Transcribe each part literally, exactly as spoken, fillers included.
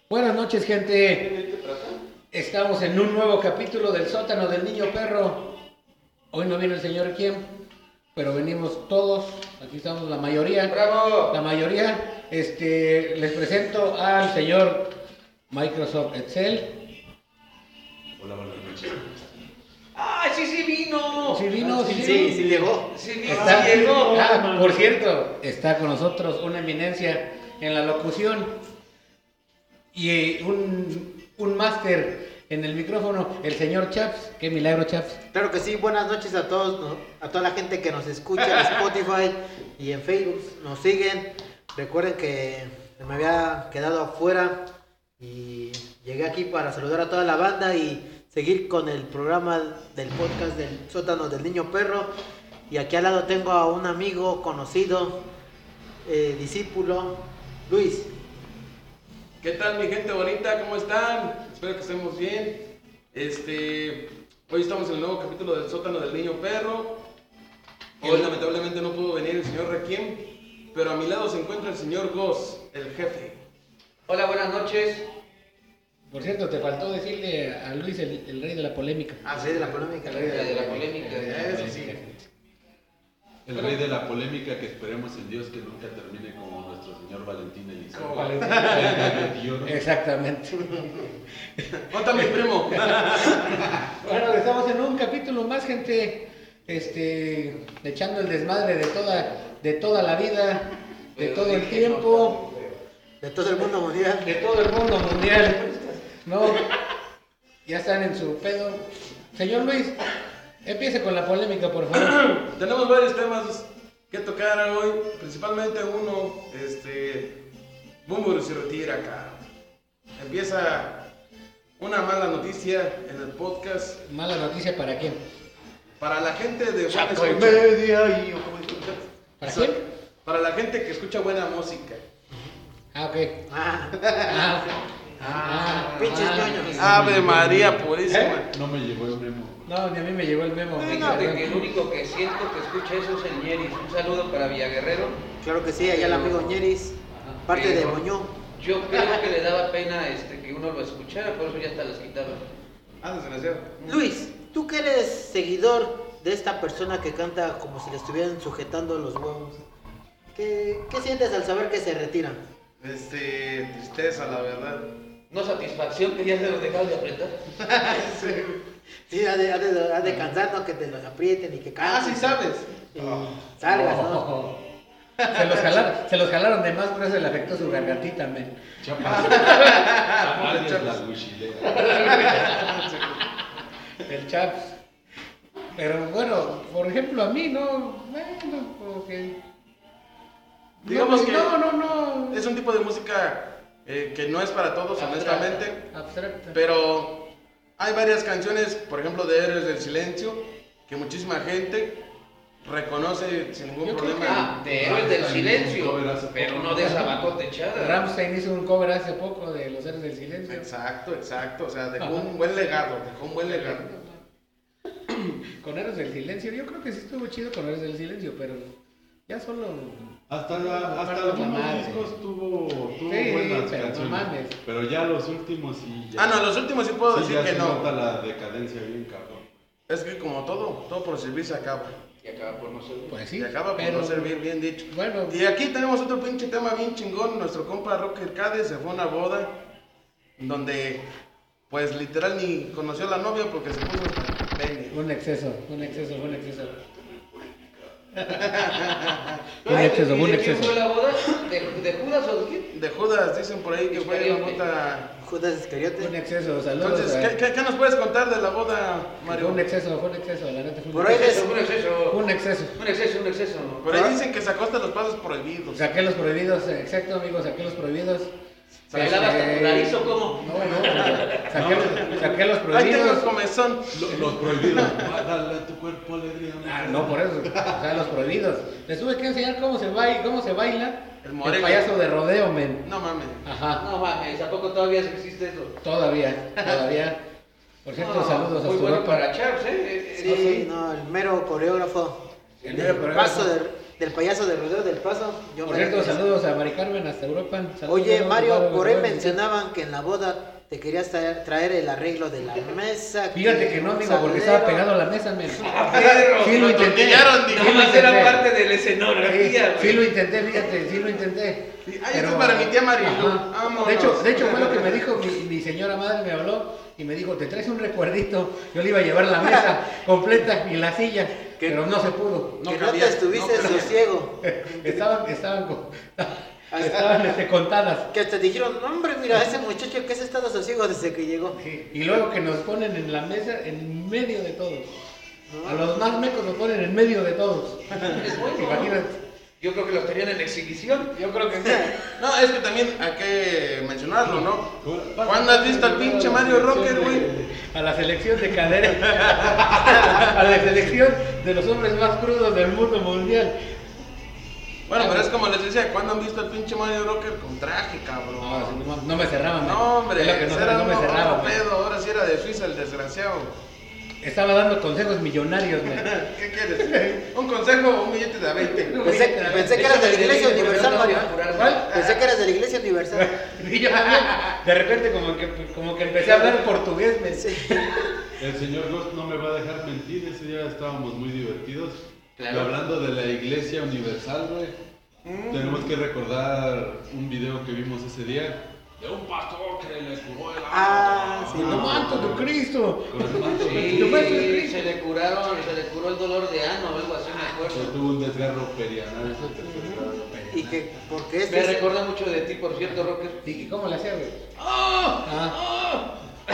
Buenas noches, gente. Estamos en un nuevo capítulo del sótano del niño perro. Hoy no viene el señor Kiem, pero venimos todos. Aquí estamos la mayoría. ¡Bravo! La mayoría. Este, les presento al señor Microsoft Excel. Hola, buenas noches. ¡Ah, sí, sí vino! Sí vino, sí, Sí, sí, sí llegó. Sí vino, Está, sí llegó. ah, por cierto, está con nosotros una eminencia en la locución y un, un máster en el micrófono, el señor Chaps. Qué milagro, Chaps. Claro que sí, buenas noches a todos, ¿no? A toda la gente que nos escucha en Spotify y en Facebook, nos siguen. Recuerden que me había quedado afuera y llegué aquí para saludar a toda la banda y seguir con el programa del podcast del sótano del niño perro. Y aquí al lado tengo a un amigo conocido, eh, discípulo, Luis. ¿Qué tal, mi gente bonita? ¿Cómo están? Espero que estemos bien. Este, hoy estamos en el nuevo capítulo del sótano del niño perro. Hoy lamentablemente no pudo venir el señor Requiem, pero a mi lado se encuentra el señor Goss, el jefe. Hola, buenas noches. Por cierto, te faltó decirle a Luis el, el rey de la polémica. Ah, sí, de la polémica. El rey de la polémica. Eso sí. El rey de la polémica, que esperemos en Dios que nunca termine como nuestro señor Valentín Elizalde. Como Valentín. El de oro. Exactamente. ¡Ota, mi primo! Bueno, estamos en un capítulo más, gente, este, echando el desmadre de toda, de toda la vida, de todo el tiempo, De todo el mundo mundial. de todo el mundo mundial. No, ya están en su pedo. Señor Luis, empiece con la polémica, por favor. Tenemos varios temas que tocar hoy, principalmente uno, este, Bumburi se retira acá. Empieza una mala noticia en el podcast Mala noticia para quién. para la gente de buena Chaco y escucha. media y... ¿Para O sea, quién? Para la gente que escucha buena música. Ah, ok. Ah, Ah, ah, pinches ah. ñoños. Ave María Purísima. ¿Eh? No me llegó el memo. No, ni a mí me llegó el memo. Fíjate que el único que siento que escucha eso es el Ñeris. Un saludo para Villaguerrero. claro que sí, allá el amigo Ñeris, parte de Pero Moñó. Yo creo que le daba pena este, que uno lo escuchara, por eso ya hasta las quitaba. Ah, desgraciado. Luis, tú que eres seguidor de esta persona que canta como si le estuvieran sujetando los huevos, ¿qué, qué sientes al saber que se retiran? Este, tristeza, la verdad. No satisfacción que ya se lo dejaron de apretar. Sí, ha de, ha de, ha de cansar, ¿no? Que te los aprieten y que Ah, canten. sí sabes. Y salgas, ¿no? Oh. Se los jalaron, se los jalaron de más, por eso le afectó su gargantita, men. Chapas. Alias la guchilera. El Chaps. Pero bueno, por ejemplo, a mí no, bueno, como que... Digamos no, que No, no, no. Es un tipo de música eh, que no es para todos, Abstracta. honestamente. Abstracta. Pero hay varias canciones, por ejemplo, de Héroes del Silencio, que muchísima gente reconoce sin ningún Yo creo problema. Ah, de Héroes del Silencio, Cover hace pero poco. no de Sabacote Echada. Rammstein hizo un cover hace poco de Los Héroes del Silencio. Exacto, exacto. O sea, dejó Ajá. un buen legado, dejó un buen legado. Con Héroes del Silencio, yo creo que sí estuvo chido con Héroes del Silencio, pero ya solo... Hasta, la, hasta Para algunos la madre. discos tuvo, tuvo Sí, buenas pero no canciones. mames. Pero ya los últimos sí. Ya, Ah, no, los últimos sí puedo sí, decir ya que se no. nota la decadencia bien cabrón. Es que como todo, todo por servir se acaba. Y acaba por no ser. Pues sí, Se acaba por pero... no servir, bien dicho. Bueno, Y aquí tenemos otro pinche tema bien chingón. Nuestro compa Rocker Cade se fue a una boda donde, pues literal, ni conoció a la novia porque se puso hasta pene. un exceso, un exceso, un exceso. Un Ay, exceso, ¿y un de quién exceso. fue la boda? ¿De, de Judas o de quién? De Judas, dicen por ahí que fue la Iscariote. bota. Judas Un Iscariote. exceso, saludos. Entonces, a- ¿qué, qué, qué nos puedes contar de la boda, Fue Mario? un exceso, fue un exceso, la neta fue un Por ahí exceso. des- Un exceso. Un exceso. Un exceso, un exceso. Por ahí dicen que sacó hasta los pasos prohibidos. Saqué los prohibidos, exacto, amigos, saqué los prohibidos. ¿Bailaba hasta Este, tu nariz o cómo? No, no, saqué, los- saqué los Ahí tengo el prohibidos. comezón. Lo- los prohibidos. Dale a tu cuerpo alegría. Ah, no, por eso, o sea, los prohibidos. Les tuve que enseñar cómo se baila, cómo se baila El el moreño. payaso de rodeo, men. No mames. Ajá, No mames, ¿a poco todavía existe eso? todavía, todavía. Por cierto, No, saludos a muy su bueno ropa. para Chaps, ¿eh? Sí, no, el mero coreógrafo. El mero coreógrafo. Paso de del payaso de rodeo del Paso. Yo Por me cierto, dejo- saludos a Mari Carmen hasta Europa. Saludos, Oye, saludos, Mario, saludos, por ahí saludos. mencionaban que en la boda te querías traer, traer el arreglo de la mesa. Fíjate que no, un amigo, porque salero. estaba pegado a la mesa, men. Pedro, Sí lo lo intenté. tortillaron, Sí dijo, lo nomás era intenté. parte de la Sí, escenografía, sí güey. lo intenté, fíjate, sí lo intenté. Sí, ah, esto es para mi tía Marilu. Ajá. Vámonos. De hecho, de hecho fue lo que me dijo mi, mi señora madre, me habló y me dijo, te traes un recuerdito. Yo le iba a llevar la mesa completa y la silla, pero no se pudo. No que no cabía, te estuviste no cabía. sosiego. Estaban, estaban, con- estaban este, contadas. Que te dijeron, no, hombre, mira, ese muchacho que has estado sosiego desde que llegó. Sí, y luego que nos ponen en la mesa en medio de todos. No. A los más mecos nos ponen en medio de todos. Es bueno. Imagínate. Yo creo que los tenían en exhibición. Yo creo que sí. No, es que también hay que mencionarlo, ¿no? ¿Cuándo has visto al pinche Mario Rocker, güey? A la selección de cadera. A la selección de los hombres más crudos del mundo mundial. Bueno, pero es como les decía, ¿cuándo han visto al pinche Mario Rocker con traje, cabrón? No, sí, no, no me cerraban. man. No, hombre, Es lo que no, ese saben, era no me un cerraban. otro man. pedo, ahora sí era de Suiza el desgraciado. Estaba dando consejos millonarios, man. ¿Qué quieres? ¿Un consejo o un billete de a veinte? Pensé, pensé que eras de la Iglesia Universal, Mario. ¿Cuál? Pensé que eras de la Iglesia Universal. Y yo también, de repente como que, como que empecé a hablar portugués, man. Sí. El señor Ghost no me va a dejar mentir, ese día estábamos muy divertidos. Claro. Y hablando de la Iglesia Universal, güey, Mm. tenemos que recordar un video que vimos ese día de un pastor que le curó el Ah, sí. Con el manto de Cristo. Con el manto de Sí, ¿Te acuerdas de Cristo? se le curaron, se le curó el dolor de ano o algo así, me Cristo. acuerdo. Tuvo un desgarro perianal, es el tercer grado. Y que, porque este Me es- recuerda mucho de ti, por cierto, Rocker. ¿Y cómo le hacía, güey? ¡Oh! Ah.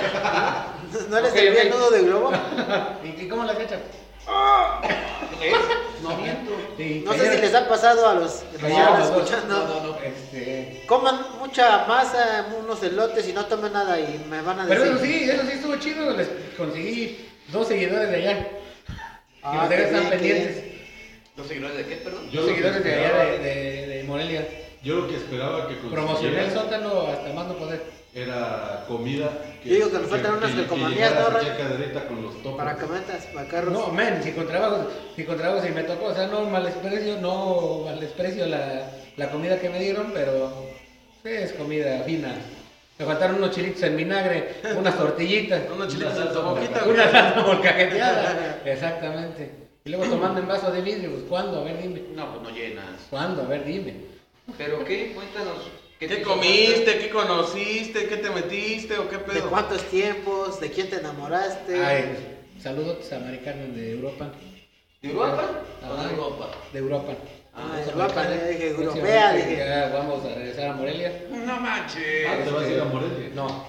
¿no le Ok, servía el ok. nudo de globo? ¿Y cómo le hacía, Chap? ¿Ves? No miento. Sí, No sé cayeron- si les ha pasado a los que nos cayeron están los dos. escuchando. No, no, no. Este... Coman mucha masa, unos elotes y no tomen nada y me van a decir. Pero eso sí, eso sí estuvo chido. Les conseguí dos seguidores de allá. Ah, que nos qué deben estar bien, qué pendientes. ¿Los seguidores de qué, perdón? Yo Dos lo que seguidores de allá esperaba- de, de, de Morelia. Yo lo que esperaba que Promocioné el consiguiera sótano hasta más no poder. era comida. Yo digo que nos faltan unas calcomanías, llegara ¿no, así Ray? caderita con los topos. Para que metas, para carros. No, men, si con trabajo, si con trabajo, si me tocó, o sea, no malesprecio, no malesprecio la, la comida que me dieron, pero sí, es comida fina. Me faltaron unos chilitos en vinagre, unas tortillitas, Unos chilitos Una en tu salsa boquita, güey. una salsa molcajeteada. Exactamente. Y luego tomando en vaso de vidrio, pues ¿cuándo? A ver, dime. No, pues no llenas. ¿Cuándo? A ver, dime. ¿Pero qué? Cuéntanos. te ¿Qué hizo comiste? ¿Qué conociste? ¿Qué te metiste? ¿O qué ¿De pedo? cuántos tiempos? ¿De quién te enamoraste? Ay, saludos a Mari Carmen de Europa. falta? ¿De Europa? ¿O Ajá. de Europa? De Europa. Ah, Saludos a Europa, Mari Carmen. ya dije, Próximamente europea, dije. Ya vamos a regresar a Morelia. No manches. Ah, ¿te vas a ir a Morelia? No.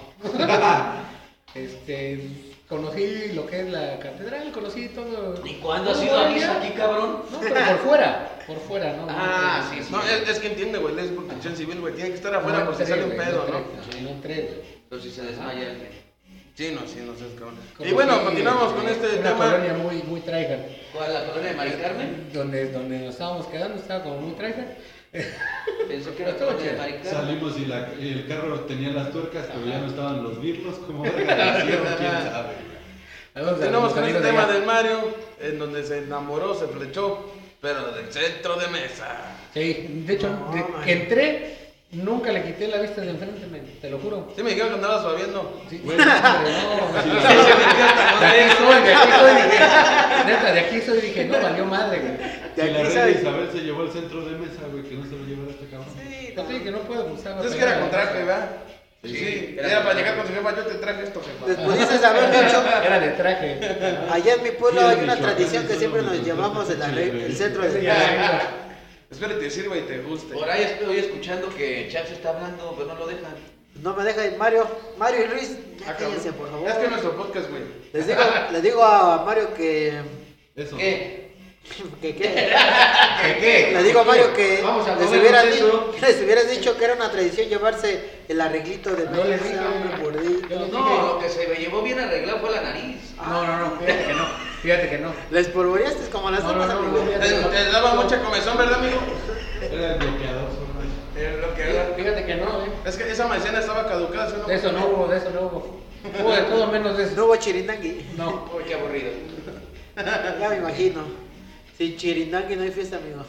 este, conocí lo que es la catedral, conocí todo. ¿Y cuándo has todo ido a Morelia. misa aquí, cabrón? No, pero por fuera, por fuera, ¿no? Ah, No, sí, sí. No, es, es que entiende, güey, es protección civil, güey. Tiene que estar afuera no por si entré, sale un güey, pedo, entré, ¿no? Sí, no entré, güey. Pero si se desmaya alguien. Sí, no, sí, no seas cabrón. Como Y bueno, si, continuamos con eh, este una tema. colonia muy, muy tryhard. ¿Cuál? ¿La colonia de Mari Carmen? Donde, donde nos estábamos quedando, estaba como muy tryhard. Pensé que era Estuvo colonia de chido. Mari Carmen. Salimos y, la- y el carro tenía las tuercas, pero ya no estaban los birlos, como verga le hicieron, quién sabe. Saludos a Tenemos los con este amigos de tema allá. del Mario, en donde se enamoró, se flechó, pero del centro de mesa. Sí, de hecho, No, de man. que entré, nunca le quité la vista de enfrente, men, te lo juro. Sí, me dijeron que andaba suaviendo. Sí, güey, hombre, no, man. Sí, se metió hasta De aquí los soy, de dedos. aquí soy, dije, neta, de aquí soy, dije, no, valió madre, güey. De Si la aquí reina sabes. Isabel se llevó el centro de mesa, güey, que no se lo llevara este cabrón. Sí, Yo dije que no puedo usar. Entonces que era con traje, ¿verdad? Sí, Sí, sí. era Era con para traje. llegar con su jefa, yo te traje esto, jefa. Les pudieses haber dicho, Era de traje. allá en mi pueblo Sí, hay de una Michoacán, tradición que solo siempre me nos gustó llevamos el, el arre- chile. el centro de Ese mesa. ya, Espero que te sirva y te guste. Por ahí estoy escuchando que Chaps está hablando, pero no lo dejan. No me deja ir Mario, Mario y Luis, ya Ah, cabrón. cállense por favor. Es que nuestro podcast, güey. Les digo, les digo a Mario que, Eso. ¿Qué? que, que ¿Qué, qué? le digo a Mario que Vamos a les comer hubieras, un di- censo. les hubieras dicho que era una tradición llevarse el arreglito de Yo les dije, mesa, un gordito. yo les No, lo que se me llevó bien arreglado fue la nariz. No, no, no, fíjate que no, fíjate que no. Les polvoreaste como las No, damas, no, no, amigo. no, Te, te daba mucha comezón, ¿verdad, amigo? Era el bloqueador, solo. Es lo que era. Fíjate que no, eh. Es que esa maicena estaba caducada, ¿sí o no? De eso no hubo, de eso no hubo. Hubo de todo menos de No eso. hubo chirindangui. No. Uy, qué aburrido. Ya me imagino. Sin chirindangui no hay fiesta, amigo.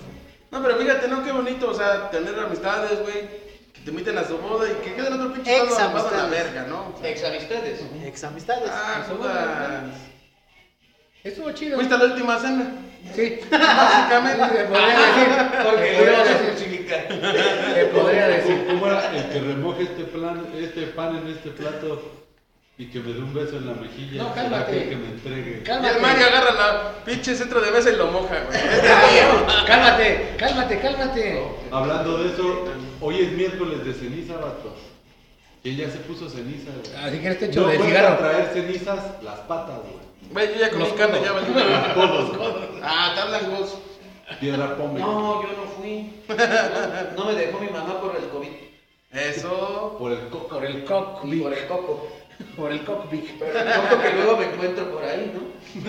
No, pero fíjate, ¿no? Qué bonito, o sea, tener amistades, güey, que te inviten a su boda y que queden otro pinche Ex estado armado en la amistades. verga, ¿no? O sea, Ex amistades. Ex amistades. ah, Eso puta. Estuvo chido. ¿Fuiste a la última cena? Sí. Básicamente. Se podría decir. Porque se lo podría ibas a decir. justificar. Se podría decir. ¿Cómo era el que remoje este, plan, este pan en este plato y que me dé un beso en la mejilla? No, será cálmate. aquel que me entregue. Y el Cálmate. Mario agarra la pinche centro de mesa y lo moja, güey. Cálmate, cálmate, cálmate. Hablando de eso, hoy es miércoles de ceniza, vato. ¿Quién ya se puso ceniza, güey? Así que este hecho No de pueden cigarro. traer cenizas las patas, güey. Güey, yo ya comí Los carne, codos. ya valí. Los codos, güey. Ah, te hablan vos. Piedra pómez. No, yo no fui. No, no me dejó mi mamá por el COVID. Eso. Por el coco. Por el Ni cockpit. por el coco. Por el cockpit. Pero el coco que luego me encuentro por ahí, ¿no?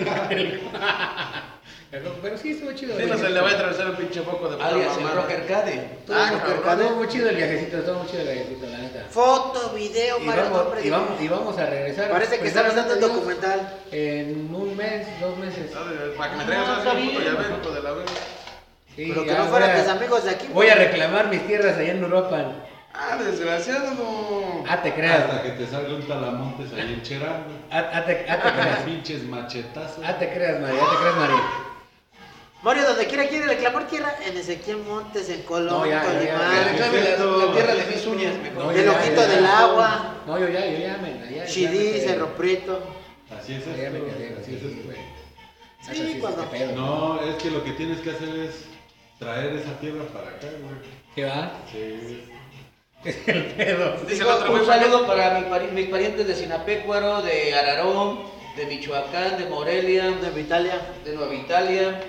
Pero sí, estuvo chido. Sí, no se le va a atravesar un pinche foco de puta Alias el mamada. Rocker Cade. Estuvo Ah, muy- cabrón. estuvo muy chido el viajecito, estuvo muy chido el viajecito, la neta. Foto, video, Y Mario, vamos, hombre, y, vamos, y vamos a regresar. Parece que estamos dando un Dios, documental. En un mes, dos meses. ¿Sabes? Para que me traigas No, así está un puto bien. llavero, hijo de la verga. Sí, Pero que ya no fueran voy a- tus amigos de aquí. Voy a pues. reclamar mis tierras allá en Uruapan. Ah, desgraciado, no. Ah, te creas. Hasta que te salga un talamontes ahí en Cherán, güey. Ah, ah, te, ah, te creas. Pinches machetazos. Ah, te creas, María. Ah, te creas, María. Mario, donde quiera quiere reclamar tierra, en Ezequiel Montes, en Colón, No, ya, ya, ya, Que Colimán, reclame la, la tierra de mis uñas, mejor. No, del ya, ojito ya, del ya. agua, No, yo ya, yo ya me. Ya, ya Chidí, me quedé. Cerro Prieto. Así es Ya me esto, quedé, así sí, es sí, esto. güey. Sí, Así es cuando- este pedo. No, es que lo que tienes que hacer es traer esa tierra para acá, güey. ¿Qué va? Sí. Es el pedo. Dice el otro, güey. Un saludo para mi pari- mis parientes de Sinapecuaro, de Ararón, de Michoacán, de Morelia, De Italia. de Nueva Italia.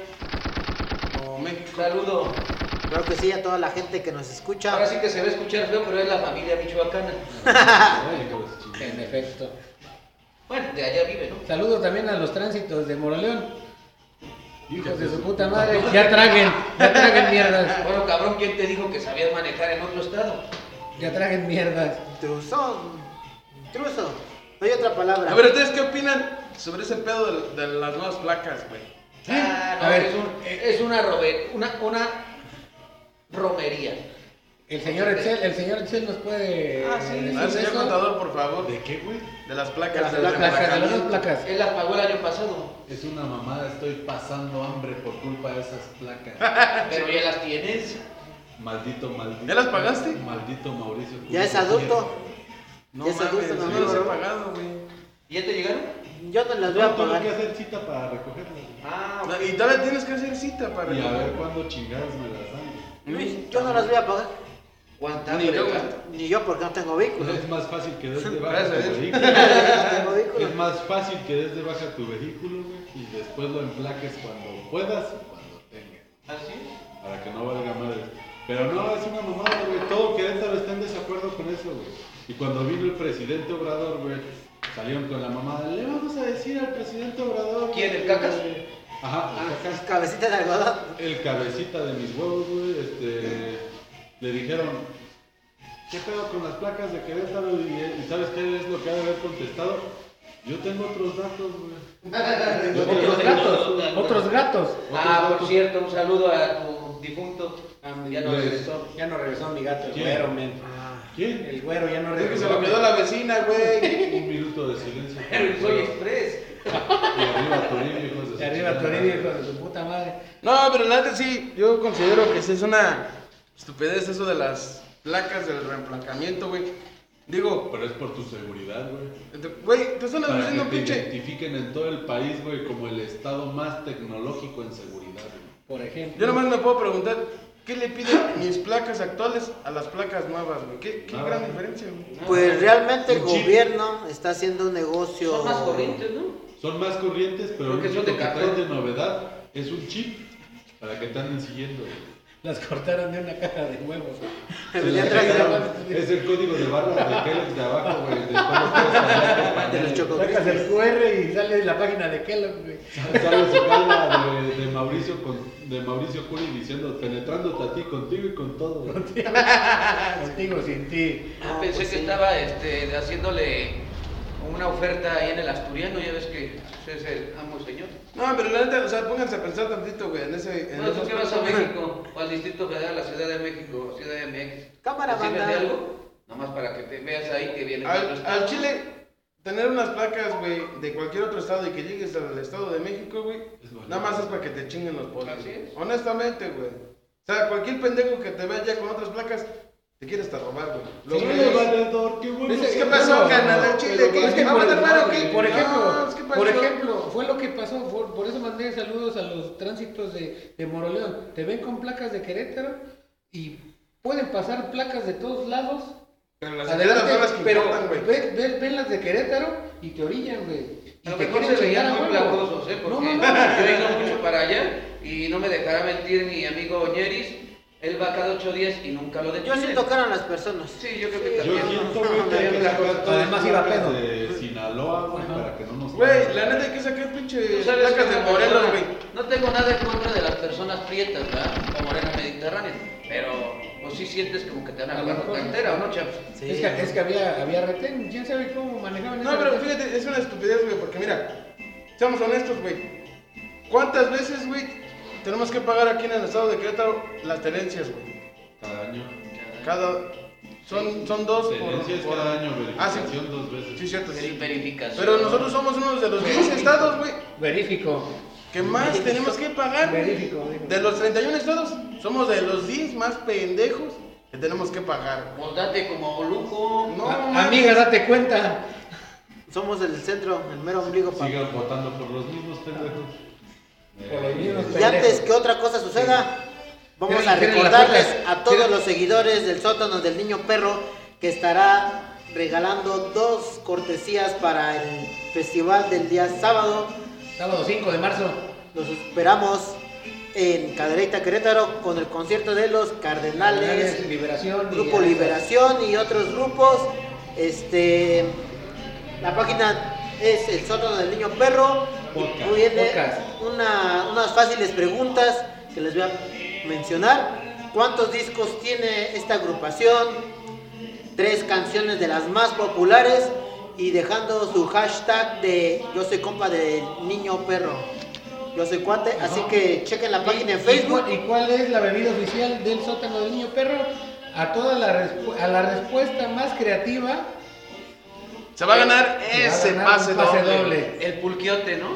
Como Un México. saludo. Claro que sí, a toda la gente que nos escucha. Ahora sí que se va a escuchar feo, pero es la familia michoacana. Ay, hijo de su chingada. En efecto. Bueno, de allá vive, ¿no? Saludo también a los tránsitos de Moroleón. Hijos de su puta puta madre. Ya traguen, ya traguen mierdas. Bueno, cabrón, ¿quién te dijo que sabías manejar en otro estado? Ya traguen mierdas. Intruso. Intruso. No hay otra palabra. A ver, ¿ustedes qué opinan sobre ese pedo de, de las nuevas placas, güey? Ah, no, A ver, es, un- es una, robe- una, una romería. El señor Excel, el señor Excel nos puede Ah, sí. decir A ver, señor eso. contador, por favor. ¿De qué, güey? De las placas. De las del Las placas, de las dos emplacamiento. placas. Él las pagó el año pasado, Es una mamada, estoy pasando hambre por culpa de esas placas. pero ya las tienes. Maldito, maldito. ¿Ya las pagaste? Maldito Mauricio. Ya es adulto. No Ya es mames, adulto, yo no, no los he bro. pagado, güey. ¿Ya te llegaron? Yo no las voy a No, tengo que pagar. hacer cita para recogerlas. Ah, No, Y todavía tienes que hacer cita para Y a ver recoger. cuándo chingadas me las dan. Luis, Yo no las voy a pagar. ¿cuánta Ni yo, brega? güey. Ni yo porque no tengo vehículo. Es más fácil que des de baja Gracias a tu Dios. vehículo. No tengo vehículo. Es más fácil que des de baja tu vehículo, güey, y después lo emplaques cuando puedas y cuando tengas. ¿Ah, sí? Para que no valga madre. Pero no, es una mamada, güey. Todo Querétaro está en desacuerdo con eso, güey. Y cuando vino el presidente Obrador, güey, salieron con la mamada. Le vamos a decir al presidente Obrador. ¿Quién, el que- Cacas? Ajá, Ah, el Cacas. cabecita de algodón. El cabecita de mis huevos, güey, este, le dijeron, ¿qué pedo con las placas de Querétaro? Y, y ¿sabes qué es lo que ha de haber contestado? Yo tengo otros datos, güey. Yo tengo Otros gatos, otros gatos. Ah, por cierto, un saludo a tu difunto. Ya no Pues, regresó. Ya no regresó mi gato, el ¿Quién? güero, men. Ah, ¿Quién? El güero ya no Es que regresó. se lo quedó la vecina, güey. Un minuto de silencio. Pero el Soy Express. Y arriba Toribio, hijos de su De arriba chingada Toribio, madre. hijo de su puta madre. No, pero la neta sí, yo considero que sí es una estupidez eso de las placas del reemplacamiento, güey. Digo, Pero es por tu seguridad, güey. te- güey, te están Para haciendo que te pinche. identifiquen en todo el país, güey, como el estado más tecnológico en seguridad, güey. Por ejemplo. Yo nomás me puedo preguntar, ¿qué le piden mis placas actuales a las placas nuevas, güey? ¿Qué, qué Nada. gran diferencia, güey? Pues realmente el Un chip. gobierno está haciendo un negocio. Son más corrientes, ¿no? Son más corrientes, pero lo Porque único son de que cartón. traen de novedad es un chip para que te anden siguiendo, güey. Las cortaron de una caja de huevos. Me Se venía la atrás de sacaron. la- Es el código de barra de Kellogg's de abajo, güey. Después lo puedes cambiar. de los Sacas chococrisps. el Q R y sale la página de Kellogg, güey. Sale su cara de, de Mauricio con, de Mauricio Curi diciendo penetrándote a ti, contigo y con todo. güey. Contigo sin ti. Ah, No, pensé pues que sí. estaba este, haciéndole una oferta ahí en el Asturiano, ya ves que usted es el amo señor. No, pero la neta, o sea, pónganse a pensar tantito, güey, en ese... En No, ¿tú esos qué vas a cosas. México? ¿O al Distrito Federal, la Ciudad de México, Ciudad de M X? Cámara, ¿Te sirves banda. de algo? Nomás para que te veas ahí que viene. Al, al Chile, tener unas placas, güey, de cualquier otro estado y que llegues al Estado de México, güey, Es bueno. nada más es para que te chinguen los polis. Así es. Honestamente, güey. O sea, cualquier pendejo que te vea ya con otras placas, te quiere hasta robar, güey. Los Sí, güeyes- valedor, qué bueno. Ese- ¿Qué pasó, bueno, carnal? Al no, Chile, pero ¿qué? es que ¿Vamos a por- dar mano, qué? Por ejemplo, No, es que pasó. por ejemplo, fue lo que pasó, por, por eso mandé saludos a los tránsitos de, de Moroleón. Te ven con placas de Querétaro y pueden pasar placas de todos lados. Pero las Adelante, señoras son las que pero importan, güey. ven, ven- ven las de Querétaro y te orillan, güey. Y A lo te mejor quieren se veían chingar a muy huevo. placosos, ¿eh? Porque No, no, no. yo he ido mucho para allá y no me dejará mentir mi amigo Ñeris. Él va cada ocho días y nunca lo Yo detienen. siento que eran las personas. Sí, yo creo que Yo también. siento, güey, que hay que sacar todas Además las iba placas pedo. de Sinaloa, güey, Ajá. para que no nos... Güey, la neta hay que sacar pinche Tú sabes placas que de una Morelos, persona- güey. No tengo nada en contra de las personas prietas, ¿verdad? O morenas mediterráneas. Pero, pues sí sientes como que te van a A lo agarrar mejor. cartera, ¿o no, chaps? Sí. Es, que, es que había, había retén, quién sabe cómo manejaban No, ese pero retén. fíjate, es una estupidez, güey, porque mira, seamos honestos, güey. ¿Cuántas veces, güey, tenemos que pagar aquí en el estado de Querétaro las tenencias, güey? Cada año. Cada... Son, son dos por... Tenencias por- cada año, Ah, sí. verificación dos veces. Sí, cierto, Veri- sí. Verificación. Pero nosotros somos uno de los diez estados, güey, Verifico. que más tenemos que pagar, güey. Verifico, verifico. De los treinta y uno estados, somos de los diez más pendejos que tenemos que pagar. Pues date como lujo. No, A- mames. amiga, date cuenta. Somos el centro, el mero ombligo. pa- Sigan votando por los mismos pendejos. Por los mismos Y antes que otra cosa suceda, vamos a Cierren- cierren las recordarles puertas. a todos Cierren- los seguidores del sótano del niño perro que estará regalando dos cortesías para el festival del día sábado. Sábado cinco de marzo. Los esperamos en Cadereyta, Querétaro, con el concierto de los Cardenales, Liberación. y Grupo Alianza. Liberación y otros grupos. Este, la página es el sótano del niño perro. Podcast. Viene Podcast. una, unas fáciles preguntas que les voy a mencionar. ¿Cuántos discos tiene esta agrupación? Tres canciones de las más populares y dejando su hashtag de yo soy compa del niño perro. Yo soy cuate, así que chequen la página en ¿Y- Facebook. ¿Y, cuál es la bebida oficial del sótano del niño perro? A toda la, respu- a la respuesta más creativa. Se va a ganar se va a ese ganar pase, un pase doble. doble. El pulquiote, ¿no?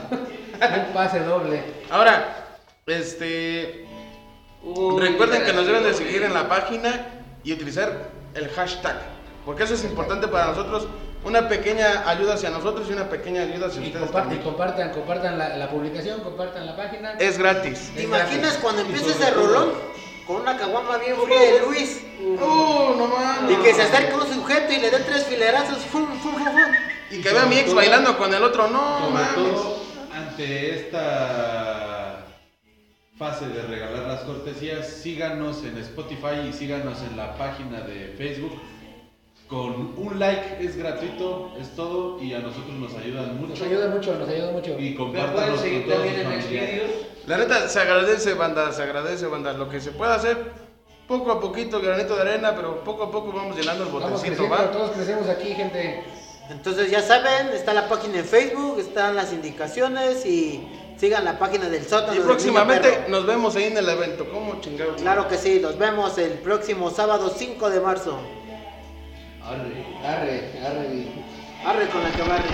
Un pase doble. Ahora, este... Uy, Recuerden que nos deben de doble. seguir en la página y utilizar el hashtag, porque eso es importante para nosotros, una pequeña ayuda hacia nosotros y una pequeña ayuda hacia Y, ustedes compartan, también. compartan, compartan la, la publicación, compartan la página. Es gratis. ¿Te imaginas cuando empiece sobre ese todo- rolón con una caguama bien fría de Luis Uh, no mames. y que se acerque un sujeto y le dé tres filerazos? Fum, fum, fum, fum. Y que vea a mi ex bailando con el otro, no Sobre mames. todo ante esta fase de regalar las cortesías, síganos en Spotify y síganos en la página de Facebook. Con un like es gratuito, es todo y a nosotros nos ayudan Nos mucho. ayuda mucho, nos ayuda mucho. Y Me compártanos pueden con seguir todos también sus en familiares. Xvideos. La neta, se agradece, banda, se agradece, banda. Lo que se puede hacer, poco a poquito, granito de arena, pero poco a poco vamos llenando el Vamos botecito, creciendo, ¿va? todos crecemos aquí, gente. Entonces ya saben, está la página en Facebook, están las indicaciones y sigan la página del sótano. Y del próximamente Niño Perro. nos vemos ahí en el evento. ¿Cómo chingados? Claro que sí, nos vemos el próximo sábado cinco de marzo. Arre. Arre, arre. Arre con la que barre.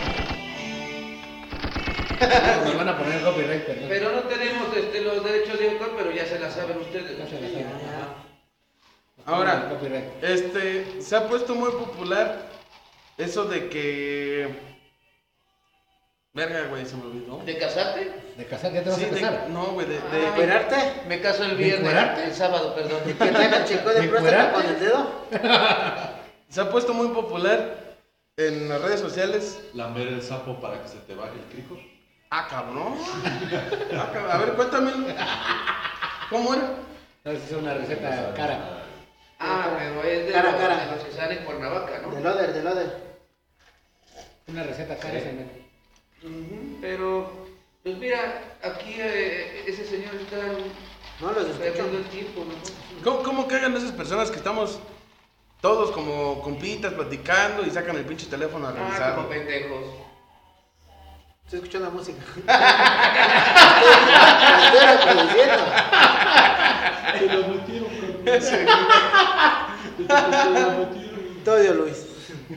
Nos van a poner copyright, perdón. Pero no tenemos este, los derechos de autor, pero ya se la saben ustedes. Ya se la Sí, saben. ajá. Ahora, Copyright. este, se ha puesto muy popular eso de que... Verga, güey, se me olvidó. ¿De casarte? ¿De casar? ¿Ya te vas Sí, a de- casar? no, güey, de... de- Ah, ¿Encuerarte? Me caso el ¿De viernes, encuerarte? el sábado, perdón. ¿Que te hagan chequeo de ¿De próstata encuerarte? con el dedo? se ha puesto muy popular en las redes sociales. Lamber el sapo para que se te baje el crico. Ah, cabrón. Ah, cabrón. A ver, cuéntame. ¿Cómo era? No, esa es una receta cara. Ah, pero es de, Cara, los, cara. de los que están en Cuernavaca, ¿no? De loder, de loder. Una receta cara, Sí. señor. Ujú, pero, pues mira, aquí eh, ese señor está No los escucho. perdiendo el tiempo, ¿no? ¿Cómo, cómo cagan esas personas que estamos todos como compitas platicando y sacan el pinche teléfono a Ah, revisar. como pendejos. Estoy escuchando música. Estoy reproduciendo. Te lo metieron, carnal. Te lo metieron. Te odio, Luis.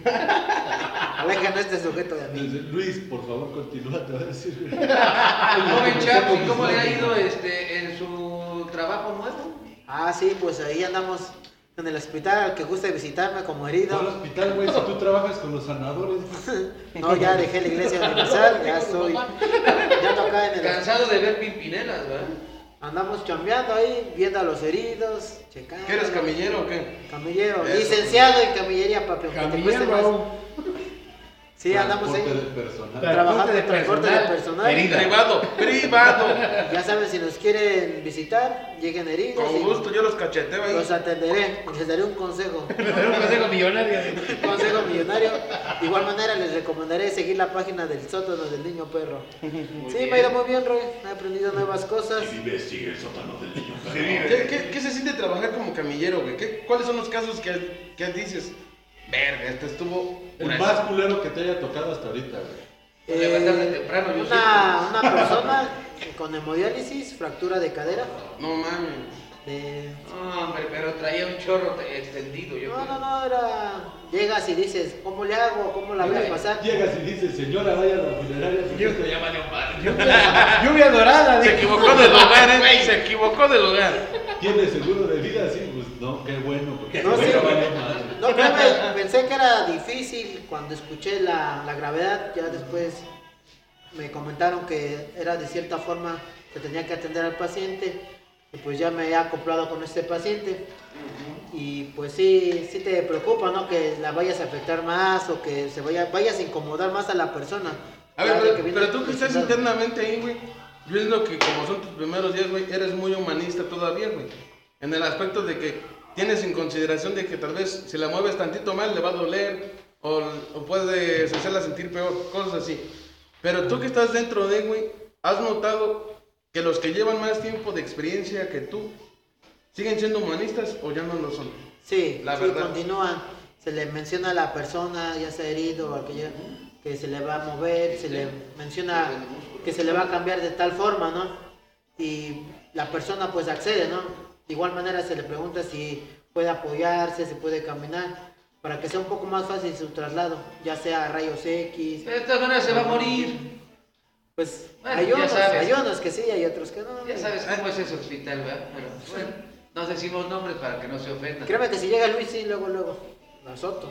Aléjanos este sujeto de mí. Luis, por favor, continúa, te voy a decir. Joven Chaps, ¿y cómo le ha ido este, en su trabajo nuevo? Ah, sí, pues ahí andamos en el hospital al que guste visitarme como Al herido. hospital, güey, si tú trabajas con los sanadores. No, ya dejé la iglesia universal, ya estoy. Ya ando acá en el. Cansado de ver pimpinelas, ¿verdad? Andamos chambeando ahí, viendo a los heridos, checando. ¿Qué eres camillero o qué? Camillero, Eso. licenciado en camillería, papi. aunque te cueste más. Camillero. Sí, andamos Transporte ahí. de personal. Trabajando de en transporte de personal. herida. Privado, privado. Ya saben, si nos quieren visitar, lleguen heridos. Con y gusto, yo los cacheteo ahí. Los atenderé, les daré un consejo. Pero un consejo millonario. Un consejo millonario. De igual manera, les recomendaré seguir la página del sótano del niño perro. Sí, me ha ido muy bien, Roy. He aprendido nuevas cosas. Investiga el sótano del niño. ¿Qué, qué, qué se siente trabajar como camillero, güey? ¿Qué- ¿Cuáles son los casos que, que dices? Verga, este estuvo... El una- más culero que te haya tocado hasta ahorita, güey. Levantarte temprano, yo una, una persona con hemodiálisis, fractura de cadera. No mames. de- No, hombre, pero traía un chorro te- extendido, yo No, creo. no, no, era. Llegas y dices, ¿cómo le hago? ¿Cómo la voy a pasar? Llegas y dices, señora, vaya a la funeraria porque esto ya valió madre. Lluvia, lluvia dorada. Se dije. equivocó de lugar, ¿eh? Se equivocó de lugar. ¿Tiene seguro de vida? Sí, pues no, qué bueno, porque No, no, sí. ya valió madre. No, créeme, pensé que era difícil cuando escuché la, la gravedad. Ya después me comentaron que era de cierta forma que tenía que atender al paciente. Y pues ya me he acoplado con este paciente. Y pues sí, sí te preocupa, ¿no? Que la vayas a afectar más o que se vaya, vayas a incomodar más a la persona. A ver, Ya de pero, que viene pero tú que estás lesionado. internamente ahí, güey. Yo entiendo que como son tus primeros días, güey, eres muy humanista todavía, güey. En el aspecto de que tienes en consideración de que tal vez si la mueves tantito mal le va a doler o, o puedes hacerla sentir peor, cosas así. Pero tú que estás dentro de, güey, ¿has notado que los que llevan más tiempo de experiencia que tú siguen siendo humanistas o ya no lo son? Sí, La sí, verdad. continúan. Se le menciona a la persona, ya sea herido, o aquella, que se le va a mover, se le menciona que se le va a cambiar de tal forma, ¿no? Y la persona pues accede, ¿no? De igual manera se le pregunta si puede apoyarse, si puede caminar, para que sea un poco más fácil su traslado, ya sea a rayos X. De todas maneras se va a morir. Pues Bueno, hay ya unos, sabes. hay unos que sí, hay otros que no. Ya sabes cómo es ese hospital, ¿verdad? Pero bueno, no decimos nombres para que no se ofendan. Créeme que si llega Luis, sí, luego, luego, nosotros.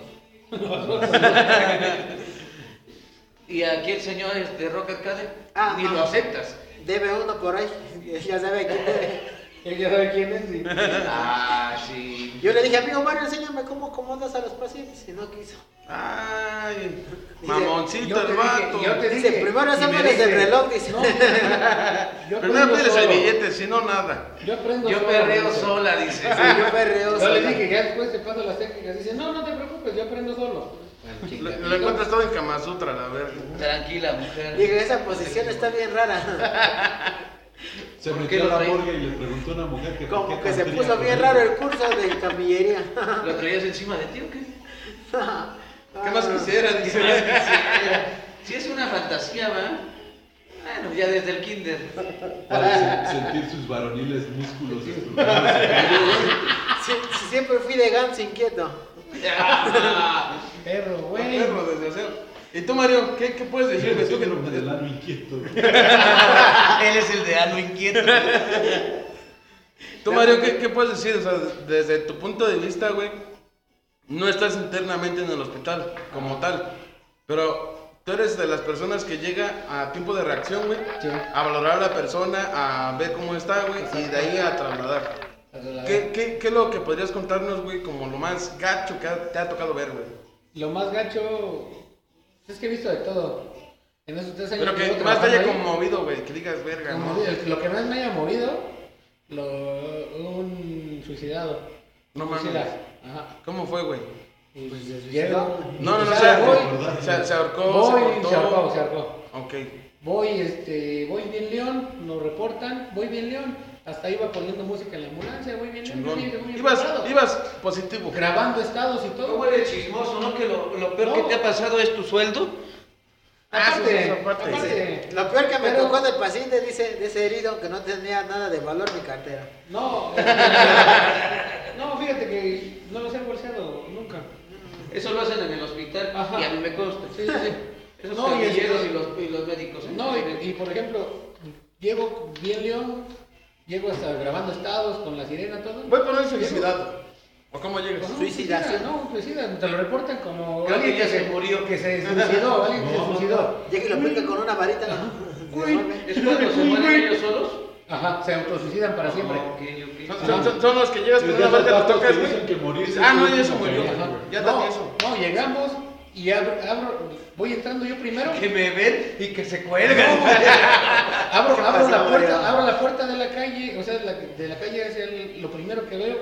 Y aquí el señor este, Rock Arcade, Ah, ni ah. lo aceptas. Debe uno por ahí, ya sabe quién debe. Él ya sabe quién es. sí. Ah, sí. Yo le dije, amigo Mario, enséñame cómo acomodas a los pacientes, y no quiso. Ay, Dice, mamoncito yo te el dije, vato. yo te Dice, dije, primero si me hacemos el dice- reloj, dice. No, yo Primero aprendo pides el solo. billete, si no nada. Yo aprendo Yo solo, perreo dice. sola, dice. Sí, yo perreo Yo sola. le dije, ya después te paso las técnicas. Dice, no, no te preocupes, yo aprendo solo. Bueno, Lo, chinga, lo encuentras todo en Kama Sutra, la verga. Tranquila, mujer. Dije, esa posición está bien rara. Se ¿Por metió qué a lo la trae? morgue y le preguntó a una mujer que por Como qué que se tan puso fría, bien güey. raro el curso de camillería. ¿Lo traías encima de ti o qué? ¿Qué más quisiera? Dice. Si es una fantasía, ¿va? Bueno, ya desde el kinder. Para se- sentir sus varoniles músculos estructurados. Si, si siempre fui de Gans inquieto. Perro, güey. Perro, desgraciado. ¿Y tú, Mario? ¿Qué, qué puedes decirme? Tú que no Síndrome del ano inquieto. Él es el de ano inquieto. Tú, Mario, ¿qué, qué puedes decir? O sea, desde tu punto de vista, güey, no estás internamente en el hospital como tal, pero tú eres de las personas que llega a tiempo de reacción, güey, Sí. a valorar a la persona, a ver cómo está, güey, y de ahí a trasladar. ¿Qué, qué, ¿Qué es lo que podrías contarnos, güey, como lo más gacho que ha- te ha tocado ver, güey? Lo más gacho es que he visto de todo. En esos tres años Pero que llevo más te haya trabajando ahí, conmovido, güey, que digas, verga, ¿no? conmovido. Lo que más me haya movido, lo, un suicidado. No Un mames. suicida. Ajá. ¿Cómo fue, güey? Y Pues se llego- No, no, no, o se, sea, voy, se, se ahorcó, voy, se cortó. se ahorcó, se ahorcó. Ok. Voy, este, voy bien León, nos reportan, voy bien León, hasta iba poniendo música en la ambulancia, güey, bien, Chingón. bien, bien, bien Ibas, preparado. ibas positivo. Grabando estados y todo. ¿Cómo eres chismoso, no? Que lo, lo peor No. que te ha pasado es tu sueldo. Ah, sí, Aparte, sí, aparte. aparte, Lo peor que me pero- tocó del paciente, dice, de ese herido, que no tenía nada de valor mi cartera. No, no, fíjate que no los he bolseado nunca. Eso lo hacen en el hospital Ajá. y a mí me consta. Sí, sí, sí. Esos No, y camilleros este- y, los, y los médicos. ¿eh? No, y, y por ejemplo, llego bien león, llego hasta grabando estados con la sirena, todo. Voy a poner suicidado. ¿O cómo llegas? No, Suicidación. No, suicida, te lo reportan como Creo alguien que ya que se se murió. que se suicidó, alguien que se suicidó. Llega y lo pica con una varita, ¿no? Se Uy. devuelve. ¿Es cuando se mueren ellos solos? Ajá, se autosuicidan para siempre. Ok, ok. Son, son- son- son los que llegas con Es de una esos parte, lo vatos tocas, que güey. dicen que morirse Ah, no, es ya se último murió. que- Ajá. Ya no, está eso. no, llegamos y abro, abro, voy entrando yo primero. Que me ven y que se No, cuelgan. abro, ¿Qué abro pasó, la Mario? puerta, abro la puerta de la calle, o sea, de la, de la calle hacia el- lo primero que veo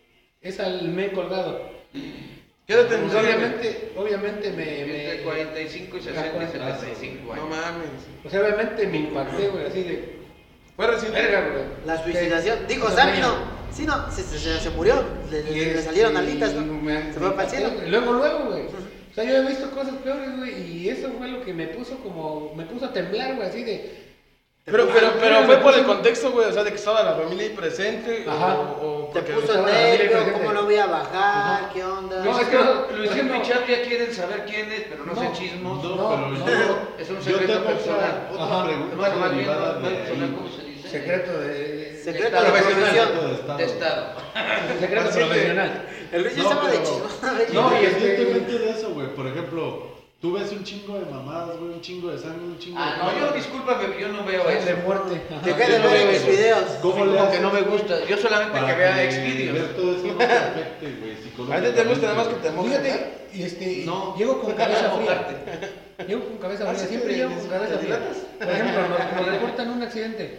es al me colgado. Quédate en Pues obviamente, obviamente me, Entre me cuarenta y cinco y sesenta y setenta y cinco No años. mames. pues obviamente me impacté, güey, así de Fue reciente. verga, güey. La suicidación. Dijo, Sí, Sammy no. no. Sí, no, se, se, se- se murió. Le, le- Y le este, salieron alitas, y ¿no? me- Se fue para el cielo. y Luego, luego, güey. O sea, yo he visto cosas peores, güey, y eso fue lo que me puso como, me puso a temblar, güey, así de... Pero, pero, pero Me fue por el puso- contexto, güey, o sea, de que estaba la familia ahí presente. Ajá. O, o Te porque puso estaba la familia nervio, presente. ¿cómo lo voy a bajar? Ajá. ¿Qué onda? No, es que Luisín no. Pichar ya quieren saber quién es, pero no, No. sean chismos. No, No, pero no, yo, es un yo secreto tengo personal. otra, otra Ajá. pregunta Más, más bien, derivada no, de no, ahí. ¿cómo se dice? Secreto de... Secreto de de Estado. profesión. Secreto de Estado. De Estado. Secreto Paciente. profesional. El Luis ya No, estaba de pero- chismosa. No, y este- Independientemente de eso, güey, por ejemplo, tú ves un chingo de mamadas, güey, un chingo de sangre, un chingo Ah, de... no, yo discúlpame, yo no veo Fue eso. de muerte. Te Ajá. quedas de yo no ver en veo mis eso. videos. ¿Cómo Sí, le como haces, que no me güey, gusta. Yo solamente para que vea que Xvideos. ver todo eso no te afecte, güey, A ti psicológicamente? te gusta nada más que te mojen. Fíjate, y este, No. llego con cabeza fría. Mojarte. Llego con cabeza Ah, fría, sí, siempre te- llego te- con te cabeza fría. dilatas. Por ejemplo, nos, nos reportan un accidente.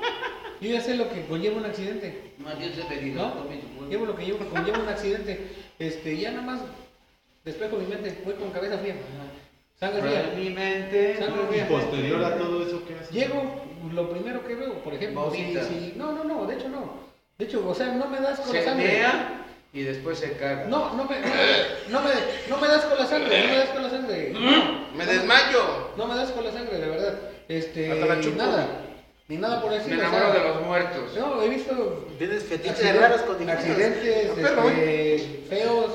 Yo ya sé lo que conlleva un accidente, Más bien se te diga, ¿no? no me supongo. Llevo lo que llevo, conlleva un accidente. Este, ya nada más despejo mi mente, voy con cabeza fría. Sangre En fría. mi mente. Sangre Y fría. posterior a todo eso, ¿qué haces? Llego, lo primero que veo, por ejemplo, si, Vomita. si- no, no, no, de hecho no. De hecho, o sea, no me das con la Se sangre. mea y después se caga. No, no me, no me, no me das con la sangre, no me das con la sangre. No, Me desmayo. no me das con la sangre, de verdad. Este, Hasta la chupo. nada, ni nada por decir. Me o enamoro sea, de los muertos. No, he visto Tienes fetiches accidentes, raros con dibujos. accidentes Ah, pero, este, feos,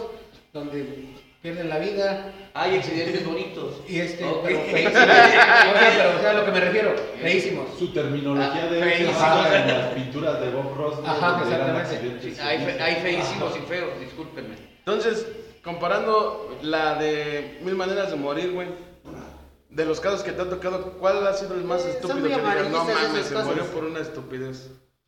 donde pierden la vida. Hay accidentes bonitos. Y este, Ok. pero feísimos. O sea, pero, o sea, a lo que me refiero, feísimos. Su terminología Ah, de feísimo. eso en las pinturas de Bob Ross, ¿no? Ajá, Donde eran exactamente. accidentes Hay, fe- felices. hay feísimos y feos, discúlpenme. Entonces, comparando la de Mil Maneras de Morir, güey, de los casos que te han tocado, ¿cuál ha sido el más Eh, son estúpido muy que digas? No amarillistas mames, esas se cosas. murió por una estupidez.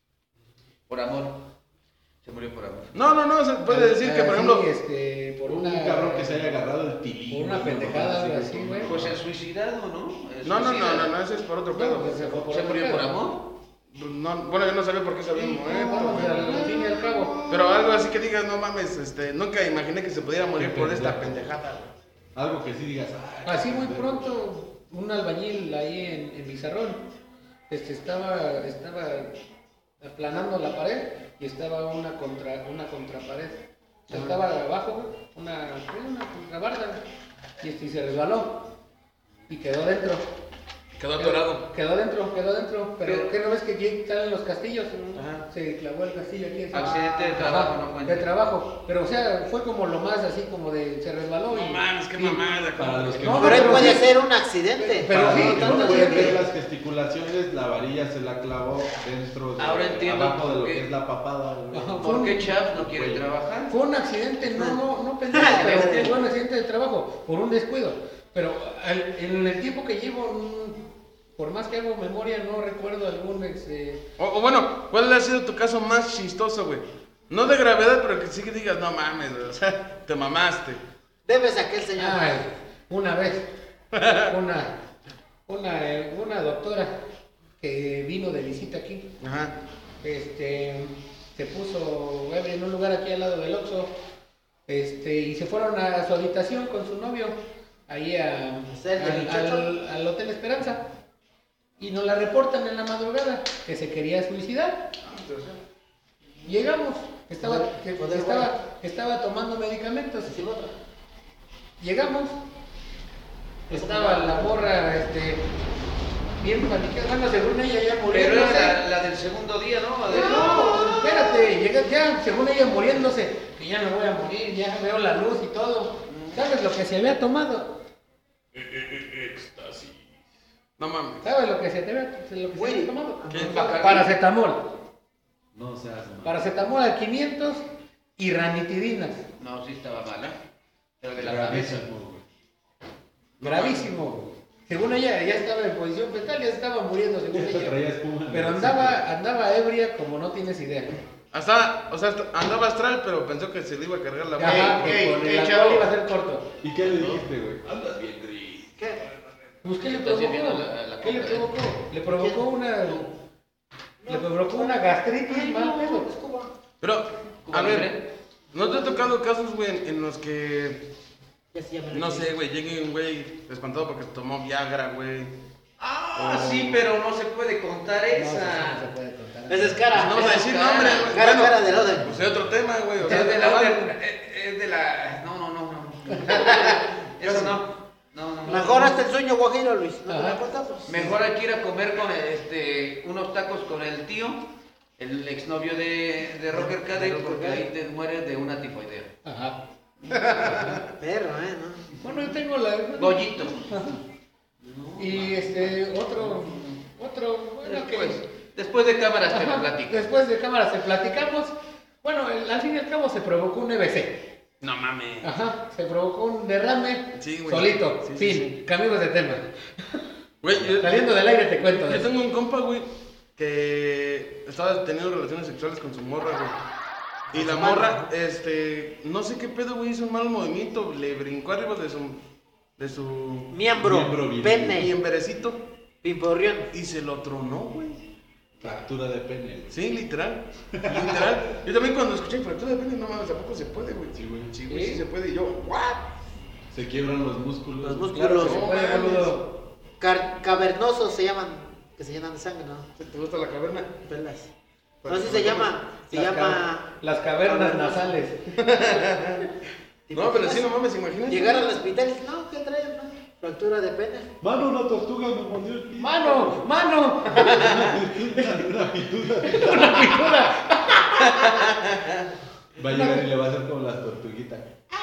Por amor. Se murió por amor. No, no, no, se puede decir que, por Ah, ejemplo, sí, este, por una, Un cabrón que se haya agarrado el tilín. por una pendejada, algo así, güey. Pues el suicidado, ¿no? El no, no, no, suicida. no, no, ese es por otro pedo. No, ese fue por ¿Se otro murió pedo. por amor? No, bueno, yo no sabía por qué se había Sí, muerto, vamos, güey. al fin y al cabo. Pero algo así que digas, no mames, este, nunca imaginé que se pudiera morir Qué por esta pendejo. pendejada, güey. Algo que sí digas, ah, Así muy pronto, un albañil ahí en, en Bizarrón, este, estaba, estaba aplanando la pared y estaba una contra, una contrapared. O sea, estaba abajo, una, una contrabarda, y, este, y se resbaló y quedó dentro. Quedó atorado. Quedó dentro, quedó dentro, pero Pero- ¿qué no ves que aquí salen los castillos? Ajá. Se clavó el castillo aquí. así. Accidente de Ajá, trabajo, no cuenta. de trabajo, pero o sea, fue como lo más así como de, se resbaló No y... mames, qué y- mamada. Para los que No, Pero ahí pero puede sí. ser un accidente. Pero para sí, los que tanto no pueden accidente. ver las gesticulaciones, la varilla se la clavó dentro de, Ahora entiendo abajo de lo por qué. que es la papada, güey. Ajá. ¿Por qué Chaps no quiere trabajar? Fue un accidente, no, no, no pendejo, pero fue un accidente de trabajo, por un descuido. Pero al- en el tiempo que llevo, mm, por más que hago memoria, no recuerdo algún ex, eh, O, o bueno, ¿cuál ha sido tu caso más chistoso, güey? No de gravedad, pero que sí que digas, no mames, güey, o sea, te mamaste. Debes a aquel señor. ay, una vez, una, una, eh, una doctora que vino de visita aquí, Ajá. este, se puso ebria en un lugar aquí al lado del Oxxo, este, y se fueron a su habitación con su novio, ahí a, ¿Hacer de al, muchacho? al- al Hotel Esperanza. y nos la reportan en la madrugada que se quería suicidar. Llegamos, estaba, que- que estaba, estaba tomando medicamentos. Llegamos, estaba la morra, este, bien paniqueada, bueno, según ella ya Pero muriéndose. era la, la del segundo día, ¿no? La de- No, espérate, llega ya, según ella muriéndose, que ya me voy a morir, ya veo la luz y todo. ¿Sabes lo que se había tomado? Éxtasis. No mames. ¿Sabes lo que se, te había, lo que se Güey, había tomado? ¿qué? Pa- Paracetamol. No seas mal. Paracetamol al quinientos y ranitidinas. No, sí estaba mal, ¿eh? Pero de la cabeza. Gravísimo, güey. Gravísimo. Según ella, ya estaba en posición fetal, ya se estaba muriendo, según Esto ella. traía espuma en Pero el andaba, andaba ebria como no tienes idea. Hasta, o sea, hasta- andaba astral, pero pensó que se le iba a cargar la Ajá, mano. que ey, con ey, el chavo. alcohol iba a ser corto. ¿Y qué le dijiste, güey? Andas bien gris. ¿Qué? Pues, ¿qué le Estás provocó? viendo la- la ¿Qué le coca, ¿eh? provocó? Le provocó una... Le provocó una gastritis, mal pedo. Pero, ¿Cuba a ver, libre? ¿no te ha tocado casos, güey, en, en los que, Ya se llama. no sé, güey, llegue un güey espantado porque tomó Viagra, güey? Ah, Oh. sí, pero no se puede contar No, eso sí esa. no se puede contar. Esa es cara. No vas a decir cara, nombre, güey. Cara, Bueno, cara del Oden. pues es otro tema, güey. O sea, Es de la vale. Oder- eh, es de la. No, no, no, no. Eso no. No, no. Mejor hasta el sueño guajiro, Luis. ¿No te Ajá. lo contamos? Mejor hay que ir a comer con este unos tacos con el tío, el exnovio de, de Rocker Cadec, porque ahí te mueres de una tifoidea. Ajá. Perro, ¿eh? ¿No? Bueno, yo tengo la... Gollito. Y este, otro... Otro... Bueno, que... Después, después de cámaras te lo Ajá, platico. después de cámaras te platicamos. Bueno, el- al fin y al cabo se provocó un E B C. No mames. Ajá, se provocó un derrame Sí, güey. solito. Sí, sí, fin, sí. cambiamos de tema. Güey, yo, Saliendo del aire te cuento de yo eso. tengo un compa, güey, que estaba teniendo relaciones sexuales con su morra, güey. Y la morra, este, no sé qué pedo, güey, hizo un mal movimiento, le brincó arriba de su, de su Miembro, Miembro viril. pene, miemberecito pimporrión. y se lo tronó, güey. Fractura de pene, güey. Sí, literal, literal. Yo también cuando escuché fractura de pene, no mames, tampoco se puede, güey. Sí, güey. Sí, güey, sí ¿Sí? se puede. Y yo, ¿what? Se quiebran los músculos. Los güey. músculos. Claro que se No puede, mames. boludo. Car- cavernosos se llaman, que se llenan de sangre, ¿no? ¿Te gusta la caverna? Pelas. No, sí se llama, se Las llama... ca- Las cavernas cavernoso. nasales. ¿Te No, pero imaginas? sí, no mames, imagínate. Llegar al hospital y decir, no, ¿qué traes? No? Fractura de pene. Mano, una tortuga me mordió el pie. ¡Mano! ¡Mano! Una pintura. ¡Una pintura! Va a llegar y le va a hacer como las tortuguitas.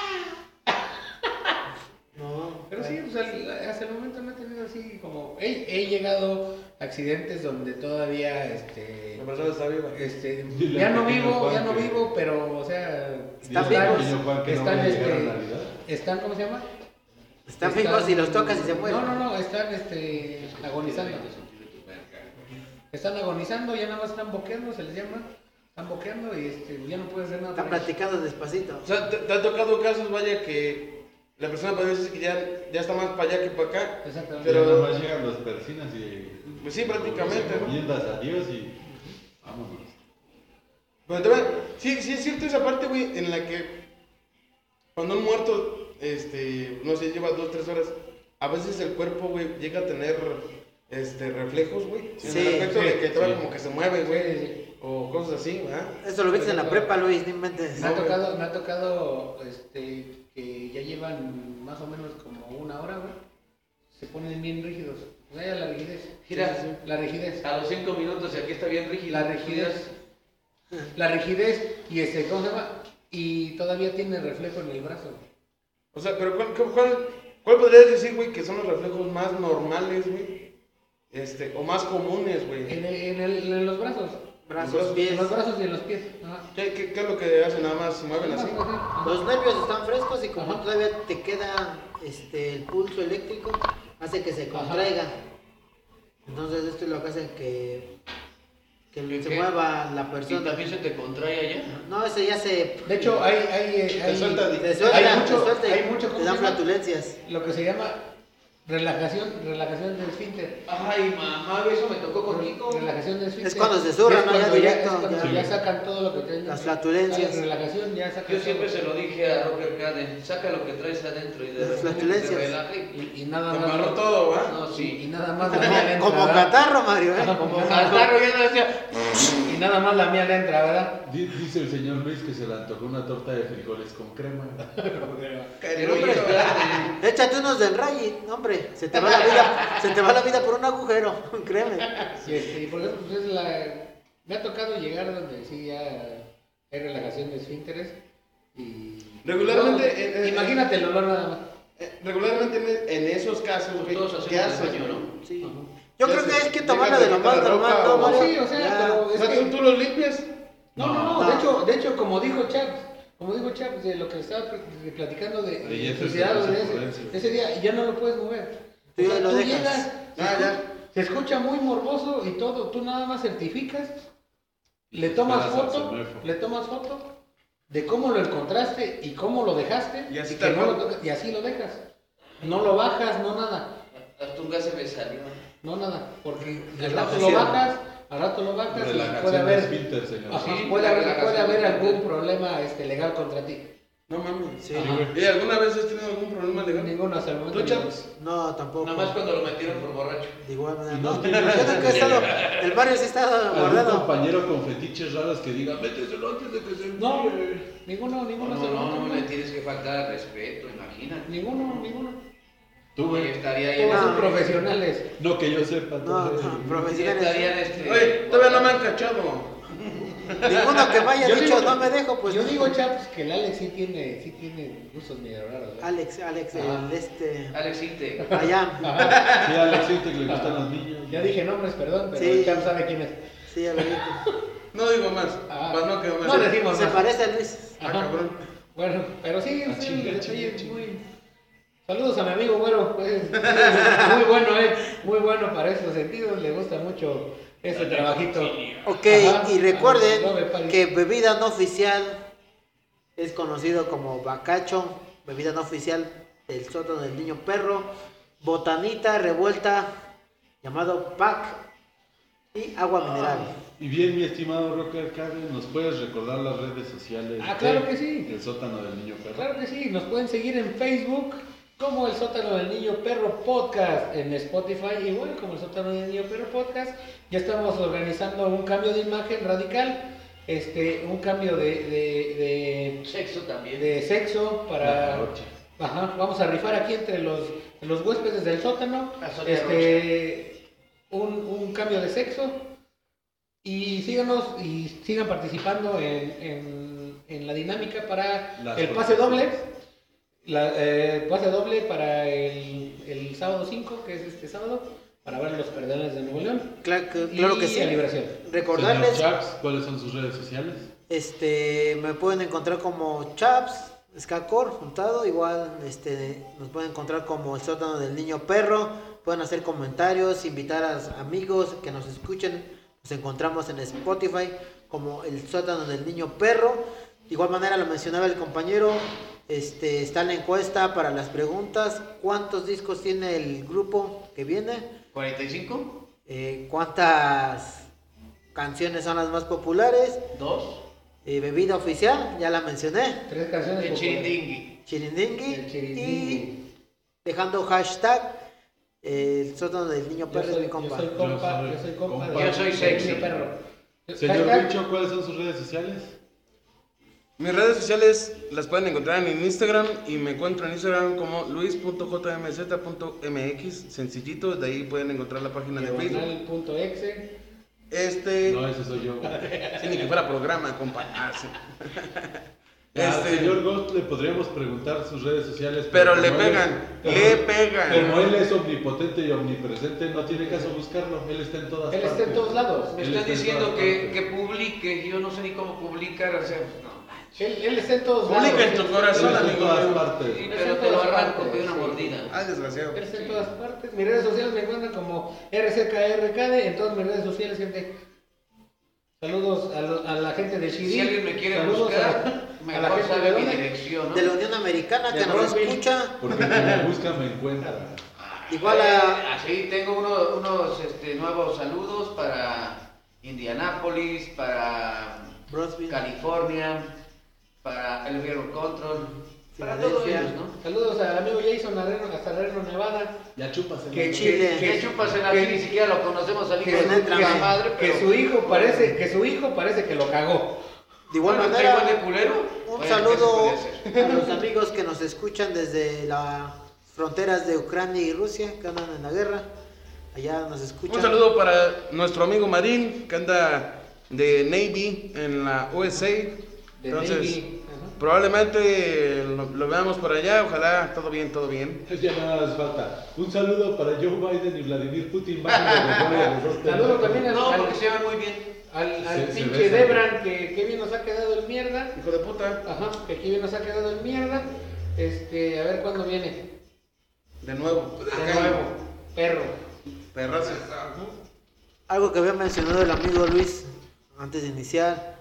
No. Pero sí, pues al- hasta el momento no he tenido así como... He, he llegado a accidentes donde todavía, este... La persona está viva. Este, Dile ya al no pequeño vivo, Juan ya no que- vivo, pero, o sea... Están Dice el vivos. pequeño Juan que no Están, va a llegar a este... Navidad. Están, ¿cómo se llama? Están vivos y los tocas y se mueren. No, no, no, están, este... agonizando. Están agonizando, ya nada más están boqueando, se les llama. Están boqueando y este, ya no puede hacer nada. Están por ellos. platicando despacito. O sea, ¿te, te ha tocado casos, vaya, que la persona puede decir que ya, ya está más para allá que para acá? Exactamente. Pero- Pero nada más llegan los persinas y. Pues sí, prácticamente, Se ¿no? encomiendas a Dios y. Vámonos. Bueno, también, sí, sí es cierto esa parte, güey, en la que cuando un muerto, este, no sé, lleva dos, tres horas, a veces el cuerpo, güey, llega a tener, este, reflejos, güey. En Sí, el aspecto sí, de que todavía sí. como que se mueve, güey. Sí, sí. O cosas así, ¿verdad? Eso lo viste en la prepa, Luis, no inventes. Me ha No, güey. tocado, me ha tocado, este, que ya llevan más o menos como una hora, güey. Se ponen bien rígidos. O sea, ya la rigidez. Mira. Sí, sí, sí. La rigidez. A los cinco minutos y aquí está bien rígida. La rigidez. La rigidez y este, ¿cómo se llama? Y todavía tiene reflejo en el brazo. O sea, pero ¿cuál, cuál, cuál, cuál podrías decir, güey, que son los reflejos más normales, güey? Este, o más comunes, güey. En, el- en, el- en los brazos. Brazos, En pies. los brazos y en los pies. Ajá. ¿Qué, qué, qué es lo que hacen? Nada más se mueven así. Ajá. Los nervios están frescos y como Ajá. todavía te queda este, el pulso eléctrico, hace que se Ajá. contraiga. Entonces esto es lo que hace que, que ¿Qué, se qué? mueva la ¿Y persona. también se te contrae allá? No, ese ya se... De hecho, hay, hay, hay, Te suelta, te suelta, hay mucho- te suelta y hay mucho, ¿cómo te se dan llama? flatulencias. lo que se llama Relajación, relajación del esfínter. Ay, mamá, eso me tocó contigo. Relajación del esfínter. Es cuando se zurra, Es ¿no? Ya cuando directo, es cuando ya. ya sacan todo lo que tienen. Las flatulencias. Ah, relajación, ya sacan Yo siempre todo. se lo dije a Rocker Caden, saca lo que traes adentro y de Las repente te flatulencias. relaja y- Y, y nada Te más. amarró todo, ¿va? No, Y, sí. y nada más la mía le entra. Como ¿verdad? catarro, Mario, ¿eh? Ajá, como catarro, ya no decía. Y nada más la mía le entra, ¿verdad? Di- Dice el señor Luis que se le antojó una torta de frijoles con crema. Pero oye, espérate. Échate unos del Ray, hombre. Se te va la vida, se te va la vida por un agujero, créeme. Y, este, y por ejemplo, pues es la... me ha tocado llegar donde sí ya hay relajación de esfínteres. Y. Regularmente, No, en- en- imagínate el olor nada más. Eh, Regularmente en, en esos casos, güey, Todos hacemos ¿qué el haces, baño, güey? ¿no? Sí. Ajá. Yo ¿Qué creo que haces? hay que Llegas, tomarla te de lo quitas más la normal, ropa, ¿no, o- Mario? Sí, o sea, Ya. pero O es sea, que- ¿tú, tú los limpias? No, no, no, No. de hecho, de hecho, como dijo Chaps, como dijo Chaps, de lo que estaba pl- platicando de, Ahí de entra el suciedad servicio de ese, forense. ese día, ya no lo puedes mover. Tú ya lo tú dejas. llegas, se, Ah, escucha, ya. se escucha muy morboso y todo, tú nada más certificas, le tomas Esperas al foto, semáforo. le tomas foto de cómo lo encontraste y cómo lo dejaste, Y así que tal no cual. lo tocas, y así lo dejas. No lo bajas, no nada, Hasta un gas se me salió. no nada, porque al la rato lo presión. bajas, al rato lo bajas y puede Relajación de haber, esfínter, señor. ajá, Sí, puede la haber, relajación puede haber de algún esfínter. problema este, legal contra ti. No mames. Sí. Ajá. ¿Y alguna vez has tenido algún problema legal? Ninguno hasta el momento. ¿Tú, Chaps? No, tampoco. Nada más cuando lo metieron por borracho. De igual manera. Y No, no yo tienes- nunca he estado. El Mario sí está ¿Algún guardado. compañero con fetiches raros que diga, méteselo antes de que se No, enfríe"? ninguno, No, ninguno. no, hasta el no, no momento. me tienes que faltar al respeto, imagínate. Ninguno, ninguno. Tú, Y güey. estaría ahí. Todos No. son profesionales. No que yo sepa. No, tú, no, güey. Y profesionales. estarían este. Oye, todavía no me han cachado. Ninguno que me haya Yo dicho digo- no me dejo, pues. Yo digo, Chaps, que el Alex sí tiene, sí tiene gustos medio raros. ¿verdad? Alex, Alex, Ah. el este. Alex Inte. Allá. Ajá. Sí, a Alex siente que le gustan los niños. Ya dije nombres, perdón, pero Sí. el Chaps sabe quién es. Sí, ya lo dije. No digo más. Ah. Para no quedar No decimos Se más. parece a Luis. Ah, Ajá. cabrón. Bueno, pero sí, Ah, sí, chinga, el chinga, detalle es chinga. muy... Saludos a mi amigo Güero, pues, muy bueno, eh, muy bueno para esos sentidos, le gusta mucho ese trabajito. Ok, Ajá. y recuerden Ah, no, que bebida no oficial es conocido como bacacho, bebida no oficial del sótano del niño perro, botanita revuelta llamado pack y agua mineral. Y bien, mi estimado Rocker Caden, ¿nos puedes recordar las redes sociales Ah, claro de que sí. El Sótano del Niño Perro? Claro que sí, nos pueden seguir en Facebook como el Sótano del Niño Perro Podcast, en Spotify igual como el Sótano del Niño Perro Podcast. Ya estamos organizando un cambio de imagen radical, este, un cambio de, de, Sexo de, también. de sexo La para... jarocha. Ajá, vamos a rifar aquí entre los, los huéspedes del sótano La Sonia este, un, un cambio de sexo. Y síganos y sigan participando en, en, en la dinámica para Las el pase doble. sorpresas. La, eh, pase doble para el, el sábado cinco, que es este sábado, para ver a los Cardenales de Nuevo León. Claro que, claro que y sí. a Liberación. Recordarles, Señor Chaps, ¿cuáles son sus redes sociales? este, me pueden encontrar como Chaps, Skacor, juntado, igual, este, nos pueden encontrar como el sótano del niño perro, pueden hacer comentarios, invitar a amigos que nos escuchen. Nos encontramos en Spotify como el sótano del niño perro. De igual manera lo mencionaba el compañero, este, está la encuesta para las preguntas. ¿Cuántos discos tiene el grupo que viene? ¿cuarenta y cinco? Eh, ¿Cuántas canciones son las más populares? ¿Dos? Eh, bebida oficial, ya la mencioné. Tres canciones. El populares. chirindingui. Chirindingui. El chirindingui. Y dejando hashtag eh, el sótano del niño Yo perro es soy, mi yo compa. soy compa, Yo yo soy soy compa. compa. de- Yo soy del sexy. niño perro. Señor Hashtag- Bicho, ¿cuáles son sus redes sociales? Mis redes sociales las pueden encontrar en Instagram y me encuentro en Instagram como luis punto j m z punto m x, sencillito, de ahí pueden encontrar la página de Facebook. Diagonal.exe. Este, No, ese soy yo. sí, ni que fuera programa, compa. Ah, sí. Al Este, señor Ghost le podríamos preguntar sus redes sociales. pero le como él es- pegan, como- le pegan. Como él es omnipotente y omnipresente, no tiene caso buscarlo. Él está en todas Él partes. está en todos lados. Me Él están está en diciendo todas que, partes. que publique, yo no sé ni cómo publicar, o sea, pues, no. Él, él está en todos Publica lados. en tu Él corazón, está en amigo. todas mío. partes. Sí, pero te lo arranco de una mordida. Ah, desgraciado. Él está en todas partes. Mis redes sociales me encuentran como R C K R K D en todas mis redes sociales, gente. Saludos a, lo- a la gente de Chiri. Si alguien me quiere Saludos buscar, a, a la mejor gente de sabe mi dónde. dirección, ¿no? De la Unión Americana De que nos Brooklyn. escucha. Porque como busca, me encuentra. Igual Eh, a... así tengo uno- unos este, nuevos saludos para Indianápolis, para Brosville. California, para el Hero Control, para todos Filadelfia. ellos, ¿no? Saludos al amigo Jason Arreno, hasta Reno, Nevada. Ya chupas el Que- Chile. que- Que chupas en la que- ni siquiera lo conocemos al hijo que, de su, neta, su que- man. madre, que pero... su hijo parece que su hijo parece que lo cagó. De igual Bueno, manera, ¿está igual de culero? un Bueno, saludo ¿qué se puede hacer? a los amigos que nos escuchan desde las fronteras de Ucrania y Rusia, que andan en la guerra. Allá nos escuchan. Un saludo para nuestro amigo Marín, que anda de Navy en la U S A. De Entonces, Navy, ajá. probablemente lo, lo veamos por allá. Ojalá todo bien, todo bien. Ya nada más falta. Un saludo para Joe Biden y Vladimir Putin. Bájenle los dos temas. Saludo también al, No, al- porque se ven muy bien. al, al Se- se pinche besan. Debran, que, que bien nos ha quedado el mierda. Hijo de puta. Ajá, que aquí bien nos ha quedado el mierda. Este, a ver cuándo viene. De nuevo. De nuevo, perro. Perrazo. Algo que había mencionado el amigo Luis antes de iniciar,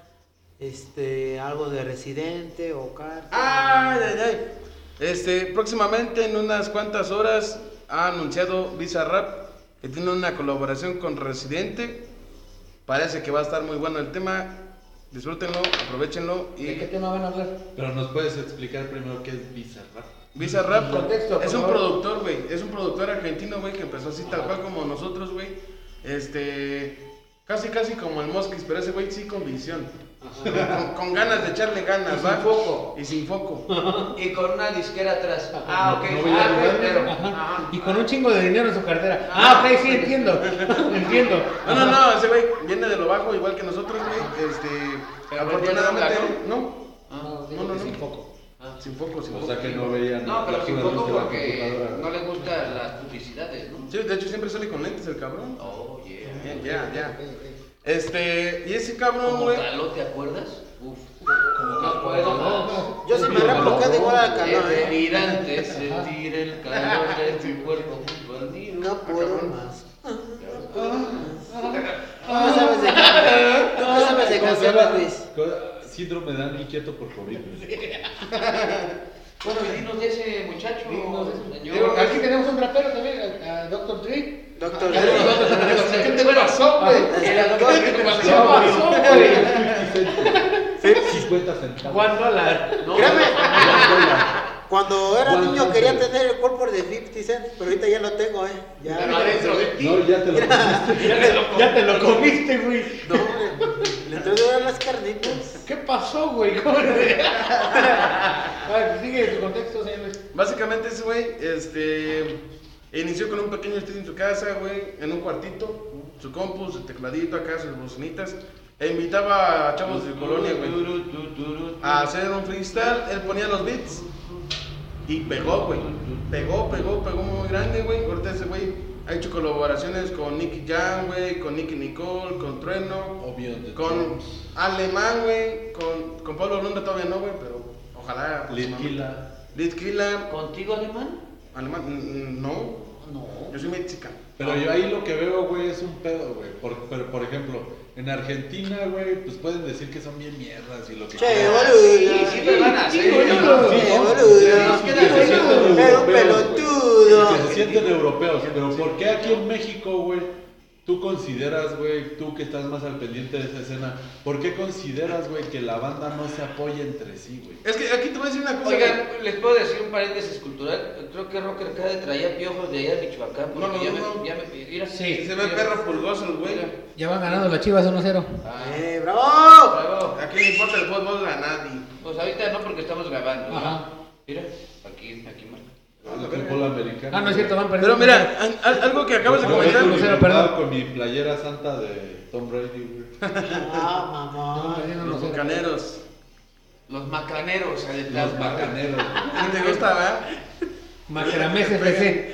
este, algo de Residente o Carta. Ay, ay, ay. Este, próximamente en unas cuantas horas ha anunciado Bizarrap que tiene una colaboración con Residente. Parece que va a estar muy bueno el tema. Disfrútenlo, aprovechenlo ¿De qué y tema van a hablar? Pero nos puedes explicar primero qué es Bizarrap. Bizarrap Contexto, por es un favor. productor, güey. Es un productor argentino, güey, que empezó así tal cual como nosotros, güey. Este, casi casi como el Mosquis, pero ese güey sí con visión. Con, con ganas de echarle ganas, Y sin ¿va? foco. Y sin foco. Y con una disquera atrás. Ah, ok. no voy a ah, ayudar. pero- Ajá. Ajá. Y con un chingo de dinero en su cartera. Ah, ok, sí, entiendo. Entiendo. No, no, no, ese güey viene de lo bajo, igual que nosotros, güey. Este, Pero afortunadamente, ¿vendieron no, Ah, No, digo no, no, que no. sin foco. ah. sin foco, sin O foco. sea que no veían. No, pero la sin pura luz poco de la porque computadora. no le gustan las publicidades, ¿no? Sí, de hecho siempre sale con lentes el cabrón. Oh, yeah. Bien, ya, ya. Ok, ok. Este, y ese cabrón, Como güey. caló, ¿te acuerdas? Uf. Como No puedo más. Yo sí me reproqué de igual al Es calor, ¿eh? delirante sentir el calor de tu cuerpo junto al mío. No puedo más. ¿Cómo sabes de canción? ¿Cómo sabes de ¿Cómo se canción, llama? Luis? Co- Síndrome de Ani inquieto por COVID. Bueno, y dinos de ese muchacho. Dinos de ese- señor. Digo, aquí tenemos un rapero también, a, a doctor Dre. Doctor Ah, Dre. ¿Qué te pasó, güey? Era doctor, ¿qué te pasó? ¿Qué pasó, güey? cincuenta centavos. Juan Dólar. No, Créame, One dollar. cuando era One niño hundred. quería tener el cuerpo de cincuenta Cent, pero ahorita ya lo tengo, ¿eh? Ya. pero adentro de ti. No, ya te lo comiste. Ya te, ya te lo comiste, güey. No, hombre, le entró de las carnitas. ¿Qué pasó, güey? ¿Cómo le- A ver, sigue tu contexto, señor Luis. Básicamente ese güey, este, inició con un pequeño estudio en su casa, güey, en un cuartito, su compu, su tecladito acá, sus bocinitas, e invitaba a chavos de su colonia, güey, a hacer un freestyle. Él ponía los beats y pegó, güey, pegó, pegó, pegó muy grande, güey. Ahorita ese güey ha hecho colaboraciones con Nicky Jam, güey, con Nicky Nicole, con Trueno, Obvio. de con Trumps. Alemán, güey, con, con Pablo Londra todavía no, güey, pero ojalá. Litquila. Litquila. ¿Contigo, alemán? Alemán, mm, no, No. yo soy mexicano. Pero yo ahí lo que veo, güey, es un pedo, güey. Por, pero, por ejemplo, en Argentina, güey, pues pueden decir que son bien mierdas y lo que Che, quieran. boludo. Sí, siempre van a hacer. Sí, boludo. Che, Sí, ¿no? boludo. Nos Que queda se sienten Pero europeos, güey. pelotudo. Que se sienten europeos. Pero ¿por qué aquí en México, güey, tú consideras, güey, tú que estás más al pendiente de esa escena, ¿por qué consideras, güey, que la banda no se apoya entre sí, güey? Es que aquí te voy a decir una cosa. Oigan, les puedo decir un paréntesis cultural. Creo que Rocker Cade traía piojos de allá de Michoacán. Porque No, no, ya, no. Me, ya me mira, Sí. se ve perro pulgoso el güey. Ya van ganando las Chivas uno cero. Ah, Eh, bravo. bravo. Aquí no importa el fútbol a nadie. Pues ahorita no porque estamos grabando. ¿no? Ajá. Mira, aquí, aquí más. El fútbol americano. Ah, no es cierto, van perdiendo. Pero mira, al- al- algo que acabas de Yo comentar. vengo uno cero, inventado perdón. con mi playera santa de Tom Brady, güey. Ah, Van mamá. perdiendo Los uno cero. bucaneros. Los macaneros, además. Los bacaneros, güey. ¿Te gusta, verdad? Macramés F C.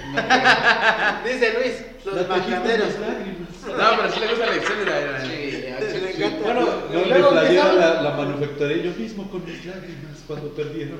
Dice Luis, los macaneros. No, pero sí le gusta la Excel. Sí, Le Axel, sí. encanta. Bueno, No, y mi luego playera empezaron- la, la manufacturé yo mismo con mis lágrimas cuando perdieron.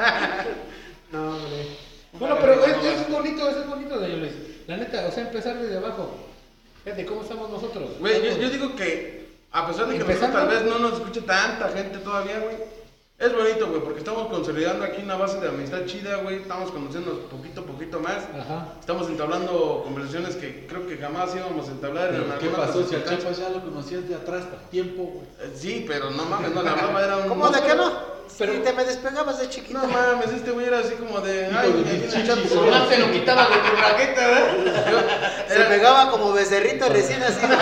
No, hombre. Bueno, pero es- eso es bonito, eso es bonito de Luis. La neta, o sea, empezar desde abajo. Fíjate, ¿cómo estamos nosotros? Güey, yo, yo digo que, a pesar de que nosotros Empezando. tal vez no nos escuche tanta gente todavía, güey, Es bonito, güey, porque estamos consolidando aquí una base de amistad chida, güey. Estamos conociendo poquito a poquito más. Ajá. Estamos entablando conversaciones que creo que jamás íbamos a entablar en Pero, ¿qué alguna pasó si al circunstancia. Chapas ya lo conocías de atrás, tiempo, güey? Eh, Sí, pero no mames, no, la broma era un... ¿Cómo de que no? Pero- Si te me despegabas de chiquito. No mames, este güey era así como de... Hijo Ay, de ahí mis viene el chichis, Chapo. güey. No se lo quitaba con tu raqueta, ¿verdad? Se pegaba como becerrito recién nacido.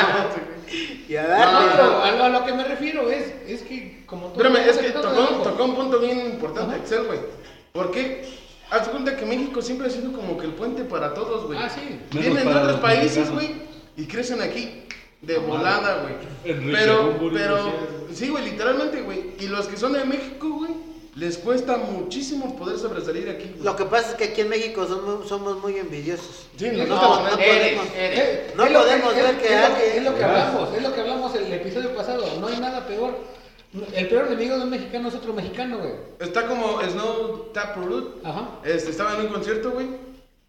Y a No, darle. pero a lo, a lo que me refiero es, es que como tú Espérame, es has que estado tocó, abajo. tocó un punto bien importante, Ajá. Excel, güey. Porque, haz de cuenta que México siempre ha sido como que el puente para todos, güey. Ah, sí. Menos Vienen de para otros los países, mexicanos. güey, y crecen aquí. De Amado. volada, güey. Enrique Pero, Bumburi pero, decía, güey. sí, güey, literalmente, güey. Y los que son de México, güey, les cuesta muchísimo poder sobresalir aquí, güey. Lo que pasa es que aquí en México somos, somos muy envidiosos. Sí, no, no, no eres, podemos. eres. Eh, No es lo podemos que- ver es- que es lo- alguien- Es lo que Gracias. hablamos, es lo que hablamos en el episodio pasado. No hay nada peor. El peor enemigo de un mexicano es otro mexicano, güey. Está como Snow Taproot. Ajá. Este, estaba en un concierto, güey.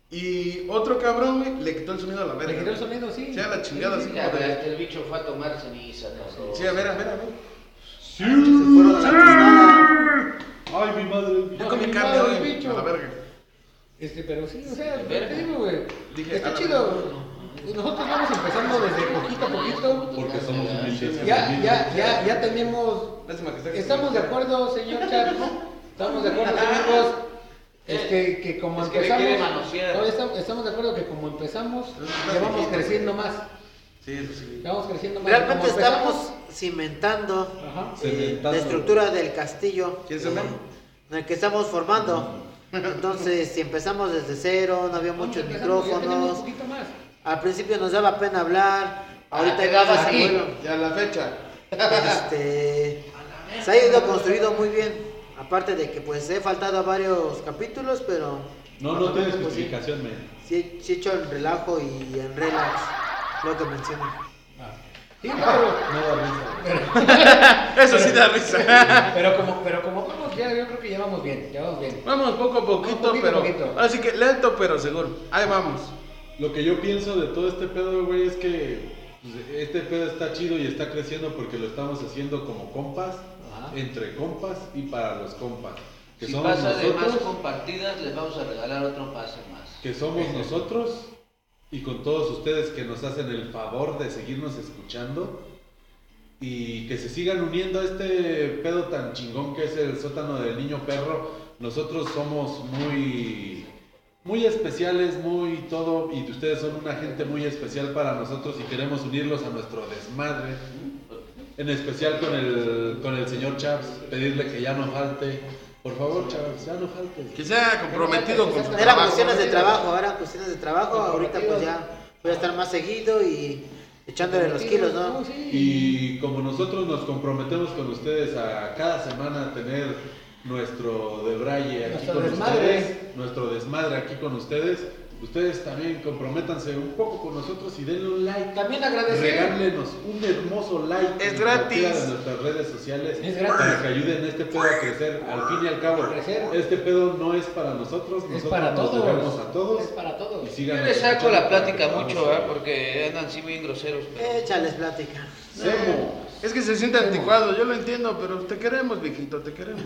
Y otro cabrón, güey, le quitó el sonido a la verga. Le quitó el güey. sonido, sí. Sí, a la chingada, Sí, así sí, Ya, como pero de... hasta el bicho fue a tomar ceniza, cabrón. Sí, a ver, a ver, a ver. Se fueron a la tostada. Ay, mi madre. Yo No, comí mi carne madre, hoy, bicho. a la verga. Este, pero sí, o sea, Verga. te digo, güey. Dije, Está a la chido. Nosotros vamos empezando desde poquito a poquito. Porque somos humildes. Ya, ya, ya, ya tenemos. Lástima que está aquí. Estamos de acuerdo, señor Chat. Estamos de acuerdo, amigos. Este, que como Es que me empezamos. quiere manosear. No, estamos, estamos de acuerdo que como empezamos, Está ya vamos difícil. creciendo más. Sí, eso sí. Ya vamos creciendo más. Realmente Como empezamos- estamos cimentando Ajá. eh, Cementando. la estructura del castillo ¿Quién es el eh, man? en el que estamos formando. Entonces, si empezamos desde cero, no había Vamos muchos empezando, ya tenemos un micrófonos. poquito más. Al principio nos daba pena hablar. Ahorita te ya daba se así. bueno, Ya la fecha. este, se ha ido construido muy bien. Aparte de que pues he faltado a varios capítulos, pero No, por no lo tienes menos, pues, sí. justificación, men. Sí, sí he hecho en relajo y en relax, lo que mencioné. Ah. Sí, pero, No da risa. Eso sí da risa. pero como, pero como vamos, ya, yo creo que ya vamos bien, ya vamos bien. Vamos poco a poquito, Poquito a pero. poquito. Así que lento, pero seguro. Ahí vamos. Lo que yo pienso de todo este pedo, güey, es que pues, este pedo está chido y está creciendo porque lo estamos haciendo como compas, Ajá. entre compas y para los compas. Que Si somos pasa de más nosotros, compartidas, les vamos a regalar otro pase más. que somos nosotros y con todos ustedes que nos hacen el favor de seguirnos escuchando y que se sigan uniendo a este pedo tan chingón que es el sótano del niño perro. Nosotros somos muy muy especiales, muy todo, y ustedes son una gente muy especial para nosotros y queremos unirlos a nuestro desmadre. En especial con el, con el señor Chaps, pedirle que ya no falte. Por favor, Chaps, ya no falte. Que sea comprometido con su Eran trabajo. cuestiones de trabajo, eran cuestiones de trabajo. Ahorita pues ya voy a estar más seguido y echándole los kilos, ¿no? Sí. Y como nosotros nos comprometemos con ustedes a cada semana tener nuestro debraye aquí Nuestro con desmadre. ustedes, nuestro desmadre aquí con ustedes, ustedes también comprométanse un poco con nosotros y denle un like. También agradecer. Regálenos un hermoso like Es en gratis. cualquiera de nuestras redes sociales Es gratis. para que ayuden a este pedo a crecer. Al fin y al cabo, Crecer. este pedo no es para nosotros, Es nosotros para nos todos. debemos a todos. Es para todos. Y sigan Yo les saco escuchando la para plática que podamos mucho, ¿eh? seguir. Porque andan así bien groseros. pero- Échales plática. Semo. Es que se siente anticuado, yo lo entiendo, pero te queremos, viejito, te queremos.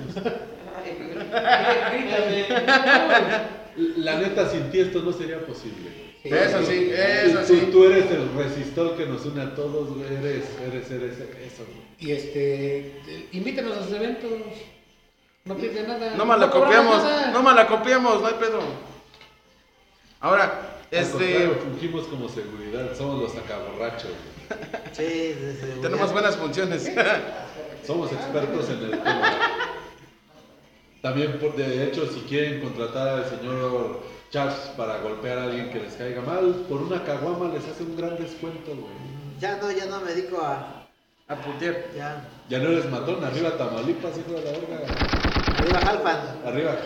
La neta, sin ti esto no sería posible. Sí. Eso sí, Tú- eso tú, sí. tú eres el resistor que nos une a todos, güey. Eres, eres, eres eso, güey. Y este, invítenos a sus eventos. No pierden nada. No la cobramos copiamos, nada. no la copiamos, no hay pedo. Ahora, Al este. contrario, fungimos como seguridad, somos los sacaborrachos, güey. Sí, de seguridad. Tenemos buenas funciones. Somos expertos en el tema. También, por, de hecho, si quieren contratar al señor Chaps para golpear a alguien que les caiga mal, por una caguama les hace un gran descuento, güey. Ya no, ya no me dedico a. A putear. Ya. Ya no eres matón, arriba Tamaulipas, hijo de la verga. Arriba Jalpan. Arriba.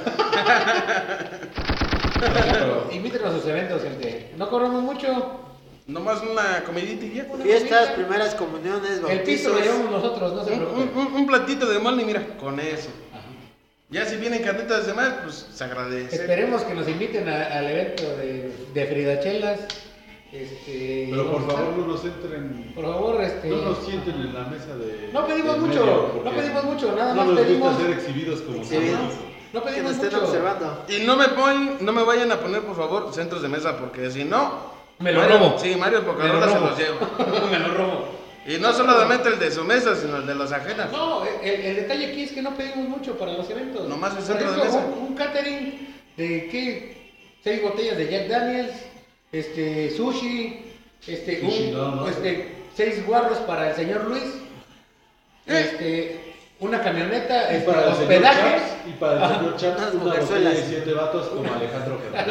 No, pero- Invítenos a sus eventos, gente. No cobramos mucho. Nomás una comidita y ya. Fiestas, primeras comuniones, El piso lo bautizos. llevamos nosotros, no se Un, preocupen. un- un platito de mole, mira, con eso. Ajá. Ya si vienen carnitas de más, pues se agradece. Esperemos que nos inviten a- al evento de, de Fridachelas. Este, Pero por ¿dónde favor está? no nos entren, Por favor, este. no nos sienten en la mesa de. No pedimos del mucho, medio, no porque pedimos mucho, nada no más nos pedimos. gusta ser exhibidos como Exhibidos. somos. No Que pedimos nos estén mucho. observando. Y no me ponen, no me vayan a poner, por favor, centros de mesa, porque si no... Me lo Mario- robo. Sí, Mario Me lo Pocarola se robo. los lleva. Me lo robo. Y no solamente el de su mesa, sino el de los ajenas. No, el, el detalle aquí es que no pedimos mucho para los eventos. Nomás el Por centro de ejemplo, mesa. Un, un catering de qué, seis botellas de Jack Daniels, este sushi, este, Sushi, un, no, no. este seis guarros para el señor Luis, este, una camioneta, Y este, para el señor hospedaje. Chaps, y para el señor Chaps, Unas una botella mujerzuelas. de siete vatos como Alejandro Fernández.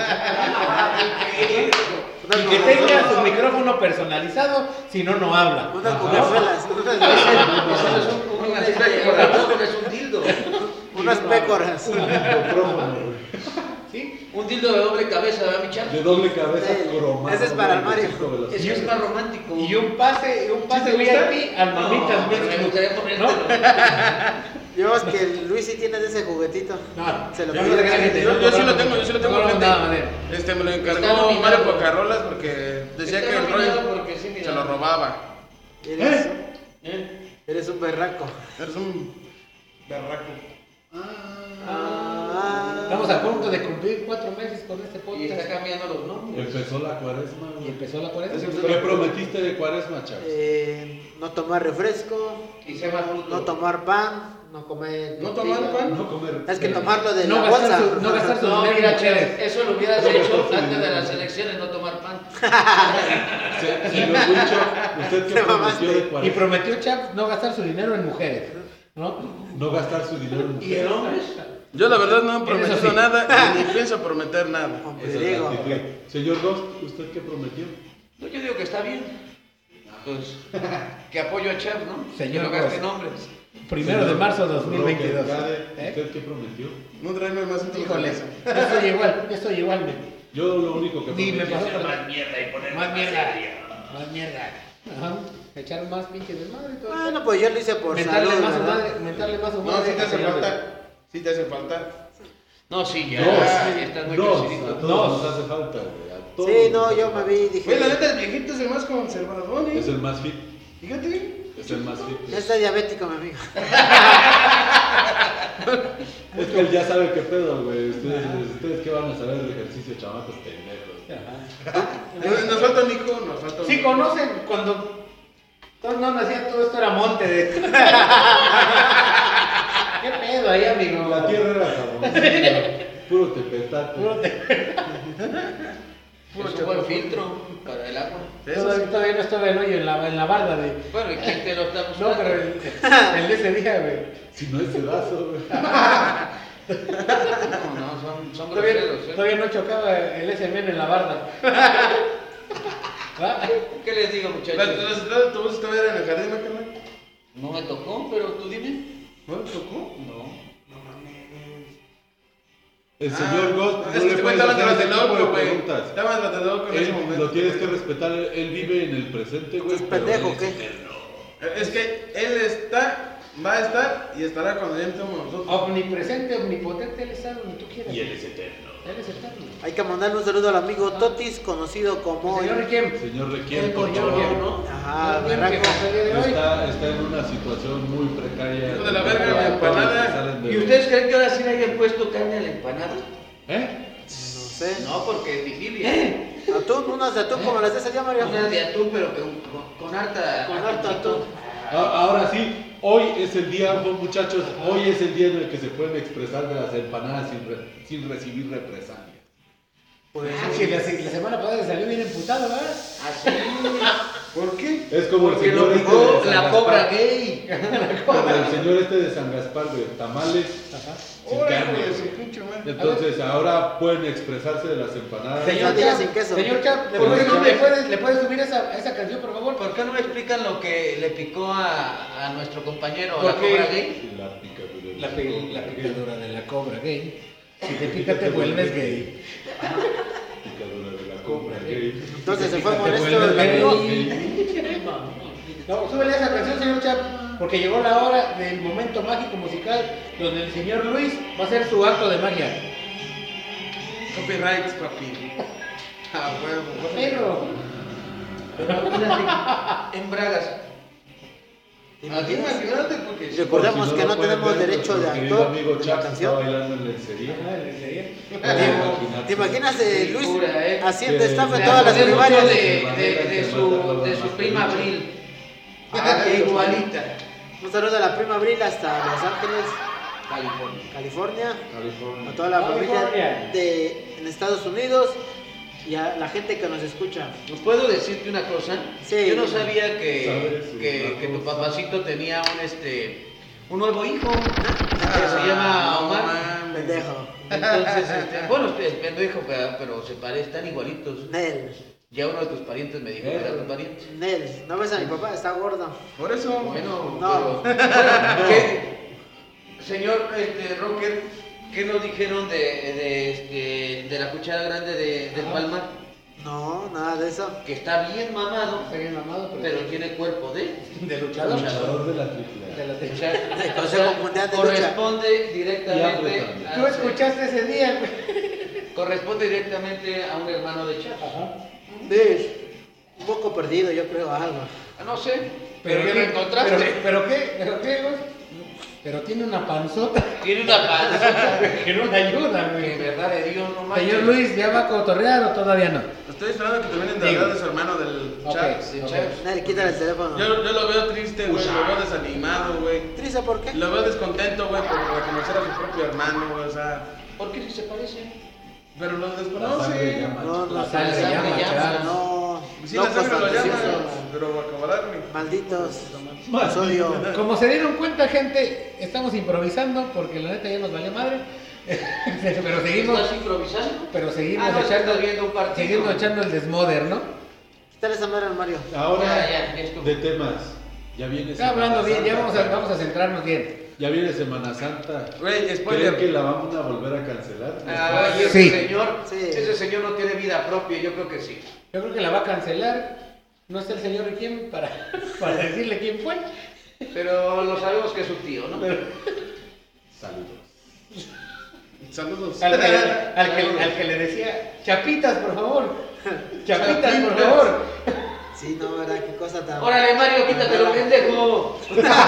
Y que tenga su micrófono personalizado, si no, no habla. Unas Ajá. mujerzuelas, Eso no es un, un, un, es un dildo. unas pécoras. Un micrófono, güey. ¿Sí? Un dildo de doble cabeza, ¿verdad, mi chavo? De doble cabeza Sí, cromado. ese es para el Mario. veinticinco velocidades. Eso es más romántico. Y un pase, un pase te V gusta? I P al Mamitas No, Beach me Club. gustaría ponértelo. ¿No? Yo es que el Luis sí tiene de ese juguetito. No, Se lo yo pidió. no sé qué gente, Yo, no yo sí lo cobramos tengo, mucho. yo sí lo tengo. No cobramos fíjate. nada, madre. Este me lo Está encargó nominado. Mario Pocarolas porque decía Está que el nominado rollo porque sí, mira. se lo robaba. Eres, ¿Eh? eres un berraco. Eres un berraco. Ah. Estamos a punto de cumplir cuatro meses con este Y está podcast. cambiando los nombres. Empezó la cuaresma, Y güey. empezó la cuaresma. ¿Qué prometiste de cuaresma, Chaps? Eh, no tomar refresco, Y se llama fruto. no tomar pan, no comer. ¿No tortilla. tomar pan? No comer. Es que tomarlo de No la gastar bolsa. su- no gastar su- No, dinero mira, en mujeres. Chávez, eso lo hubieras No, hecho no, no, antes no, de no. las elecciones, no tomar pan. Se- Señor Huicho, ¿usted qué Te prometió mamaste. de Y cuaresma? prometió Chaps no gastar su dinero en mujeres. ¿No? No gastar su dinero en ¿Y en mujeres. hombres? Yo la verdad no he Eso prometido sí. nada y ni pienso prometer nada. Hombre, Esa es la Diego. actitud. Señor Ghost, ¿usted qué prometió? No, yo digo que está bien. Pues, que apoyo a Chav, ¿no? Señor que no gaste Ross. nombres. Primero de marzo de dos mil veintidós. Roque Cade, ¿Eh? ¿usted qué prometió? No traerme más centros de Híjole, mesa. yo estoy igual, yo estoy igual. Me, Yo lo único que ni me prometí. pasó Más mierda y poner más mierda. Más mierda. Ajá. Echar más pinche desmadre y todo. Bueno, pues yo lo hice por mentarle salud, más su ¿verdad? madre, mentarle más su No, madre. sí te hace señor. falta. Sí te hace falta. No, sí, ya. Dos, ya estás muy dos, crecidito. a todos Dos. nos hace falta, güey. a todos Sí, nos no, hace yo me falta. vi y dije. Oye, la neta, el viejito es el más conservador, ¿eh? Es el más fit. Fíjate. Es el más fit. Ya está diabético, mi amigo. Es que él ya sabe qué pedo, güey. Ustedes, ustedes qué van a saber del ejercicio, chamacos pendejos. Ajá. Nos, nos falta un Nico, nos falta un Sí, conocen cuando todos no nacían, todo esto era monte de. ¿Qué pedo ahí, amigo? La tierra era jaboncillo, puro tepetate. Puro te- Es un buen filtro para el agua. Eso Todavía, sí. todavía no estaba el hoyo en la, en la barda de. Bueno, ¿y quién te lo está No, buscando? pero el, el de ese día, güey. Si no es pedazo, güey. No, no, son, son Todavía, groseros, ¿eh? todavía no chocaba el S M N en la barda. ¿Va? ¿Qué les digo, ¿Las muchachos? las entradas de tu voz todavía en el jardín, carnal? No me tocó, pero tú dime. ¿No te tocó? No. El señor Ghost Ah, no es que le este güey puedes estaba hacer ese tratando tipo de loco, güey. preguntas. Estaba tratando loco en ese Él, momento. lo tienes que respetar, él vive en el presente, güey. ¿Es pero pendejo él o qué? eterno. Es que él está, va a estar y estará cuando ya estemos nosotros. Omnipresente, omnipotente, él está donde tú quieras. Y él es eterno. Él es eterno. Hay que mandarle un saludo al amigo Totis, conocido como. Señor Riquem. Señor Requiem, El por señor favor. Riquem, ¿no? Ajá, El Riquem, berraco. que pasó el día de hoy. Está, está en una situación muy precaria. Hijo de la verga, Todos la empanada. que salen de ¿Y los- ustedes creen que ahora sí le hayan puesto carne a la empanada? ¿Eh? No sé. No, porque es vigilia. Atún, unas de atún como las de ese día, Mario. Unas de atún, pero que un- con, con harta. Con harto atún. A- Ahora sí, hoy es el día, muchachos, hoy es el día en el que se pueden expresar de las empanadas sin, re- sin recibir represalias. Pues. Ah, sí, la, la semana pasada salió bien emputado, ¿verdad? Así. ¿Por qué? Es como el Porque señor lo este picó de San la Gaspar. cobra gay. Como el señor este de San Gaspar, de tamales Ajá. sin Órale, carne. güey, su güey. pinche madre. Entonces ahora pueden expresarse de las empanadas. Señor Quesadilla Chap, sin queso. señor Chap, ¿le ¿Por puedes, qué no le me- puedes- le puedes subir esa, esa canción, por favor? ¿Por qué no me explican lo que le picó a, a nuestro compañero, la Porque- cobra gay? La picadura. de La, la pi- cobra la gay. picadura de la cobra gay. Si te pica, te vuelves gay. Picadura de la cobra gay. Entonces se fue Te molesto vuelves el amigo. gay. No, súbele esa canción, señor Chap, porque llegó la hora del momento mágico musical donde el señor Luis va a hacer su acto de magia. Copyrights, papi. Ah, huevo. Perro. Pero imagínate, en bragas. ¿Te Aquí imaginas? imagínate porque... Recordemos Por si que no lo pueden tenemos ver, derecho de nuestro querido autor amigo de la Chaps canción. está bailando en lencería. Ah, ¿en serio? Imagínate. ¿Te imaginas eh, Sí, Luis pura, eh. haciendo Que estafa en Me todas las acordé mucho primarias? de, de, de su, de su prima Abril. Ah, igualita. Un saludo a la prima Abril hasta Los Ángeles, California. California, California. a toda la familia California. de en Estados Unidos y a la gente que nos escucha. ¿Puedo decirte una cosa? Sí. Yo no sabía que, ¿Sabes? que, que tu Sí. papacito tenía un este un nuevo hijo que se llama Omar. Pendejo. Entonces, este, bueno, es pendejo, pero, pero se parecen, están igualitos. Nel, Ya uno de tus parientes me dijo que era tu pariente. Nel, ¿no ves a mi papá? Está gordo. Por eso. Bueno, No. pero, bueno, ¿qué- señor este, Rocker, ¿qué nos dijeron de, de, este, de la cuchara grande de, del Palmar? No, nada de eso. Que está bien mamado, Está bien mamado, pero... pero tiene cuerpo de... De luchador. Luchador de la triple De A. la O triple. sea, De o Consejo sea, Mundial de Lucha. corresponde directamente Y hambre a, Tú escuchaste ese día, güey. corresponde directamente a un hermano de Chaps. Ajá. Ves, un poco perdido, yo creo, algo. Ah, no sé, pero, ya qué- lo encontraste. Pero, pero qué, pero qué, güey. Pero tiene una panzota Tiene una panza. que no le ayuda, Que güey. verdad de Dios, no manches. Señor Luis, ¿ya va a cotorrear o todavía no? Estoy esperando que terminen de Digo. hablar de su hermano del Ok. chat. De Ok. Chaps. Nadie quita el teléfono. Yo, yo lo veo triste, güey. Lo veo desanimado, güey. ¿Triste por qué? Lo veo descontento, güey, por reconocer a su propio hermano, güey. O sea, ¿Por qué si se parecen? pero lo La sangre desconoce. llama. No, no, La sangre sangre llama, llama. chaval. no. Sí, la locos sangre lo llama, fantasiosos. pero acomodarme. Malditos. Los odio. Como se dieron cuenta, gente, estamos improvisando porque la neta ya nos valió madre. Pero seguimos, ¿Estás improvisando? pero seguimos Ah, no, echando, estás viendo un partido. seguimos echando el desmoder, ¿no? Quítale esa madre al Mario. Ahora, Ya, ya, ya estuvo. de temas. Ya viene Está hablando Semana bien, ya Santa. vamos a, vamos a centrarnos bien. Ya viene Semana Santa. Güey, ¿Creen spoiler. que la vamos a volver a cancelar? Ah, y ese Sí. señor, Sí. ese señor no tiene vida propia, yo creo que sí. Yo creo que la va a cancelar. No está el señor quién para, para decirle quién fue. Pero lo sabemos que es su tío, ¿no? Saludos. Saludos. Al que, al, que, al que le decía, chapitas, por favor. Chapitas, por favor. Sí, no, ¿verdad? Qué cosa tan. Órale, Mario, quítate lo pendejo.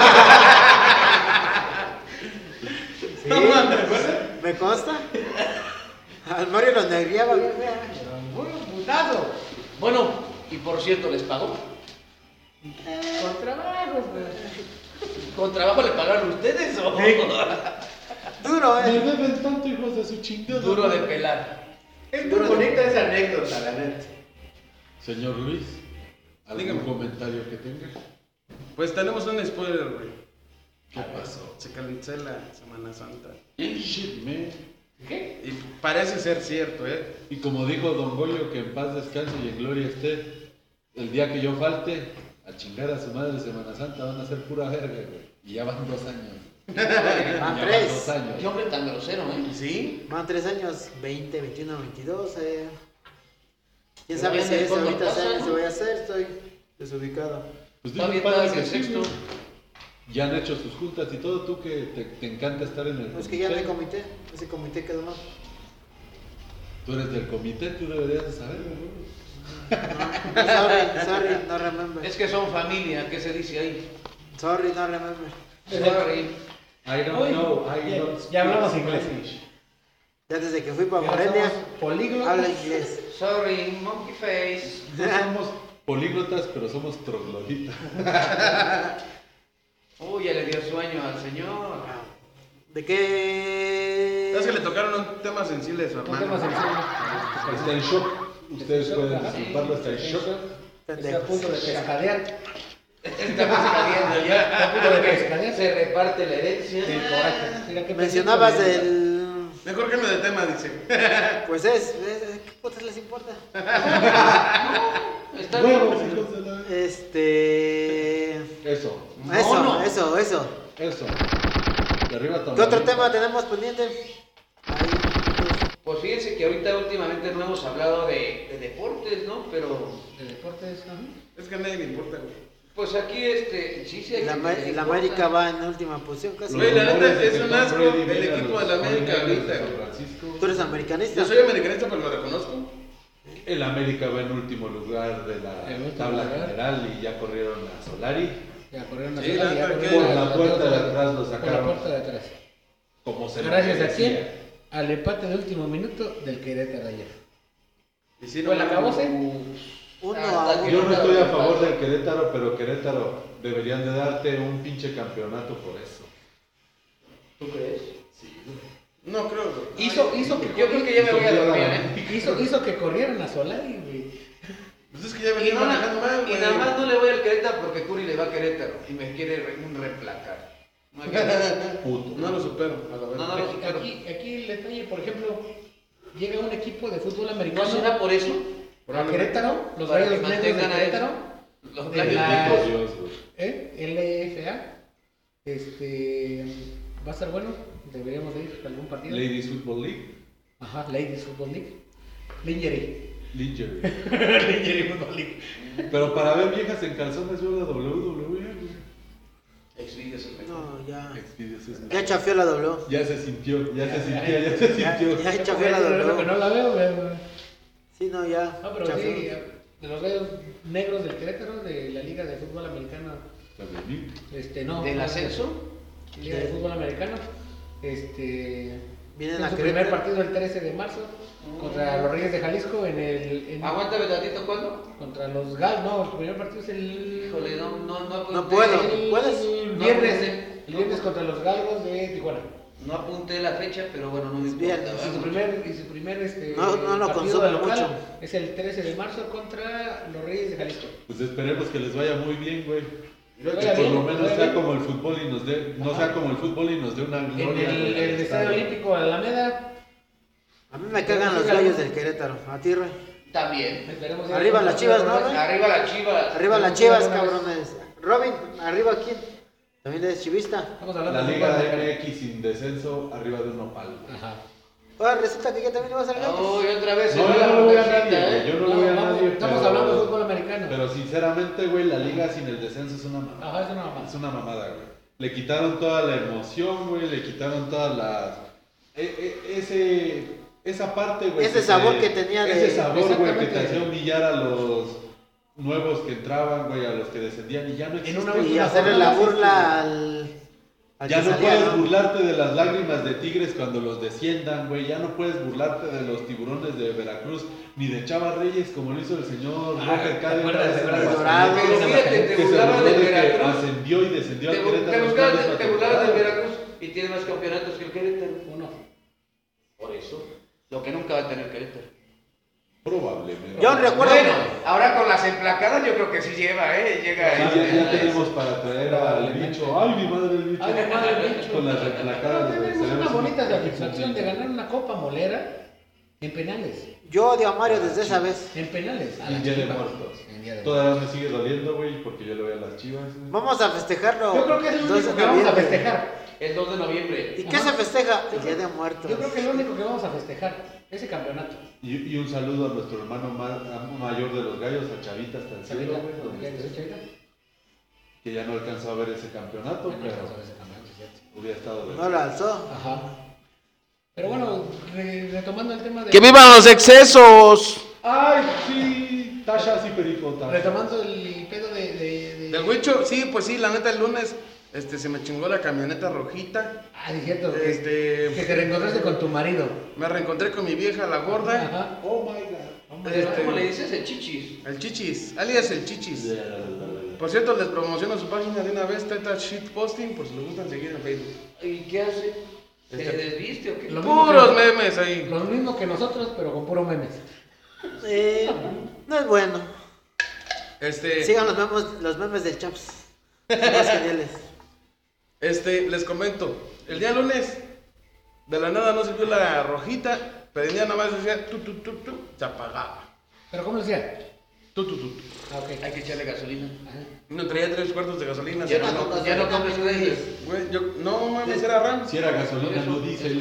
Sí, ¿me consta? Al Mario lo negriaba bien, fea. Puro putazo. Bueno, y por cierto, ¿les pagó? Con trabajos, güey. ¿Con trabajo le pagaron ustedes o? Duro, Me eh. deben tanto, hijos de su chingada. Duro de pelar. Es muy bonita esa anécdota, la neta. Señor Luis, ¿algún Dígame. comentario que tenga? Pues tenemos un spoiler, güey. ¿Qué pasó? Se cancela Semana Santa. Shit, man. ¿Qué? Y parece ser cierto, ¿eh? Y como dijo Don Golio, que en paz descanse y en gloria esté, el día que yo falte, a chingar a su madre Semana Santa van a ser pura verga, güey. Y ya van dos años. Van Ya tres. dos años. Qué hombre tan grosero, ¿eh? ¿Sí? Van tres años, veinte, veintiuno, veintidós, eh. ¿Quién Pero sabe ya si mejor eso no ahorita pasa, se, ¿no? se vaya a hacer? Estoy desubicado. Pues Todavía dile, padre, estás en que sí, sexto. güey. Ya han hecho sus juntas y todo, tú que te, te encanta estar en el No, es que ya no hay comité. comité. Ese comité quedó mal. Tú eres del comité, tú deberías de saberlo, güey. No, sorry, sorry, no remember. Es que son familia, ¿qué se dice ahí? Sorry, no remember. Sorry. I don't Uy, know, I ya- don't ya speak hablamos inglés. Spanish. Ya desde que fui para Ya Morelia, somos políglotas. habla inglés. Sorry, monkey face. No somos políglotas, pero somos trogloditas. Uy, ya le dio sueño al señor. ¿De qué? Es que le tocaron un tema sensible a su Un hermano. tema sencillo. Está en shock. Ustedes Está en pueden shock, ajá. disculparlo, está en Está en shock. shock. Está a punto de pescadear. Estamos caliendo ya. Está a punto de pescadear. Se reparte la herencia. Del coraje. Mira qué Mencionabas pesito, del. Mejor que de tema, dice. Pues es, es- ¿qué putas les importa? Está bien. Huevos, hijos de la- Este. Eso, Eso, Mono. eso, eso. eso. De arriba ¿Qué otro Tamaulipas. tema tenemos pendiente? Ahí, Pues fíjense que ahorita últimamente no hemos hablado de, de deportes, ¿no? Pero De deportes, ajá. Es que a nadie le importa, güey. pues aquí este, sí, sí hay la, gente Ama- que le la importa. América va en última posición casi. Güey, la neta rumores de es que un Tom asco Brady el viene a equipo los de la América cuarenta años ahorita, de San güey. Francisco. ¿Tú eres americanista? Yo soy americanista, pero lo reconozco. El América va en último lugar de la En último tabla lugar. general y ya corrieron a Solari. Ya corrieron a Sí, Solari, la ya neta que- corrieron Por a- la puerta de a- atrás lo Por la sacaron. puerta de atrás. Como se lo Gracias a merecía. quién? Al empate de último minuto del Querétaro ayer. Y sí, Pues no, la acabóse. Uno Ah, a uno. Yo no estoy a favor del Querétaro, pero Querétaro deberían de darte un pinche campeonato por eso. ¿Tú crees? No creo, güey. Hizo, hizo que Yo creo que ya me voy a dormir, ¿eh? hizo, hizo que corrieran a Solari, güey. Pues es que ya Y, venía no, manejando mal, y güey. nada más no le voy al Querétaro porque Curi le va a Querétaro y me quiere re- un reemplacar. No hay que- Puto. No lo supero, a la No, verdad. no lo Aquí, supero. aquí, aquí el detalle, por ejemplo, llega un equipo de fútbol americano ¿No será por eso? a Querétaro, los Para que Rayos Negros de mantengan a Querétaro, Los de gallos la- negros. Dios, güey. ¿eh? L F A, este, va a estar bueno, deberíamos de ir a algún partido. Ladies Football League. Ajá, Ladies Football League. Lingerie. Lingerie. Lingerie Football League. Pero para ver viejas en calzones veo la W W E, güey. Xvideos es mejor. No, ya. Exvideos es Ya chafió la W. Ya se sintió, ya se sintió, ya se Ya, sintió. ya chafió la Es lo que W. no la veo, güey. Sí, no, ya. No, pero chafió. sí, de los Rayos Negros del Querétaro, de la Liga de Fútbol Americano, este, no. ¿Del no, ascenso? Liga de Fútbol Americano, este, Vienen en a su primer Querétaro. partido el trece de marzo contra los Reyes de Jalisco en el, en- Aguántame tantito, ¿cuándo? contra los Gal, no, el primer partido es el, Híjole, no, no, no apunté. No puedo. el ¿puedes? viernes, apunté. el viernes contra los Galgos de Tijuana. No apunté la fecha, pero bueno, no me Es importa. viernes. Y su ¿verdad? primer, y su primer este, No, no lo partido consume local mucho. es el trece de marzo contra los Reyes de Jalisco. Pues esperemos que les vaya muy bien, güey. Que Que vaya por bien, lo menos vaya sea bien. como el fútbol y nos dé, no sea como el fútbol y nos dé una En gloria. el, güey, el al Estadio estado. Olímpico Alameda, A mí me cagan los gallos del Querétaro. A ti, Roy. También. esperemos ir Arriba a- las Chivas, ¿no, güey? Arriba las chivas. Arriba las chivas, cabrones. Robin, arriba quién. También eres chivista. Estamos hablando La de Liga fútbol M americano. X sin descenso arriba de un nopal. güey. Ajá. Ahora resulta que ya también ibas al gato. Oh, y otra vez se No, va yo la no le voy a mujercita, nadie, güey. ¿eh? Yo no, No, le voy a vamos, nadie. estamos pero- hablando de fútbol americano. Pero sinceramente, güey, la liga sin el descenso es una mamada. Ajá, es una mamada. Es una mamada, güey. Le quitaron toda la emoción, güey. Le quitaron todas las. e- e- ese. Esa parte, güey. Ese que sabor te- que tenía de- Ese sabor, güey, que te Exactamente. hacía humillar a los nuevos que entraban, güey, a los que descendían. Y ya no existe. una güey. Y hacerle la burla al. al Ya que no salía, puedes ¿no? burlarte de las lágrimas de Tigres cuando los desciendan, güey. Ya no puedes burlarte de los tiburones de Veracruz, ni de Chava Reyes, como lo hizo el señor Ah, Roger ¿te Cade. acuerdas de hace Veracruz? unas Dorado. Pero fíjate, te que se burlabas burló del de que Veracruz. ascendió y descendió Te, al bu- Querétaro. te en burlabas esta del- te burlabas del temporada. Veracruz y tiene más campeonatos que el Querétaro. Uno. Por eso. Lo que nunca va a tener Querétaro. Probablemente. Yo recuerdo. Bueno, ahora con las emplacadas yo creo que sí lleva, ¿eh? Llega Sí, ahí. ya, ya tenemos para traer al bicho. Ay, mi madre el bicho. Ay, mi madre el bicho. Con las Pero replacadas, güey. tenemos Seremos una bonita un- satisfacción de ganar una copa molera en penales. Yo odio a Mario desde esa vez. En penales. a En las Día de Chivas. Muertos. En Día de Todavía me sigue doliendo, güey, porque yo le voy a las chivas. güey. Vamos a festejarlo. Yo creo que es lo dos único de que vamos a noviembre. festejar. El dos de noviembre. ¿Y qué Ajá. se festeja? El Día de Muertos. Yo creo que es lo único que vamos a festejar. Ese campeonato. Y, y un saludo a nuestro hermano ma- a- mayor de los gallos, a Chavita hasta el cielo, Chavita, güey, donde ¿ok? esté, Chavita. que ya no alcanzó a ver ese campeonato, Bueno, pero alcanzó ese campeonato, es cierto. hubiera estado de No lo alzó. Ajá. Pero bueno, re- retomando el tema de. ¡Que vivan los excesos! ¡Ay, sí! Tachas y pericotas. Retomando el pedo de. de, de- Del Huicho, sí, pues sí, la neta el lunes este, se me chingó la camioneta rojita. Ah, es cierto. Que, Este, que te reencontraste con tu marido. me reencontré con mi vieja, la gorda. Ajá. Oh my god. Pero, Este- ¿cómo le dices? El chichis. El chichis, alias el chichis. Por cierto, les promociono su página de una vez, Teta Shit Posting, por si les gustan seguir en Facebook. ¿Y qué hace? ¿Se Este- desviste o qué? Lo mismo Puros que- memes ahí. Lo mismo que nosotros, pero con puro memes. Eh, no es bueno. Este, Sigan los memes, los memes del Chaps. Son más geniales. este, les comento, el día lunes, de la nada no sirvió la rojita, prendía nada más decía tu tu tu tu, se apagaba. ¿Pero cómo decía? Tu tu tu. tu. Ah, ok. Hay que echarle gasolina. Ajá. No traía tres cuartos de gasolina. Ya se no, no, compras- ya no compres créditos. güey, yo, no mames, era RAM. Si era gasolina, no diésel.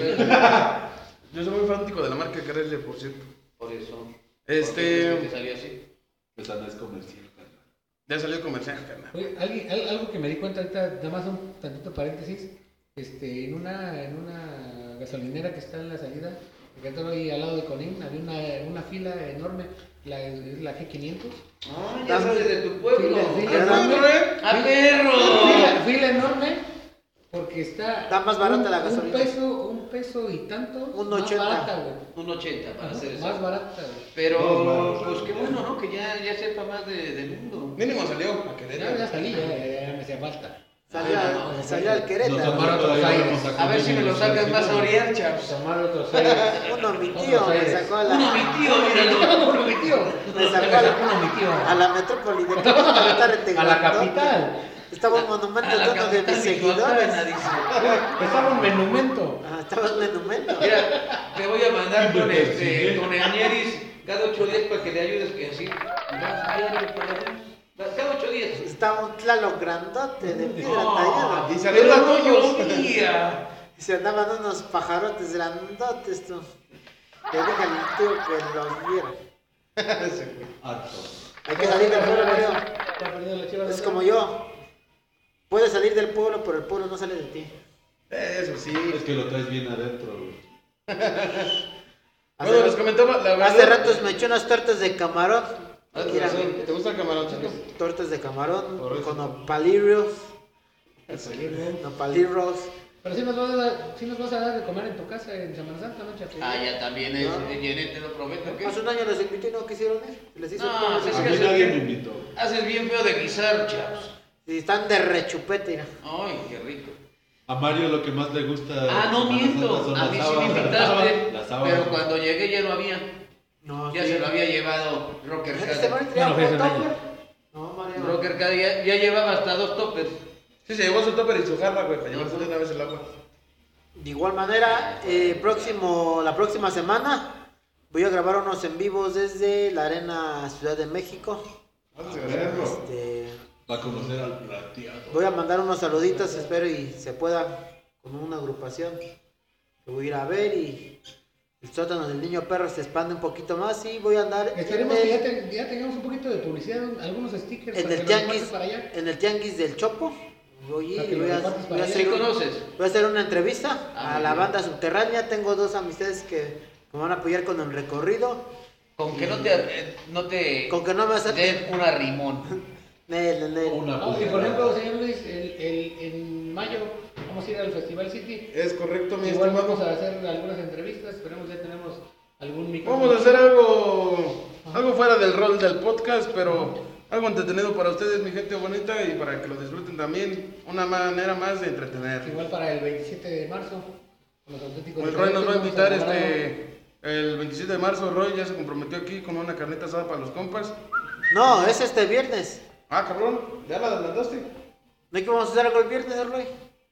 Yo soy muy fanático de la marca Chrysler, por cierto. Por eso. Este- Porque te salió así. Esa no es comercial, carnal. Ya salió comercial, carnal. Oye, alguien- al- algo que me di cuenta ahorita, nada más un tantito paréntesis, este, en una, en una gasolinera que está en la salida, Porque estaba ahí al lado de Conin, había una, una fila enorme, la, la G quinientos. Ah, ya sabes de tu pueblo. Fila, fila ¿A enorme. perro, eh? ¡A perro! Fila, fila enorme, porque está... Está más barata un, la gasolina. Un peso, un peso y tanto, Un más ochenta. barata, güey. Un ochenta para Ajá, hacer eso. más barata, güey. Dos Pero, baros, pues baros. qué bueno, ¿no? Que ya, ya sepa más de, del mundo. Mínimo salió a Ya, Querétaro. ya salí, ya, ya, ya me hacía falta. Salió, Ah, al- no, salió al Querétaro. Tomar otros todavía aires. vamos A ver si me lo sacas más a orear, chaps. Tomar otros aires. Uno, mi Otros tío, me aires. sacó a Uno, la, mi tío, míralo. Uno, mi tío. me sacó Me a sacó uno, la, mi tío. a la metrópoli de Querétaro. A la capital. Estaba un monumento A la de uno de capital mis michoacana, seguidores. dice. Estaba un menumento. Ah, estaba un monumento. Mira, te voy a mandar con Sí. este, con el Añeris cada ocho días para que le ayudes que así. vas diario para allá. Cada ocho días. Estaba un tlaloc grandote de piedra No, tallada. Y salió pero la no tuyo. llovía. Y se andaban unos pajarotes grandotes, tú. Le dije al tío que los viera. Harto. Hay que salir del pueblo, Mario. Está perdiendo la chiva de Es la- como yo. Puedes salir del pueblo, pero el pueblo no sale de ti. Eso sí. Es que lo traes bien adentro, güey. Hace, Bueno, les comentaba la verdad. hace ratos me eché unas tortas de camarón. Ah, Mira, ¿te gusta el camarón, chicos? tortas de camarón Por eso. con nopalillos. Nopalillos. Pero sí nos, vas a dar, sí nos vas a dar de comer en tu casa en Semana Santa, ¿no, Chapi? Ah, ya también es, No. llené, te lo prometo. ¿qué? Hace un año les invité y no quisieron ir. Les hice No, un pues A es mí que nadie haces me bien, invitó. haces bien feo de guisar, chaps. Y están de rechupete, mira. Ay, qué rico. A Mario lo que más le gusta. Ah, no Semana miento. Santa son A las mí sí me sábanas. invitaste. Las sábanas. Pero cuando llegué ya no había. No, Ya sí. se lo había llevado Rocker ¿Este Caddy. Mario traía Bueno, fue hace un un año. topper? No, Mario. Rocker Caddy ya, ya llevaba hasta dos toppers. Sí, se llevó su topper y su jarra, güey, para llevarse de una vez el agua. De igual manera, eh, próximo, la próxima semana voy a grabar unos en vivos desde la Arena Ciudad de México. Perro. Este, Va a conocer al plateado. voy a mandar unos saluditos, espero y se pueda con una agrupación que voy a ir a ver y el sótano del niño perro se expande un poquito más y voy a andar en Esperemos que ya, el, te- ya tengamos un poquito de publicidad, algunos stickers en para el que los tianguis, repartas para allá. en el tianguis del Chopo. Voy a Para ir que y lo voy a, repartas voy para a allá. ¿Sí hacer un- conoces? voy a hacer una entrevista Ah, a muy la bien. banda subterránea. Tengo dos amistades que me van a apoyar con el recorrido. Con que no te, eh, no te Con que no me acepten. den un arrimón. Nel, nel. Una No, y puta. por ejemplo, señor Luis, el, el, en mayo vamos a ir al Festival City. Es correcto, mi Igual estimado. vamos a hacer algunas entrevistas, esperemos ya tenemos algún micrófono. Vamos a hacer algo, algo fuera del rol del podcast, pero algo entretenido para ustedes, mi gente bonita, y para que lo disfruten también. Una manera más de entretener. Igual para el veintisiete de marzo, con los auténticos. El Roy nos va a Diferentes, invitar vamos a este el veintisiete de marzo. Roy ya se comprometió aquí con una carnita asada para los compas. No, es este viernes. Ah, cabrón, ya la adelantaste. ¿No hay que vamos a hacer algo el viernes, Roy?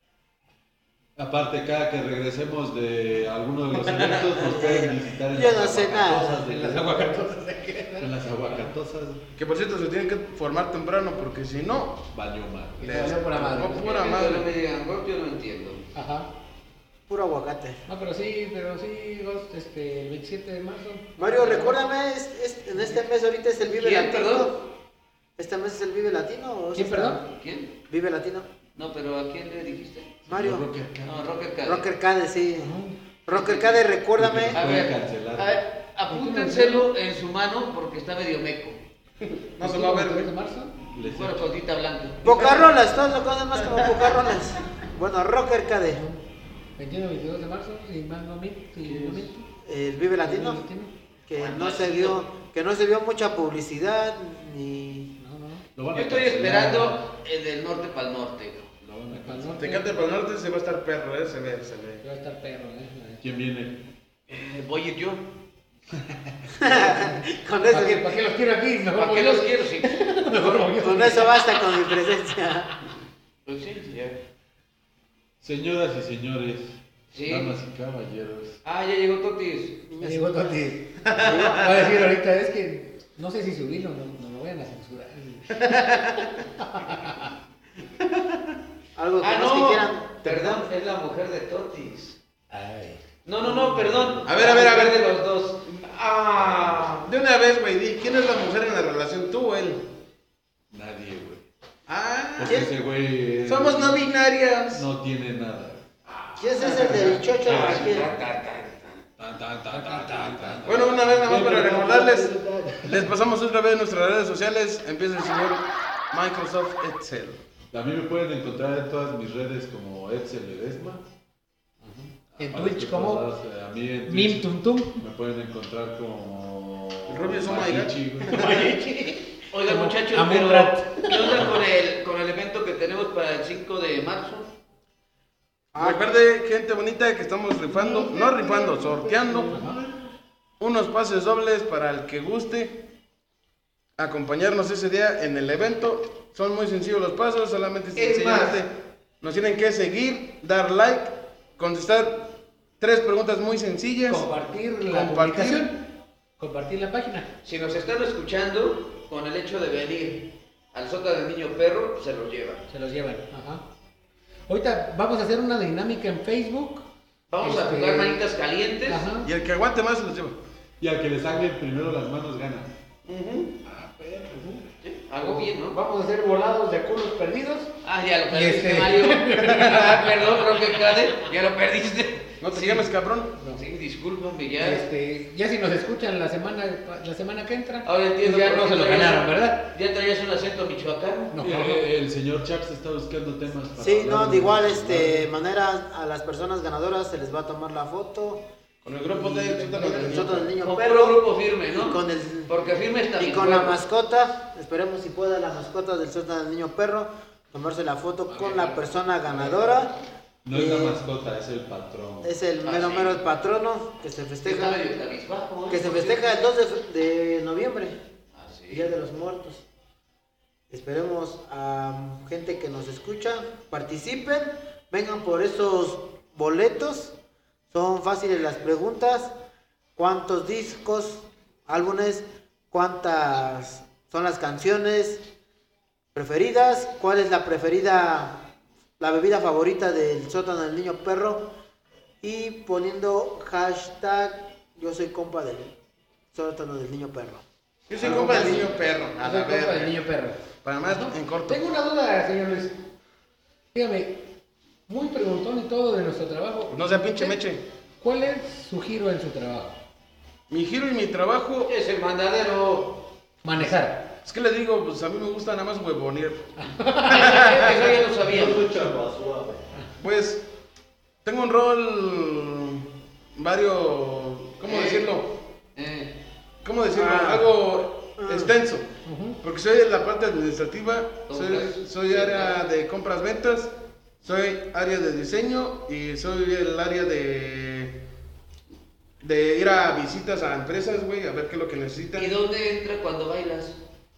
Aparte, cada que regresemos de alguno de los eventos, nos pueden visitar en Yo las no sé nada. aguacatosas de- En las aguacatosas se quedan. En las aguacatosas, Que por cierto se tienen que formar temprano porque si no, baño mal. Y se valió pura madre. no, pura No me madre. digan, Rock, yo no entiendo. Ajá. Puro aguacate. No, pero sí, pero sí, Ghost, este, el veintisiete de marzo. Mario, recuérdame, es, es- en este mes ahorita es el Vive ¿Quién, Latino. perdón? ¿Este mes es el Vive Latino? O ¿Quién, es- perdón? ¿Quién? Vive Latino. No, pero ¿a quién le dijiste? Mario. Rocker, No, Rocker Caddy. Rocker Cade, sí. Rocker Cade, recuérdame. A Pueden ver, cancelar. a ver, apúntenselo en su mano porque está medio meco. No se va a ver, ¿El güey. de marzo? Les Bueno, echo. cosita blanca. Pocarrolas, todos lo conocen más como Pocarrolas. Bueno, Rocker Cade. veintiuno y veintidós de marzo, si mal no miento. Si no miento. El Vive Latino. ¿El Latino? Que Bueno, no se sí. vio, que no se vio mucha publicidad ni. No, no. Lo van a Yo estoy cancelar. esperando el del norte para el norte. Lo van a Para el cancelar. norte. Tecate para el norte se va a estar perro, eh, se ve, se ve. Va a estar perro, eh. ¿Quién viene? Eh, voy a ir yo. Con ¿Para qué, eso, ¿Para qué los quiero aquí? Mejor ¿Para voy qué yo. los quiero? Sí. Mejor voy yo. con eso basta con mi presencia. Pues sí, sí, ya. Señoras y señores, Sí. damas y caballeros, Ah, ya llegó Totis. Me llegó Toti. Va a decir ahorita, es que no sé si subirlo, no, no lo vayan a censurar. Algo que Ah, más que no. quieran. Perdón, es la mujer de Totis. Ay. No, no, no, perdón. A ver, a ver, a La ver. mujer de los dos. Ah. De una vez, güey, di, ¿quién es la mujer en la relación, tú o él? nadie, güey. Ah, Porque ese güey es- somos no binarias. no tiene nada. ¿Quién es ese del chocho? Ah, ¿Quién? ta, ta, ta, ta. Ah, Tan, tan, tan, tan, tan, tan. Bueno, una vez nada más para recordarles, les pasamos otra vez nuestras redes sociales. Empieza el señor Microsoft Excel. A mí me pueden encontrar en todas mis redes como Edsel Ledesma. En Aparezco Twitch como todas, eh, a mí en Mim Twitch Tum Tum. me pueden encontrar como Rubio Soma y Machichi, güey. Oiga, Como muchachos, Amon pero Rat. ¿qué onda con el, con el evento que tenemos para el cinco de marzo? Recuerde, gente bonita, que estamos rifando, no rifando, sorteando unos pases dobles para el que guste acompañarnos ese día en el evento. Son muy sencillos los pasos, solamente Es sencillamente nos tienen que seguir, dar like, contestar tres preguntas muy sencillas. Compartir la Compartir. publicación. Compartir la página. Si nos están escuchando, con el hecho de venir al sótano del niño perro, se los llevan. Se los llevan. Ajá. Ahorita vamos a hacer una dinámica en Facebook. Vamos a Este, jugar manitas calientes. Ajá. Y el que aguante más se los lleva. Y al que le sangren primero las manos gana. Sí, algo bien, ¿no? Vamos a hacer volados de culos perdidos. Ah, ya lo Y perdiste, este- Mario. Ah, perdón, Roque Cade, ya lo perdiste. No te Sí. llames cabrón. Sí, discúlpame, ya. Este, ya si nos escuchan la semana, la semana que entra, Ahora entiendo ya por no qué se lo traías- ganaron, ¿verdad? Ya traías un acento michoacano. No. Eh, el señor Chaps está buscando temas para Sí, hablar no, de igual los este celulares. manera a las personas ganadoras se les va a tomar la foto Con el grupo de sótano del el niño. sótano del niño Con puro perro grupo firme, ¿no? y con el Porque firme está y bien. con la bueno. mascota, esperemos si pueda la mascota del sótano del niño perro tomarse la foto con la persona ganadora. No es la Eh, mascota, es el patrón. Es el Ah, mero sí. mero el patrono que se Está festeja medio cabizbajo, ¿eh? que se Por festeja el cierto. dos de, de noviembre, Ah, sí. Día de los Muertos. Esperemos a gente que nos escucha, participen, vengan por esos boletos. Son fáciles las preguntas. ¿Cuántos discos, álbumes, cuántas son las canciones preferidas? ¿Cuál es la preferida, la bebida favorita del sótano del niño perro? Y poniendo hashtag yo soy compa del sótano del niño perro. Yo soy compa del niño perro. A Yo soy la compa del verga. niño perro. Para más en corto. Tengo una duda, señor Luis. Dígame, muy preguntón y todo de nuestro trabajo. No sea pinche meche. ¿Cuál es su giro en su trabajo? Mi giro y mi trabajo, Es el mandadero. Manejar. es que le digo, pues a mí me gusta nada más huevonear. Eso ya lo sabía. Pues tengo un rol varios, ¿cómo Eh. decirlo? Eh, ¿Cómo decirlo? Ah. Algo Ah. extenso. Ujú. Porque soy de la parte administrativa, soy, Compras. soy área de compras ventas, soy área de diseño y soy el área de de ir a visitas a empresas, güey, a ver qué es lo que necesitan. ¿Y dónde entra cuando bailas?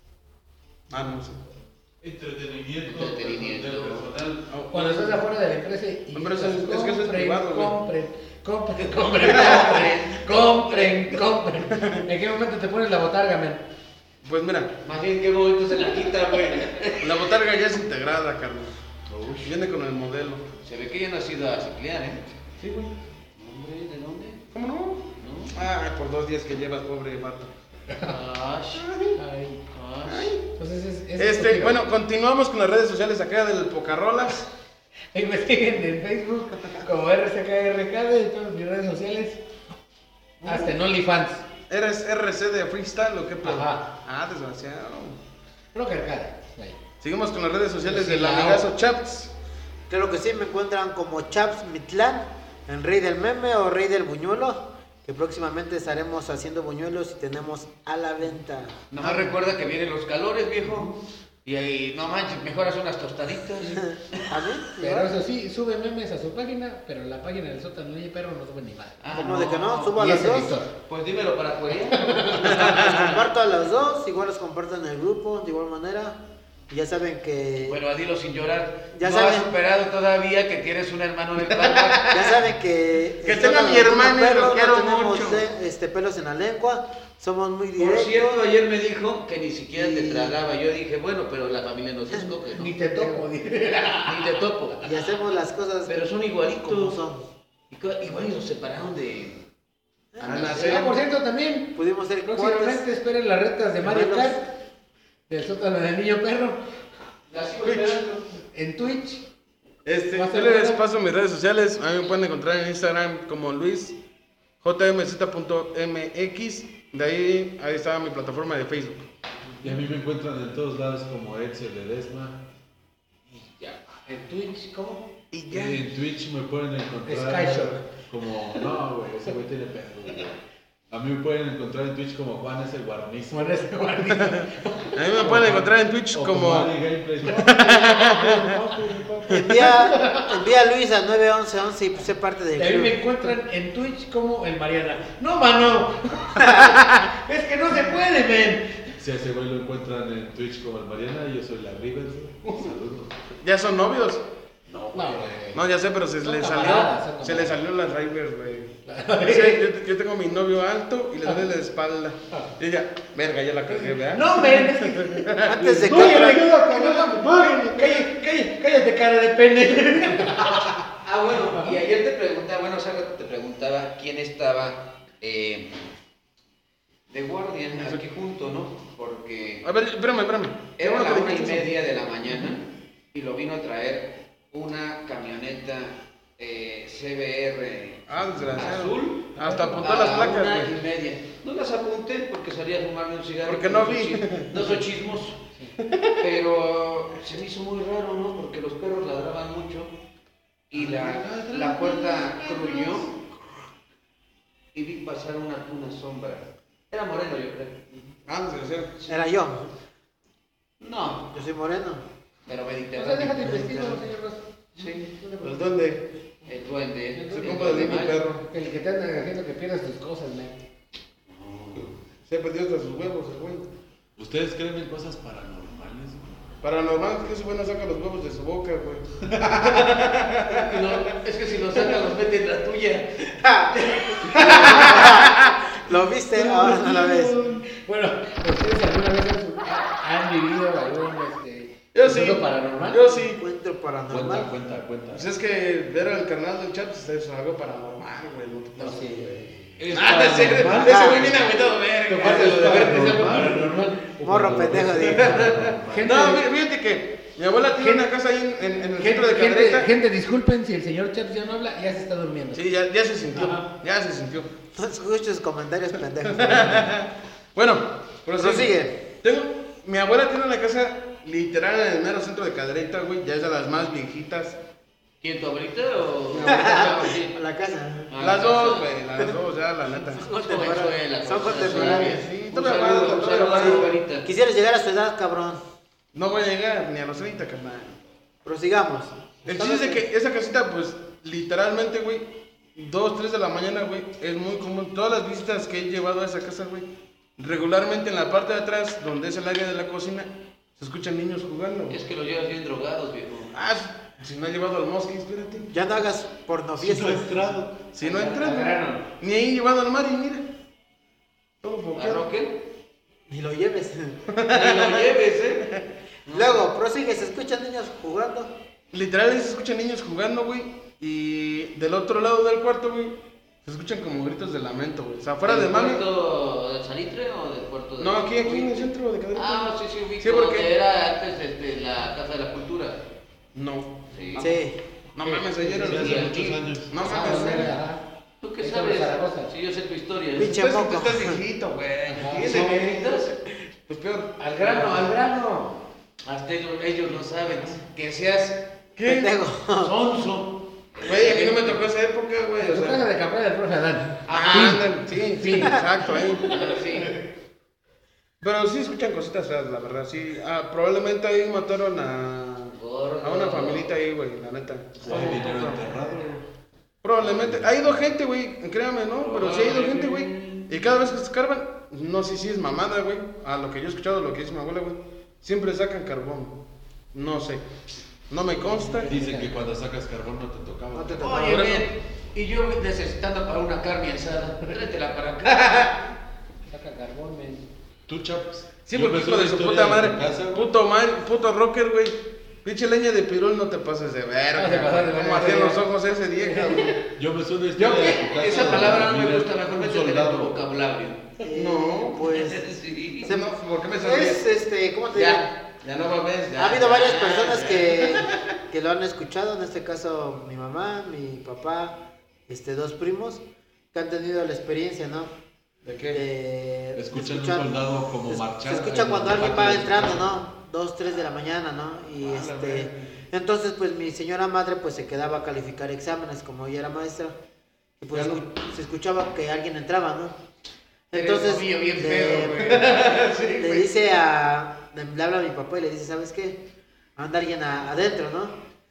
Ah, no sé. Entretenimiento, Entretenimiento. personal. Cuando estás afuera de la empresa y Hombre, eso es- dices, es que eso es compren, privado, güey. compren, compren, compren, compren, compren, compren. ¿En qué momento te pones la botarga, men? Pues mira, Más bien, ¿qué momento se la quita, güey? la botarga ya es integrada, Carlos. Viene con el modelo. Se ve que ya no has ido a ciclear, ¿eh? Sí, güey. Hombre, ¿de dónde? ¿Cómo no? ¿No? Ah, por dos días que llevas, pobre vato. Ash, Ay. ash. Entonces es, es Este, bueno, continuamos con las redes sociales acá del Pocarrolas. investiguen en Facebook como R C K R K de todas mis redes sociales. Hasta en OnlyFans. ¿Eres R C de freestyle o qué pedo? Ajá. Ah, desgraciado. Rock Arcade. Ahí. Seguimos con las redes sociales Sí, del la- amigazo Chaps. Claro que sí, me encuentran como Chaps Mitlán, en Rey del Meme o Rey del Buñuelo, que próximamente estaremos haciendo buñuelos y tenemos a la venta. Nomás recuerda que vienen los calores, viejo. Y ahí, no manches, mejoras unas tostaditas. ¿A mí? Pero eso sí, sube memes a su página, pero la página del sótano del niño perro no sube ni madre. Ah, ¿Cómo de que no? Subo a Y las ese dos. Víctor. Pues dímelo para afuera. Los comparto a las dos, igual los comparto en el grupo, de igual manera. Y ya saben que... Bueno, a dilo sin llorar. Ya no saben. has superado todavía que tienes un hermano del Palma. Ya saben que... Que el tenga sótano mi del hermano y niño lo perro, quiero no tenemos mucho. eh, este, pelos en la lengua, somos muy Por directos. cierto, ayer me dijo que ni siquiera te Y- tragaba. Yo dije, bueno, pero la familia no se escoge, ¿no? Ni te toco. Ni te topo. Y hacemos las cosas Pero son como igualitos. son. Y co- Igual y nos separaron de... A nacer. Ah, por cierto, también, Pudimos ser cuates. próximamente esperen las retas de Mario Gemelos. Kart del sótano del niño perro La sigo Twitch. esperando. en Twitch. Este, Va a yo ser les bueno. paso mis redes sociales. A mí me pueden encontrar en Instagram como Luis J M Z punto M X. De ahí, ahí está mi plataforma de Facebook. Y a mí me encuentran en todos lados como Edsel Ledesma. Ya. En Twitch, ¿cómo? Y Y ya. en Twitch me pueden encontrar Skyshock. como... No, güey, ese güey tiene pedo, güey. A mí me pueden encontrar en Twitch como Juan es el guarnizo. Bueno, ese guardián. A mí me pueden encontrar en Twitch O como... Ari Gameplays. Envía, envía a Luis al nueve once once y sé parte del Y a mí club. me encuentran en Twitch como el Mariana. ¡No, mano! Es que no se puede, men. Si a ese güey lo encuentran en Twitch como el Mariana, yo soy la Rivers, güey. Saludos. ¿Ya son novios? No, güey. No, ya sé, pero se Son le camaradas, salió, son se le camaradas. salió las Rivers, güey. Sí, yo, yo tengo mi novio alto y le duele la espalda. Y ella, verga, ya la cagué, ¿verdad? No, men, es que... Antes de No, yo le que... quedo a cagar, madre. Cállate, cállate, cállate, cara de pene. Ah, bueno, y ayer te preguntaba, bueno, o sea, te preguntaba quién estaba eh, de guardia aquí junto, ¿no? Porque A ver, espérame, espérame. Qué era bueno la que una y dijiste eso. media de la mañana y lo vino a traer una camioneta eh, C B R Ah, desgraciado. azul. Hasta apuntó a las la placas, una güey. y media. No las apunté porque salía a fumarme un cigarro. Porque no soy vi. chis- No soy chismoso. Pero se me hizo muy raro, ¿no? Porque los perros ladraban mucho y la, la puerta crujó y vi pasar una, una sombra. Era moreno, yo creo. Ah, desgraciado. Era yo. No, Yo soy moreno. pero O sea, mediterráneo. déjate investigar, señor Ross. Sí, Pues, ¿dónde? el duende. Se el compra de mi duende perro. El que te anda haciendo que pierdas tus cosas, men. Se perdió hasta sus huevos, el güey. ¿Ustedes creen en cosas paranormales, güey? Paranormal, es que ese güey no saca los huevos de su boca, güey. No, es que si los saca los mete en la tuya. ¿Lo viste? Ahora no lo ves. Bueno, ¿ustedes alguna vez han, han vivido algún este, Yo sí. suceso paranormal? Yo sí. Encuentro Cuenta, paranormal. cuenta, cuenta. Pues es que ver al carnal del chat pues, es algo paranormal, güey. No te No, pases. sí, güey. Es Ah, ese paranormal. ese güey viene agüitado, verga. Aparte de lo de verte, es algo Paranormal. paranormal. Morro pendejo, digo. Gente, No, fí- fíjate que mi abuela tiene Gente- una casa ahí en, en- en el gente, centro de gente, Cadereyta. gente, disculpen si el señor Chaps ya no habla, ya se está durmiendo. Sí, ya, ya se sintió. Ajá. Ya se sintió. No escucho tus comentarios pendejos. Bueno, prosigue. Prosigue. Tengo, mi abuela tiene una casa literal en el mero centro de Cadereyta, güey. Ya es de las más viejitas. ¿Quién, tu abuelita o...? A Sí. la casa. Ah, Las la dos, casa. güey, las dos, ya, la neta. Contemporánea, Son contemporáneas. Sí, Un todavía saludo, aguanto, un todavía saludo a aguanto. tu abuelita. Quisieras llegar a su edad, cabrón. No voy a llegar ni a los treinta, carnal. Prosigamos. El chiste es de que esa casita, pues, literalmente, güey, dos, tres de la mañana, güey, es muy común. Todas las visitas que he llevado a esa casa, güey, regularmente en la parte de atrás, donde es el área de la cocina, se escuchan niños jugando, güey. Es que los llevas bien drogados, viejo. Ah, si no ha llevado al mosque, espérate. Ya no hagas pornofiestas. Secuestrado. Si no entra, Al grano. ni he llevado al mar y mira. Todo ¿A foqueado. Roque? Ni lo lleves. Ni lo lleves, ¿eh? Luego, prosigue, se escuchan niños jugando. Literal, se escuchan niños jugando, güey. Y del otro lado del cuarto, güey, se escuchan como gritos de lamento, güey. O sea, fuera de ¿Del mami. puerto de Salitre o del puerto de.? No, aquí, aquí en el centro de Cadereyta. Ah, sí, sí, ubico. Sí, porque- Donde era antes este, la Casa de la Cultura. No. Sí. Sí. No mames, ayer Sí, era hace Sí, muchos aquí. años. No Ah, mames, ¿dónde eh. era? ¿Tú qué Ahí sabes? sobre Zaragoza. Sí, yo sé tu historia. Pinche Estás, moco. estás viejito, güey. Ajá. Fíjate, ¿Son güey. bonitas? Pues peor. Al grano, al grano. Hasta ellos, ellos no saben. Que seas ¿Qué? Pendejo. sonso. Güey, a mí no me tocó esa época, güey. En O su casa sea. de campaña del profe Adán. Ah, ándale, sí, sí, exacto, ahí. Ah, sí. Pero sí escuchan cositas feas, la verdad, sí. Ah, probablemente ahí mataron a. Gordo. A una familita ahí, güey, la neta. Hay dinero enterrado. Probablemente. Ha ido gente, güey, créame, ¿no? Pero sí ha ido gente, güey. Y cada vez que se escarban, no sé si es mamada, güey. A lo que yo he escuchado, lo que dice mi abuela, güey. Siempre sacan carbón. No sé. No me consta. Dicen que cuando sacas carbón no te tocaba. No te tocaba. Oye, Por eso. bien. Y yo necesitando para una carne asada. Tráetela para acá. Saca carbón, men. Tú, Chaps. Sí, Yo porque me sé hijo de una su historia puta de madre. tu casa, güey. Puto mar, puto rocker, güey. Pinche leña de pirul, no te pases de verga. No te pases de Como verga. hacían los ojos ese día, cabrón. Yo me sé una Yo historia de tu que casa. esa donde palabra no me vive gusta, mejor un métete en tu soldado. vocabulario. Eh, No, pues. Sí. se- No, ¿por qué me sonríes? Es este, ¿cómo te digo? Ya, ya no mames. ya, Ha habido ya, varias ya, personas ya. que, que lo han escuchado, en este caso mi mamá, mi papá, este, dos primos, que han tenido la experiencia, ¿no? ¿De qué? De, Escuchan un escuchar- soldado como se- marchar. Se escucha en cuando el alguien patio va de su entrando, casa. ¿no? Dos, tres de la mañana, ¿no? Y Ah, la este, verga. entonces pues mi señora madre pues se quedaba a calificar exámenes como ella era maestra y pues Ya no. escu- se escuchaba que alguien entraba, ¿no? Eres Entonces novillo bien le- feo, güey. Sí, le güey. dice a, le, le habla a mi papá y le dice, ¿sabes qué? Anda alguien a- adentro, ¿no?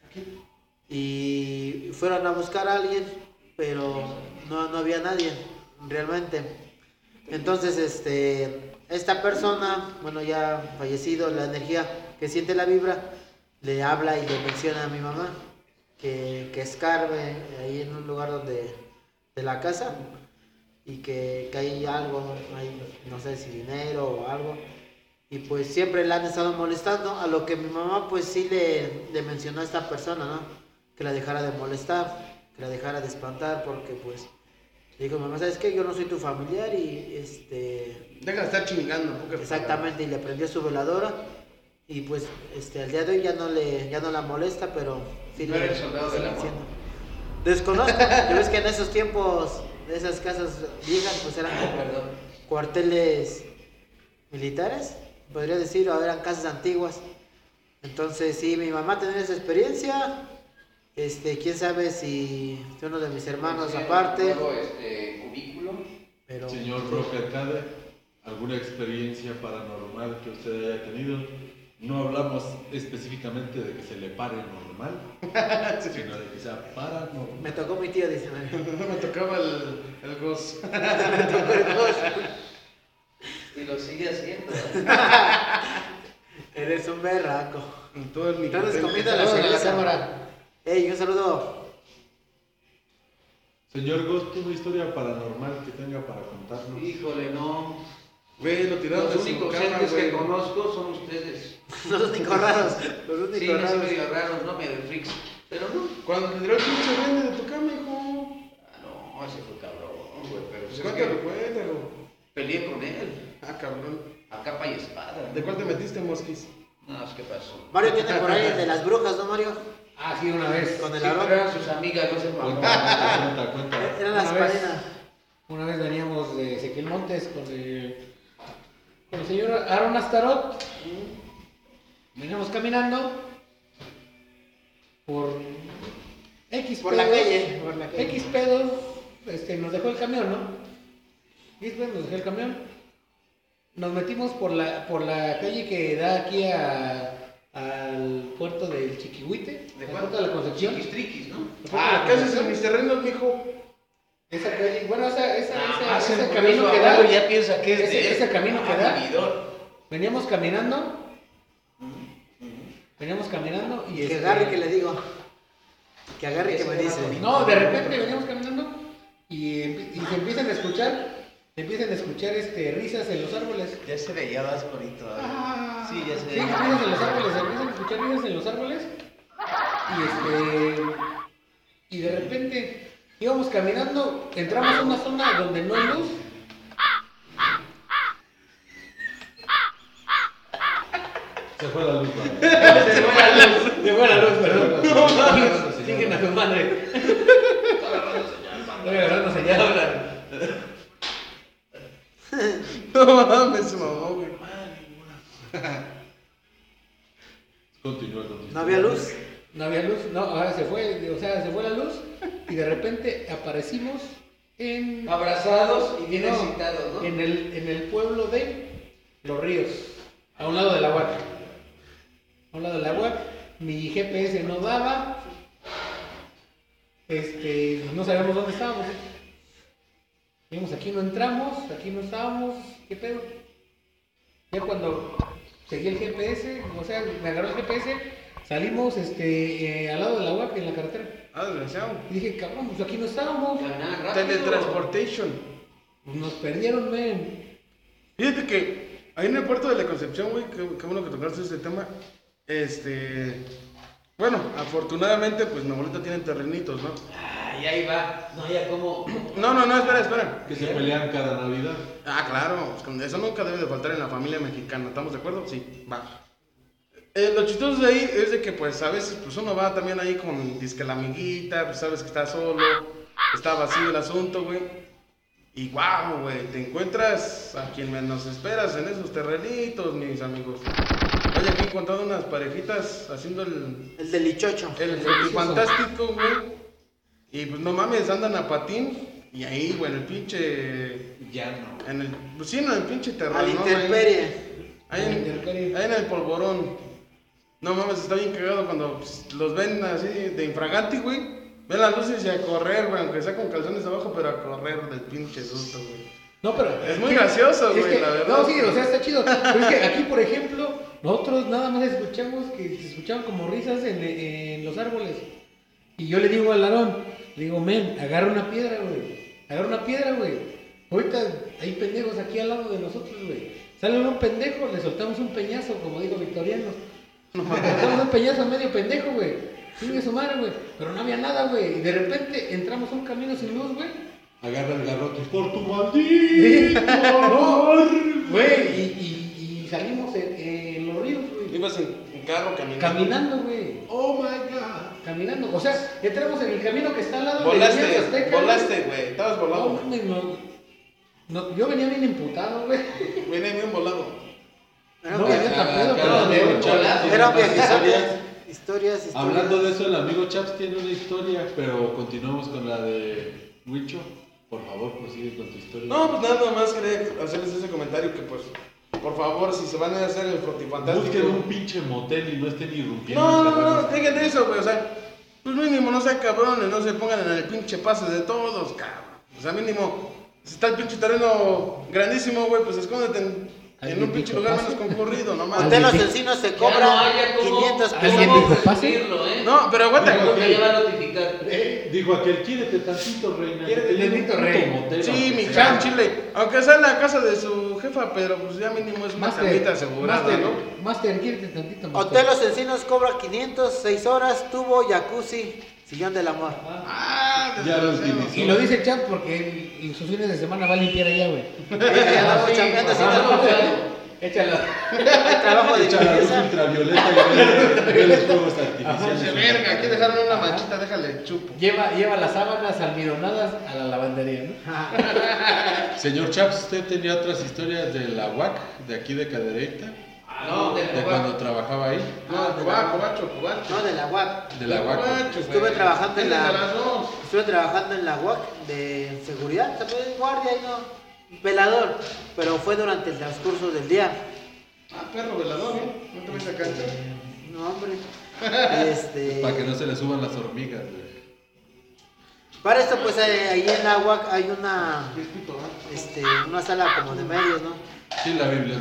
Y fueron a buscar a alguien, pero no, no había nadie realmente. Entonces, este, esta persona, bueno, ya fallecido, la energía que siente la vibra, le habla y le menciona a mi mamá que, que escarbe ahí en un lugar donde, de la casa y que, que hay algo, hay, no sé si dinero o algo. Y pues siempre la han estado molestando, a lo que mi mamá pues sí le, le mencionó a esta persona, ¿no? Que la dejara de molestar, que la dejara de espantar, porque pues le dijo, mamá, ¿sabes qué? Yo no soy tu familiar y este... Deja de estar chingando. porque- Exactamente, y le prendió su veladora y pues este al día de hoy ya no le ya no la molesta, pero sí No le era el soldado sigue del amor. haciendo. Desconozco, ya ves que en esos tiempos de esas casas viejas pues eran como Perdón. cuarteles militares, podría decir, o eran casas antiguas. Entonces sí, mi mamá tenía esa experiencia. Este, quién sabe si si uno de mis hermanos Sí, aparte, luego, este, cubículo. pero Señor Broker Cade, ¿alguna experiencia paranormal que usted haya tenido? No hablamos específicamente de que se le pare normal, sino de que sea paranormal. me tocó mi tío, dice. Me tocaba el, el goz. Y lo sigue haciendo. Eres un berraco. En todo el Entonces, micrófono. comiendo la Saludos a la cerveza. cámara. Ey, un saludo. Señor Ghost, una historia paranormal que tenga para contarnos. Híjole, no. Güey, lo tiraron Los de su únicos cama, entes que güey. conozco son ustedes. Los únicos raros. Los únicos Sí, no raros. son medio raros, no medio freaks. Pero no. Cuando te tiró el pinche vende de tu cama, hijo. Ah, no, ese fue cabrón, güey. Pero Pues pues es cuéntalo, que cuéntalo. peleé con él. Ah, cabrón. A capa y espada. ¿De cuál te metiste, Mosquis? No, es que pasó. Mario tiene por ahí el de las brujas, ¿no, Mario? Ah, sí, una vez. Con el Sí, arón. pero eran sus amigas, no se mamó. Cuenta, cuenta, cuenta. Eran las Una vez. parenas. Una vez veníamos de Ezequiel Montes con el, con el señor Aaron Astarot. Veníamos caminando por X Por la pedos, calle, por la calle. X pedos, este, nos dejó el camión, ¿no? X pedos nos dejó el camión. Nos metimos por la, por la calle que da aquí a, al puerto del Chiquihuite, ¿De al cuál? puerto de la Concepción. Chiquis triquis, ¿no? El puerto de Ah, la ¿qué haces en Concepción. mis terrenos, mijo? Esa calle, bueno, esa, esa, Ah, esa, ese ese camino que da, ya piensa que es ese- de él. ese camino que Ah, da. vividor. veníamos caminando, veníamos caminando y Que este, agarre que le digo. Que agarre que me dice. no, de repente veníamos caminando y, empie- y se empiezan a escuchar, se empiezan a escuchar este, risas en los árboles. Ya se veía más bonito. Ah, Sí, ya se sí, veía. risas en los árboles, se empiezan a escuchar risas en los árboles y este, y de repente íbamos caminando, entramos a una zona donde no hay luz. Se fue la luz, ¿vale? Se fue la luz, se fue la luz, perdón. Siguen a su madre. Estoy agarrando señal, hablan. No mames, se mamó, güey. Continúa, continúa. ¿No había luz? No había luz, no, ahora se fue, o sea, se fue la luz y de repente aparecimos en, Abrazados y bien no, excitados, ¿no? en el, en el pueblo de Los Ríos, a un lado de la U A C. A un lado de la U A C, mi G P S no daba, este, no sabíamos dónde estábamos. Dijimos, aquí no entramos, aquí no estábamos, ¿qué pedo? Ya cuando seguí el G P S, o sea, me agarró el G P S, salimos este, eh, al lado de la U A C en la carretera. Ah, desgraciado. Y dije, cabrón, pues aquí no estábamos. Caminaban rápido. Teletransportation. Pues nos perdieron, men. Fíjate que ahí en el puerto de la Concepción, güey, qué, qué bueno que tocaste este tema. Este. Bueno, afortunadamente, pues mi abuelita tiene terrenitos, ¿no? Ay, ahí va. No, ya como. No, no, no, espera, espera. Que se pelean cada Navidad. Ah, claro, pues, con eso nunca debe de faltar en la familia mexicana, ¿estamos de acuerdo? Sí, va. Eh, lo chistoso de ahí es de que pues a veces pues uno va también ahí con disque la amiguita, pues sabes que está solo, está vacío el asunto, güey. Y wow, güey, te encuentras a quien menos esperas en esos terrenitos, mis amigos. Oye, aquí he encontrado unas parejitas haciendo el... El del lichocho. El fantástico, güey. Y pues no mames, andan a patín. Y ahí, güey, en el pinche... Ya no. En el... Pues sí, no, en el pinche terreno. A la Ahí, intemperie. ahí, en, ahí en el polvorón. No mames, está bien cagado cuando pues, los ven así de infraganti, güey. Ven las luces y a correr, güey, aunque sea con calzones abajo, pero a correr del pinche susto, güey. No, pero... Es muy gracioso, es güey, que- la verdad. No, sí, o sea, está chido. Pero es que aquí, por ejemplo, nosotros nada más escuchamos que se escuchaban como risas en, en los árboles. Y yo le digo al Aarón, le digo, men, agarra una piedra, güey. Agarra una piedra, güey. Ahorita hay pendejos aquí al lado de nosotros, güey. Sale un pendejo, le soltamos un peñazo, como digo Victoriano. Le soltamos un peñazo a medio pendejo, güey. Sigue su madre, güey. Pero no había nada, güey. Y de repente entramos a un camino sin luz, güey. Agarra el garrote. Por tu maldito No, güey, y, y, y salimos en, en los ríos, güey. Ibas en, en carro caminando. Caminando, güey. Oh my god. Caminando. O sea, entramos en el camino que está al lado de Volaste, Líneas Aztecas, volaste, güey. Estabas güey. No, volado. mames, no, no, yo venía bien imputado, güey. Venía bien volado. Era No un venía viaje- tan pedo, Acabas pero de de un escuchar, volado. tiene era un más viaje. historias. Historias, historias. Hablando de eso, el amigo Chaps tiene una historia, pero continuamos con la de Huicho. Por favor, prosigue con tu historia. No, pues nada más quería hacerles ese comentario que pues, por favor, si se van a hacer el frotifantástico. Busquen un pinche motel y no estén irrumpiendo. No, en no, no, terrenos. dejen de eso, güey, o sea, pues mínimo no sean cabrones, no se pongan en el pinche pase de todos, cabrón. O sea, mínimo, si está el pinche terreno grandísimo, güey, pues escóndete en, en un ¿Alguien pinche dijo lugar pase? menos concurrido, no Hotel mames. Los ¿Alguien Encinos se Ya cobra no haya cómo- quinientos ¿Alguien pesos. cómo dijo pase? confundirlo, ¿eh? No, pero aguanta. Digo, Porque ya va a notificar. Dijo aquel, quiérete tantito, reina. Quiérete que te lleve un tantito, puto rey. motel, Sí, aunque mi sea. chan, chile. Aunque sea en la casa de su jefa, pero pues ya mínimo es una camita asegurada, Master, ¿no? Master, quírate tantito, Master. Hotel Los Encinos cobra quinientos, seis horas, tubo, jacuzzi, sillón del amor. Ah, Ya lo desgraciado. utilizó. Y lo dice Champ porque él- en sus fines de semana va a limpiar allá, güey. Eh, andamos sí, chambeando ajá. haciendo Échalo. el trabajo de Echa la luz limpieza. ultravioleta y ve- ve los fuegos artificiales. Dice, verga, aquí dejaron una manchita, déjale chupo. Lleva, lleva las sábanas almidonadas a la lavandería, ¿no? Señor Chaps, ¿usted tenía otras historias de la U A C, de aquí de Cadereyta? No, del De cuando trabajaba ahí, No, cubacho, cubacho, cubacho. No, de la U A C. de la U A C. Cubacho, Estuve güey. trabajando en la- Tienes a las dos. Estuve trabajando en la U A C de seguridad, también guardia y no. Velador, pero fue durante el transcurso del día. Ah, perro velador, ¿eh? No te ves a cansar. No, hombre. Y este, Para que no se le suban las hormigas, güey. para esto, pues eh, ahí en la U A C hay una, este, una sala como de medios, ¿no? Sí, la Biblia,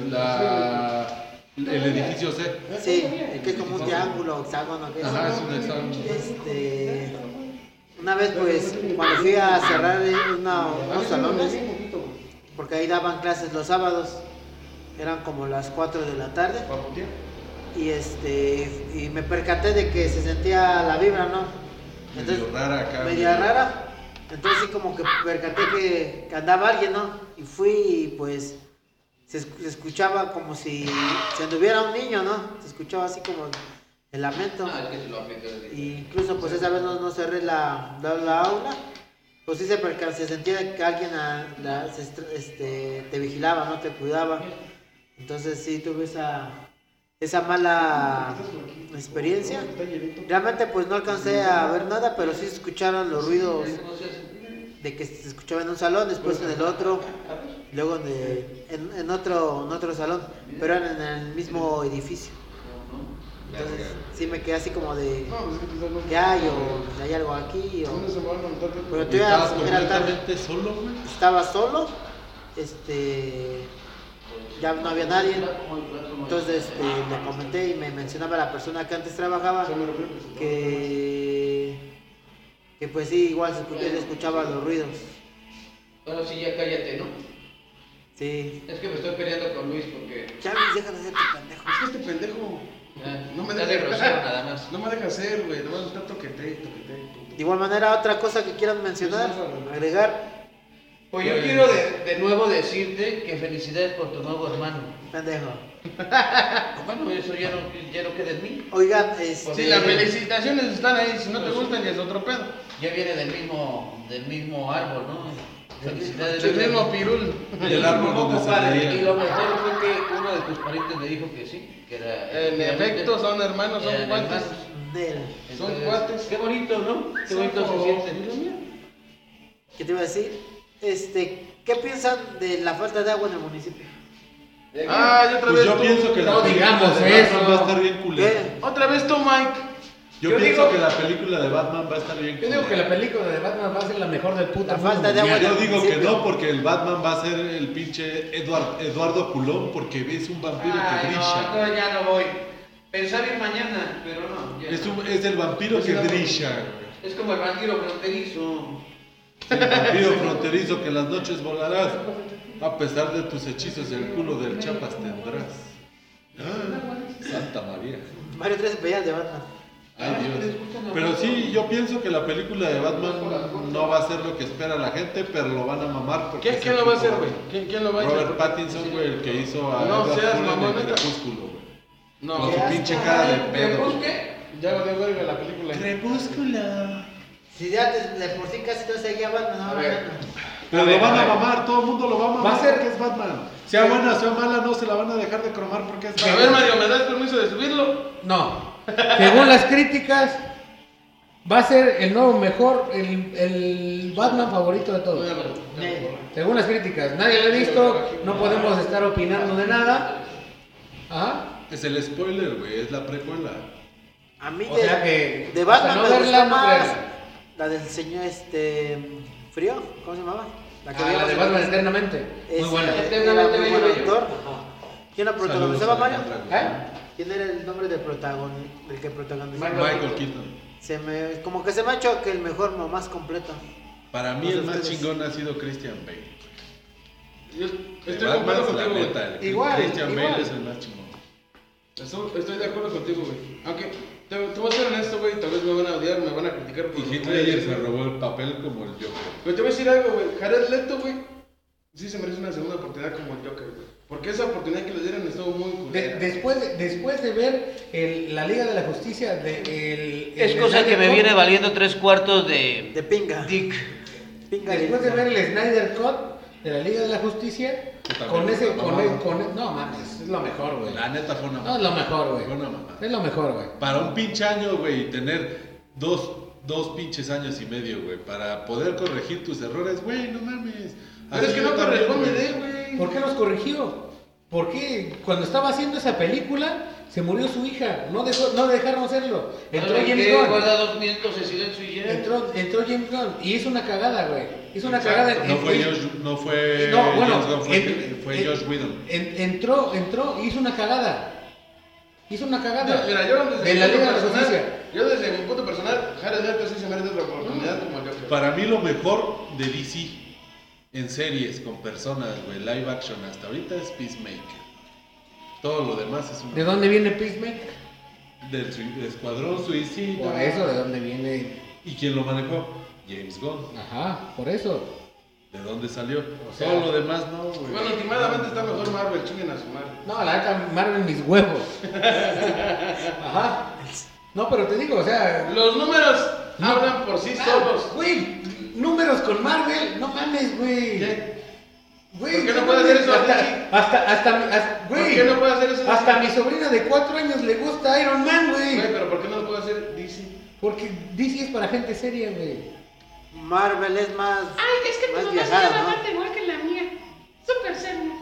la, el edificio C. Sí, que es como un triángulo, hexágono, que es. Ajá, es un examen. Este, una vez, pues, cuando fui a cerrar una, unos salones, porque ahí daban clases los sábados, eran como las cuatro de la tarde. Y este y me percaté de que se sentía la vibra, ¿no? Medio rara acá. media rara. Entonces sí como que percaté que, que andaba alguien, ¿no? Y fui y pues se, esc- se escuchaba como si se anduviera un niño, ¿no? Se escuchaba así como el lamento. Ah, es que se lo aplica desde- Y incluso pues esa vez no, no cerré la, la, la aula. Pues sí se, perca- se sentía que alguien a- la- se estra- este, te vigilaba, ¿no? Te cuidaba. Entonces sí tuve esa, esa mala experiencia. Realmente pues no alcancé a ver nada, pero sí se escucharon los ruidos de que se escuchaba en un salón, después en el otro, luego en, el- en, en otro, en otro salón, pero eran en el mismo edificio. Entonces sí me quedé así como de, ¿qué hay? O hay algo aquí, o... Pero tú ya ¿Estabas era tarde. completamente solo, güey? Estaba solo, este, ya no había nadie, entonces este, le comenté y me mencionaba la persona que antes trabajaba que, que pues sí, igual se escuchaba, él escuchaba los ruidos, Ahora sí, ya cállate, ¿no? sí. Es que me estoy peleando con Luis porque. Charles, deja de ser tu pendejo. Es que este pendejo ah, no me está de deja grosero nada más. No me deja hacer, güey. No me gusta toquete, toquete. De igual manera, otra cosa que quieran mencionar, agregar, Pues yo quiero de, de nuevo decirte que felicidades por tu nuevo hermano. pendejo. Bueno, eso ya no, ya no queda en mí. Oigan, este, Sí, las felicitaciones están ahí. Si no te gustan, ya es otro pedo. Ya viene del mismo, del mismo árbol, ¿no? Felicidades. El mismo pirul. Y el árbol donde se Compadre, y leía. lo mejor fue que uno de tus parientes me dijo que sí, que era... En efecto, son hermanos, son eran cuates. hermanos. Del. Son Entonces, cuates. Qué bonito, ¿no? Qué Son bonito se como- siente. ¿Qué te iba a decir? Este, ¿qué piensan de la falta de agua en el municipio? Ah, y otra Pues vez yo tú. pienso que la no película digamos de Batman eso. va a estar bien culera. ¿Qué? Otra vez tú, Mike. Yo, Yo pienso digo- que la película de Batman va a estar bien Yo digo que culera. la película de Batman va a ser la mejor del puto La mundo falta de mundial. agua. Yo digo que Principio. no, porque el Batman va a ser el pinche Eduard- Eduardo Culón, porque es un vampiro que Ay, brilla. no, no, ya no voy. Pensaba ir mañana, pero no. ya Es, no. un- es el vampiro que brilla, güey. Es como el vampiro fronterizo. El vampiro fronterizo que en las noches volarás. A pesar de tus hechizos, el culo del Chapas tendrás. Ah, Santa María. Mario tres veías de Batman. Ay, Dios. Pero sí, yo pienso que la película de Batman no va a ser lo que espera la gente, pero lo van a mamar. Porque ¿Quién, es quién el lo va a tipo- hacer, güey? ¿Quién, ¿Quién lo va a Robert hacer? Pattinson, güey, el que hizo a No Edward seas Cullen mamón, en neta. Crepúsculo, güey. No, Con su ya, pinche cara de pedo. busque? ya valió verga la película. Crepúsculo. Si ya de, de por sí casi no seguía Batman, ahora A ver. ya no. Pero A ver, lo van a a ver. mamar, todo el mundo lo va a mamar. Va a ser- porque es Batman. Sea buena, sea mala, no se la van a dejar de cromar porque es A Batman. ver, Mario, ¿me das permiso de subirlo? No. Según las críticas, va a ser el nuevo mejor, el, el Batman favorito de todos. Según las críticas, nadie lo ha visto, no podemos estar opinando de nada. Ajá. Es el spoiler, güey, es la precuela. A mí O de, sea que, de Batman hasta no me verla, gustó no más creerla. la del señor este Frío, ¿cómo se llamaba? Ah, vimos la de en- Batman Eternamente. Muy Ese buena. era Eternamente muy bello, buen bello. actor. ¿Quién la protagonizaba, Saludos a Mario? Alejandra, ¿Eh? ¿Quién era el nombre del protagon del que protagonizaba? Michael Michael Keaton. Se me, como que se me ha hecho que el mejor o más completo. Para mí No sé el más ustedes. chingón ha sido Christian Bale. Yo De estoy Batman, concuerdo la contigo, güey. neta, el Igual, Christian igual. Bale es el más chingón. Estoy, estoy de acuerdo contigo, güey. Aunque te, te voy a ser honesto, güey. Tal vez me van a odiar, me van a criticar. por Y lo que Heath voy a Ledger decir, se güey. robó el papel como el Joker. Pero te voy a decir algo, güey. Jared Leto, güey. Sí se merece una segunda oportunidad como el Joker, güey. Porque esa oportunidad que le dieron estuvo muy De- culera. después, de, después de ver el- la Liga de la Justicia de el, Es el cosa que Snyder me Cut, viene valiendo tres cuartos de De pinga. Dick. Pinga Después de pinga. ver el Snyder Cut de la Liga de la Justicia, Que también con ese, está con, mamado. el- con el- no mames, es lo mejor, güey. La neta fue una No, es lo mejor, güey. Fue una mamada. Es lo mejor, güey. Para un pinche año, güey, tener dos, dos pinches años y medio, güey, para poder corregir tus errores, güey, no mames. Pero es Así que yo no también, corresponde güey. de, güey. ¿Por qué los corrigió? ¿Por qué cuando estaba haciendo esa película se murió su hija? No dejó, no dejaron hacerlo. Entró ¿Saben James qué? Gunn. Guarda dos minutos de silencio y ya. Entró, entró James Gunn y hizo una cagada, güey. Hizo una Exacto. cagada. No en- fue en- Josh, no fue No, bueno, James Gunn, fue, en- fue en- Josh Whedon. en- entró, entró y hizo una cagada. Hizo una cagada. Mira, yo desde de mi la punto Liga de la personal, Justicia. yo desde mi punto personal, Jared Leto sí se merece otra oportunidad como el Joker. Para mí lo mejor de D C en series con personas, güey, live action hasta ahorita es Peacemaker. Todo lo demás es una... ¿De dónde viene Peacemaker? Del sui- Escuadrón Suicida. Por eso, ¿de dónde viene? ¿Y quién lo manejó? James Gunn. Ajá, por eso. ¿De dónde salió? O sea- Todo lo demás no, güey. Bueno, últimamente está mejor Marvel, chinguen a su madre. No, la neta, Marvel mis huevos. Ajá. No, pero te digo, o sea. Los números no- hablan por sí Ah, solos. Güey, números con Marvel, no mames, güey. ¿Qué? Güey, ¿Por qué no no puede mames, hacer eso, Hasta, Richie? hasta, hasta, mi- hasta- ¿Por güey. qué no puede hacer eso? Hasta mi sobrina de cuatro años le gusta Iron Man, Güey, güey. pero ¿por qué no lo puede hacer D C? Porque D C es para gente seria, güey. Marvel es más. Ay, es que tu más mamá viajada, se llama ¿no? Marta igual que la mía. Súper seria.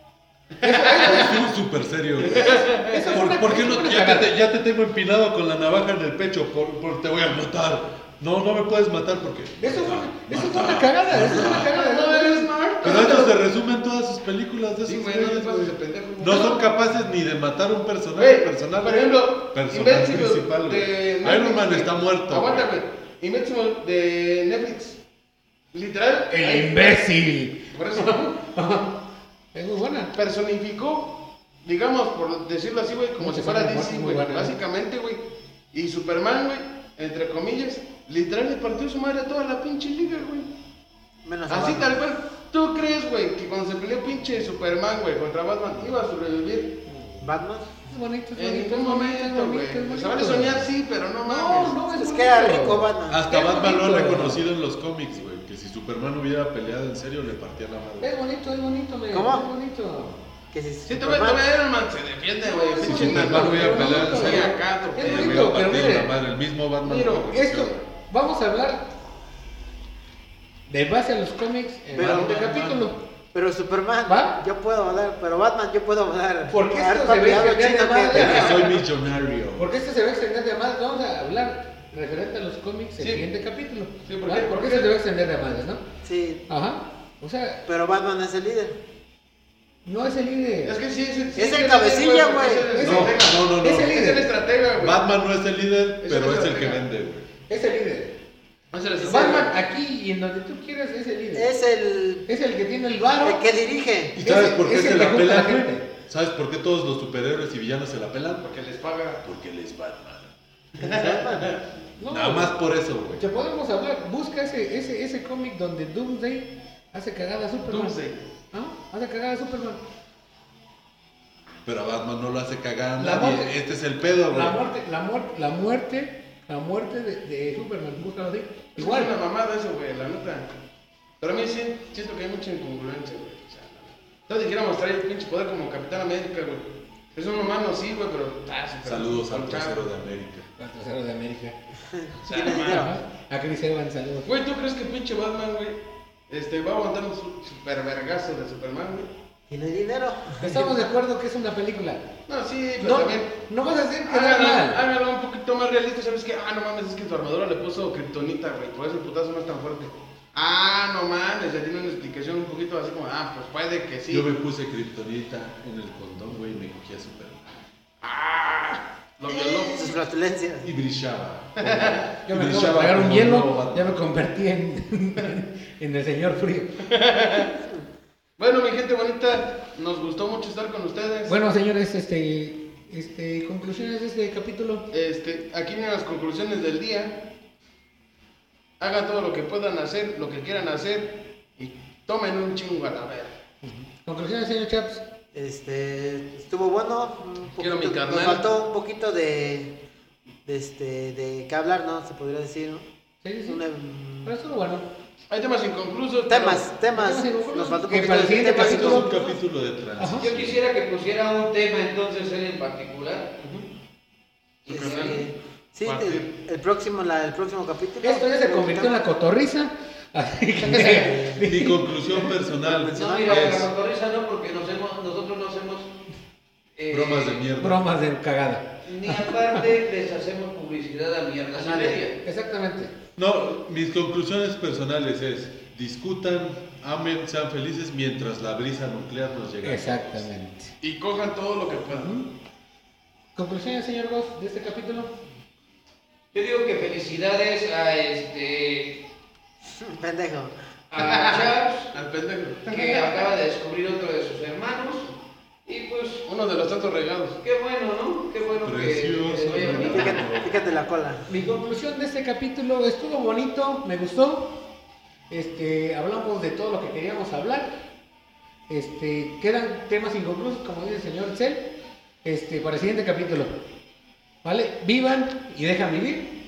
Es un súper serio, güey. Eso es ¿Por, una- por qué es no? una Ya cagada. te, ya te tengo empinado con la navaja en el pecho, por, por- te voy a matar. No, no me puedes matar porque... Eso fue, Mata, eso fue mata. una cagada, eso fue una cagada. No eres Marta. Pero eso se resume en todas sus películas de esos Sí, güey, no te güeyes, pases güey. de pendejo. No son capaces ni de matar a un personaje Güey, personal. por ejemplo, personal Invincible principal, güey. de Iron Netflix, Man güey. está muerto. Aguanta, güey. güey. Invincible de Netflix. Literal. El ahí- imbécil. Por eso. Es muy buena. Personificó, digamos, por decirlo así, güey, como Mucho si fuera muy D C, buena, güey. muy buena. Básicamente, güey. Y Superman, güey, entre comillas, literal le partió su madre a toda la pinche liga, güey. Menos a Así Batman. tal cual. ¿Tú crees, güey, que cuando se peleó pinche Superman, güey, contra Batman, iba a sobrevivir? Batman. Es bonito, es En bonito. ningún es momento, bonito, güey. es Se bonito. vale soñar, sí, pero no mames. No, no, es Es bonito. que era rico Batman. Hasta Qué Batman lo han bonito. reconocido en los cómics, güey. Que Que si Superman hubiera peleado en serio, le partía la madre. Es bonito, es bonito, me. ¿Cómo? Es bonito. Que si Sí, te voy a ver, Iron Man se defiende, güey. Sí, Sí, sí, Superman Superman hubiera peleado en sí, serio, acá, Es le bonito, hubiera pero partido mire. la madre. El mismo Batman. Pero lo esto, reconoció. vamos a hablar de base a los cómics en Pero- este capítulo. Pero Superman, ¿Va? yo puedo volar, pero Batman, yo puedo volar. ¿Por qué Haber esto se ve pateado que chino viene mal? que- Porque soy millonario. Porque esto se va a extender de más. Vamos a hablar referente a los cómics el Sí. siguiente capítulo. Sí, ¿por ¿vale? qué? Porque esto se va a extender de más, ¿no? Sí, Ajá. O sea, pero Batman es el líder. no es el líder. Es que sí, sí, sí, Es sí, el sí, cabecilla, porque güey. Es el Es No, estratega. no, no, no. Es el Es el líder. estratega, güey. Batman no es el líder, Es pero el es el que estratega. vende, güey. Es el líder. Es el estratega. Batman aquí y en donde tú quieras es el líder. Es el, Es el que tiene el varo. el que dirige. ¿Y sabes Ese- por qué es se el que la junta a la pelan, güey? gente. ¿Sabes por qué todos los superhéroes y villanos se la pelan? Porque les paga. Porque él es Batman. No, Nada más por eso, güey. Te podemos hablar. Busca ese, ese, ese cómic donde Doomsday hace cagada a Superman. Doomsday. ¿Ah? Hace cagada a Superman. Pero a Batman no lo hace cagar a La nadie. muerte- Este es el pedo, güey. La muerte, la muerte, la muerte, la muerte de, de Superman. Búscalo así. Igual. Igual. Es una mamada eso, güey, la neta. Pero a mí sí, siento que hay mucha incongruencia, güey. O sea, la neta. Todos dijéramos traer el pinche poder como Capitán América, güey. Es un humano, sí, güey, pero. Ah, súper Saludos al conchado. trasero de América. El tercero de América. O sea, no mames. Ajá. A Chris Evans, saludos. Güey, ¿tú crees que pinche Batman, güey, este, va a aguantar un su- super vergazo de Superman, güey? Tiene dinero. Estamos de acuerdo que es una película. No, sí, pero No, también. no vas a hacer quedar Hágalo, mal. hágalo un poquito más realista, ¿sabes qué? Ah, no mames, es que tu armadura le puso kriptonita, güey, por eso el putazo no es tan fuerte. Ah, no mames, ya tiene una explicación un poquito así como, ah, pues puede que sí. Yo me puse kriptonita en el condón, güey, y me cogí a Superman. Ah, lo violó. Sus flatulencias. Y brillaba. Yo Y me acabo de brillaba tragar un como nuevo hielo, Batman. ya me convertí en, en el señor frío. Bueno, mi gente bonita, nos gustó mucho estar con ustedes. Bueno, señores, este, este, conclusiones de este capítulo. Este, aquí vienen las conclusiones del día. Hagan todo lo que puedan hacer, lo que quieran hacer y tomen un chingo a la verga. Conclusiones, señor Chaps. Este, estuvo bueno. Un Quiero mi poquito- carnal. Nos faltó un poquito de, de este, de qué hablar, ¿no? Se podría decir, ¿no? Sí, sí, sí. Una- Pero estuvo bueno. Hay temas inconclusos. pero- temas, temas. Temas inconclusos. Nos faltó un Que poquito para el de siguiente temas Esto es un capítulo- capítulo de transición. Yo quisiera que pusiera un tema entonces él en particular. Su Este, carnal. sí, Partir. el, el próximo, la, el próximo capítulo. Esto ya se convirtió en la cotorriza. Así que. Mi conclusión personal No, mira, la es cotorriza no, porque nos hemos, nosotros no hacemos. eh, bromas de mierda. Bromas de cagada. Ni aparte les hacemos publicidad a mierdas y media. Exactamente. No, mis conclusiones personales es discutan, amen, sean felices mientras la brisa nuclear nos llega. Exactamente. Y cojan todo lo que puedan. Conclusiones, señor Goff, de este capítulo. Yo digo que felicidades a este. Pendejo. a Chaps, Al pendejo. que acaba de descubrir otro de sus hermanos. Y pues, Uno de los tantos regados. qué bueno, ¿no? Qué bueno que- que Precioso, les vaya ¿no? bonito. Fíjate, fíjate la cola. Mi conclusión de este capítulo estuvo bonito, me gustó. Este, hablamos de todo lo que queríamos hablar. Este, quedan temas inconclusos, como dice el señor Cel, este, para el siguiente capítulo. ¿Vale? Vivan y dejan vivir.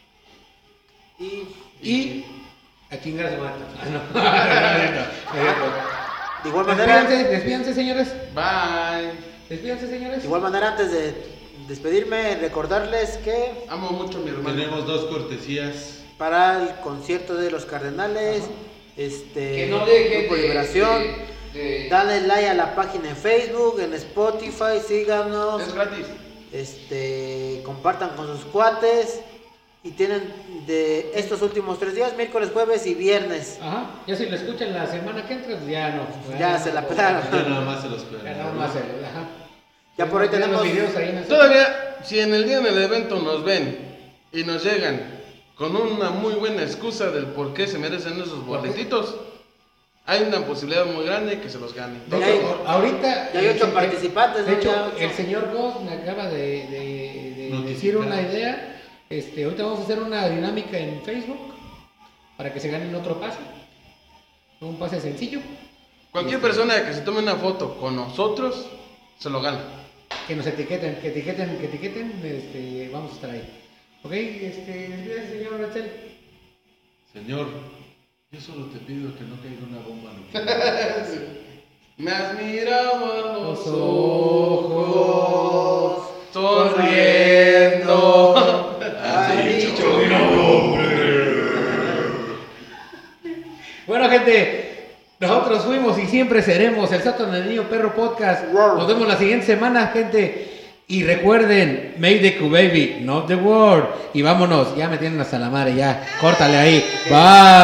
Y Y a chingar a su madre. Ah, no. de igual manera, Despídanse, despídanse, señores. Bye. Despídanse, señores. de igual manera, antes de despedirme, recordarles que Amo mucho a mi hermano. Tenemos dos cortesías. para el concierto de los Cardenales, este, Que no dejen Grupo de, Liberación, de- de- dale like a la página en Facebook, en Spotify, síganos, Es gratis. este, compartan con sus cuates y tienen de estos últimos tres días, miércoles, jueves y viernes. Aja. Ya si lo escuchan la semana que entra, pues ya no. Ya se la pelaron. Ya nada más se los Ya pegan. nada más el- ajá. Ya por ahí Vean los tenemos- videos ahí en el- Todavía, si en el día del evento nos ven y nos llegan con una muy buena excusa del por qué se merecen esos boletitos, hay una posibilidad muy grande que se los ganen. De Ya hecho, hay- ahorita. ya hay el ocho se- participantes, De ¿no? hecho, Ya ocho. el señor Goss me acaba de, de- de Notificar. decir una idea. Este, ahorita vamos a hacer una dinámica en Facebook para que se ganen otro pase. Un pase sencillo. Cualquier persona que se tome una foto con nosotros, se lo gana. Que nos etiqueten, que etiqueten, que etiqueten. Este, vamos a estar ahí. Ok, este, despídase, señor Rachel. Señor, Yo solo te pido que no caiga una bomba nuclear. Me has mirado a los Los ojos, ojos, sonriendo. Has dicho mi nombre. Bueno, gente, nosotros fuimos y siempre seremos el Sótano del Niño Perro Podcast. Nos vemos la siguiente semana, gente. Y recuerden, make the Q baby, not the world. Y vámonos, ya me tienen hasta la madre, ya. Córtale ahí. Bye.